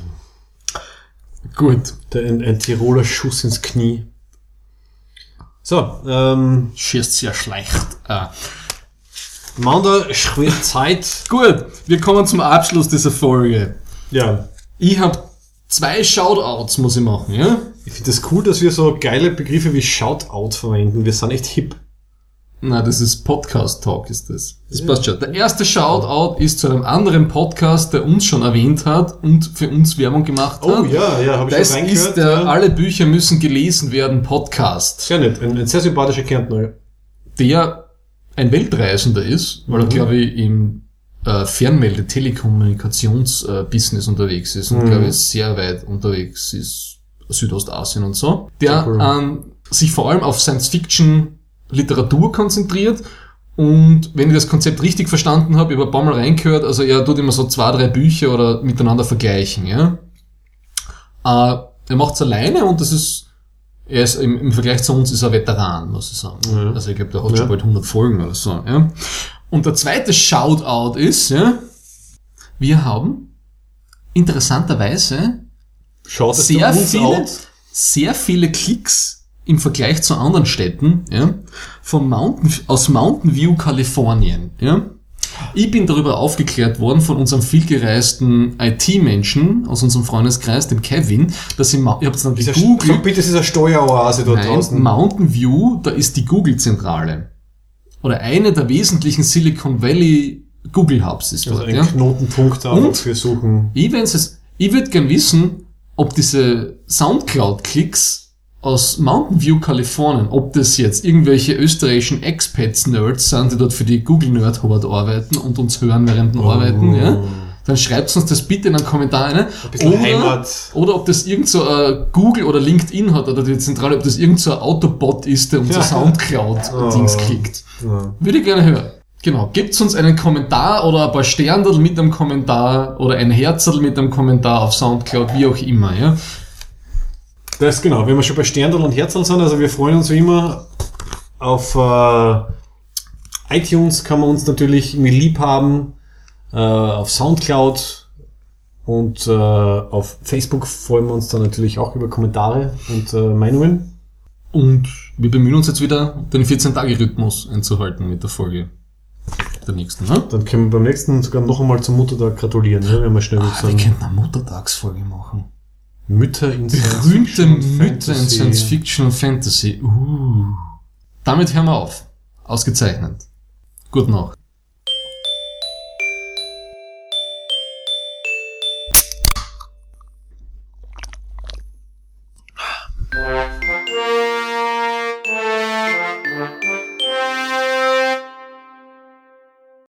Gut. der, ein, ein Tiroler Schuss ins Knie. So, ähm, Schießt sehr schlecht. Ah. Manda, schwer Zeit. Gut, wir kommen zum Abschluss dieser Folge. Ja, Ich habe zwei Shoutouts, muss ich machen, ja? ich finde das cool, dass wir so geile Begriffe wie Shoutout verwenden. Wir sind echt hip. Na, das ist Podcast-Talk, ist das. Das passt schon. Der erste Shoutout ist zu einem anderen Podcast, der uns schon erwähnt hat und für uns Werbung gemacht hat. Oh ja, ja, habe ich Das schon reingehört. ist der ja. Alle Bücher müssen gelesen werden Podcast, Sehr nett, ein, ein sehr sympathischer Kärntner. der ein Weltreisender ist, weil er, glaube ich, im äh, Fernmelde-Telekommunikations-Business unterwegs ist und, glaube ich, sehr weit unterwegs ist, Südostasien und so. Der Sehr cool. ähm, sich vor allem auf Science-Fiction-Literatur konzentriert. Und wenn ich das Konzept richtig verstanden habe, ich habe ein paar Mal reingehört, also er tut immer so zwei, drei Bücher oder miteinander vergleichen, ja. Äh, er macht's alleine und das ist, er ist im, im Vergleich zu uns ist er Veteran, muss ich sagen. Ja. Also ich glaube, der hat Ja. schon bald hundert Folgen oder so, ja. Und der zweite Shoutout ist, ja, wir haben interessanterweise Schaut es sehr uns viele, out. sehr viele Klicks im Vergleich zu anderen Städten, ja, von Mountain, aus Mountain View, Kalifornien, ja. Ich bin darüber aufgeklärt worden von unserem vielgereisten I T-Menschen aus unserem Freundeskreis, dem Kevin, dass ich, Ma- ich habe es dann Dieser gegoogelt. Sag bitte, es ist eine Steueroase dort Nein, draußen. Mountain View, da ist die Google-Zentrale. Oder eine der wesentlichen Silicon Valley Google Hubs ist Also dort, ein ja. Knotenpunkt auch Und? für Suchen. Ich, wenn's es, ich würde gern wissen, ob diese Soundcloud-Klicks aus Mountain View, Kalifornien, ob das jetzt irgendwelche österreichischen Expats-Nerds sind, die dort für die Google-Nerd-Horde arbeiten und uns hören während dem Arbeiten, ja, dann schreibt uns das bitte in einen Kommentar rein. bisschen Oder, Heimat. oder ob das irgend so ein Google oder LinkedIn hat oder die Zentrale, ob das irgend so ein Autobot ist, der unser Soundcloud-Dings klickt. Ja. Würde ich gerne hören. Genau, gibt's uns einen Kommentar oder ein paar Sterndl mit einem Kommentar oder ein Herzl mit einem Kommentar auf Soundcloud, wie auch immer, ja. Das genau, wenn wir schon bei Sterndl und Herzl sind, also wir freuen uns wie immer auf äh, iTunes, kann man uns natürlich irgendwie lieb haben, äh, auf Soundcloud und äh, auf Facebook freuen wir uns dann natürlich auch über Kommentare und äh, Meinungen. Und wir bemühen uns jetzt wieder, den vierzehn-Tage-Rhythmus einzuhalten mit der Folge. Der nächsten, ne? Dann können wir beim nächsten sogar noch einmal zum Muttertag gratulieren, ne, wenn wir schnell Ah, wir sagen. könnten eine Muttertagsfolge machen. Mütter in Science Berühmte Fiction und Mütter in Fantasy. Science Fiction und Fantasy. Uh. Damit hören wir auf. Ausgezeichnet. Gute Nacht.